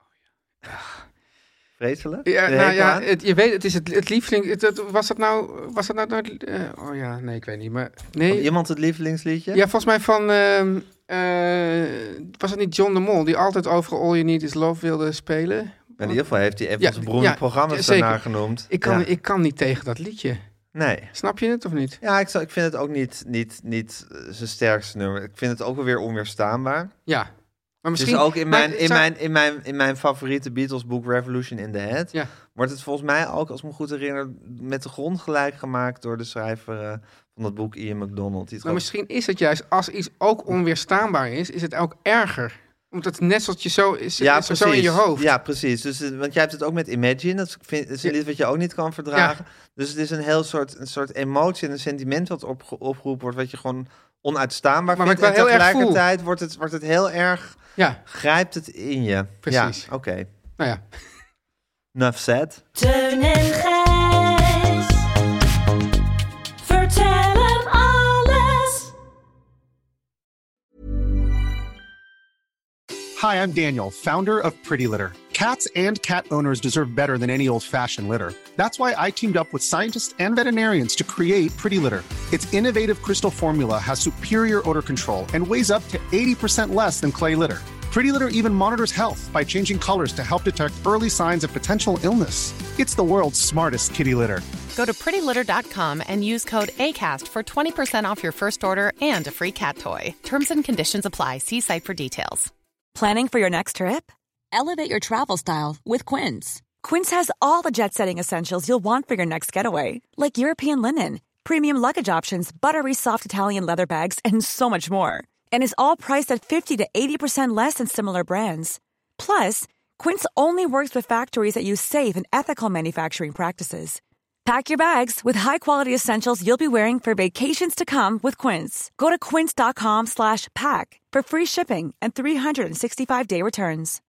S3: Vreselijk?
S5: Ja,
S3: De
S5: nou
S3: hekel
S5: ja,
S3: aan?
S5: het, je weet, het is het, het lieveling. Het, het- was dat nou, was dat nou, nou eh, oh ja, nee, ik weet niet, maar nee.
S3: Had iemand het lievelingsliedje?
S5: Ja, volgens mij van, ehm, eh, was het niet John de Mol die altijd over All You Need Is Love wilde spelen?
S3: In ieder geval heeft hij een
S5: Ja,
S3: van zijn beroemde
S5: ja,
S3: programma's
S5: zeker.
S3: daarna genoemd.
S5: Ik kan,
S3: Ja.
S5: ik kan niet tegen dat liedje.
S3: Nee.
S5: Snap je het of niet?
S3: Ja, ik, zou- ik vind het ook niet, niet, niet uh, zijn sterkste nummer. Ik vind het ook wel weer onweerstaanbaar.
S5: Ja. Maar
S3: Dus
S5: misschien
S3: ook in
S5: maar
S3: mijn, in,
S5: zou-
S3: mijn, in, mijn, in mijn favoriete Beatles boek Revolution in the Head
S5: Ja.
S3: wordt het volgens mij ook, als ik me goed herinner, met de grond gelijk gemaakt door de schrijver uh, van dat boek, Ian MacDonald. Die het
S5: Maar
S3: gewoon-
S5: misschien is het juist, als iets ook onweerstaanbaar is, is het ook erger. Omdat het net zoals je zo is,
S3: ja,
S5: is er zo in je hoofd.
S3: Ja, precies. Dus, uh, want jij hebt het ook met Imagine. Dat is, vind, dat is een
S5: Ja.
S3: lied wat je ook niet kan verdragen. Dus het is een heel soort, een soort emotie en een sentiment wat opge- opgeroepen wordt, wat je gewoon onuitstaanbaar
S5: Maar
S3: vindt.
S5: wat ik wel
S3: en
S5: heel erg
S3: tegelijkertijd wordt het, wordt het heel erg,
S5: Ja,
S3: grijpt het in je.
S5: Precies.
S3: Ja, oké.
S5: nou ja.
S3: Enough said.
S7: Teun en Gijs. Vertel hem alles.
S9: Hi, I'm Daniel, founder of Pretty Litter. Cats and cat owners deserve better than any old-fashioned litter. That's why I teamed up with scientists and veterinarians to create Pretty Litter. Its innovative crystal formula has superior odor control and weighs up to eighty percent less than clay litter. Pretty Litter even monitors health by changing colors to help detect early signs of potential illness. It's the world's smartest kitty litter.
S10: Go to pretty litter dot com and use code ACAST for twenty percent off your first order and a free cat toy. Terms and conditions apply. See site for details.
S11: Planning for your next trip? Elevate your travel style with Quince. Quince has all the jet-setting essentials you'll want for your next getaway, like European linen, premium luggage options, buttery soft Italian leather bags, and so much more. And is all priced at fifty to eighty percent less than similar brands. Plus, Quince only works with factories that use safe and ethical manufacturing practices. Pack your bags with high-quality essentials you'll be wearing for vacations to come with Quince. Go to quince dot com slash pack for free shipping and three sixty-five day returns.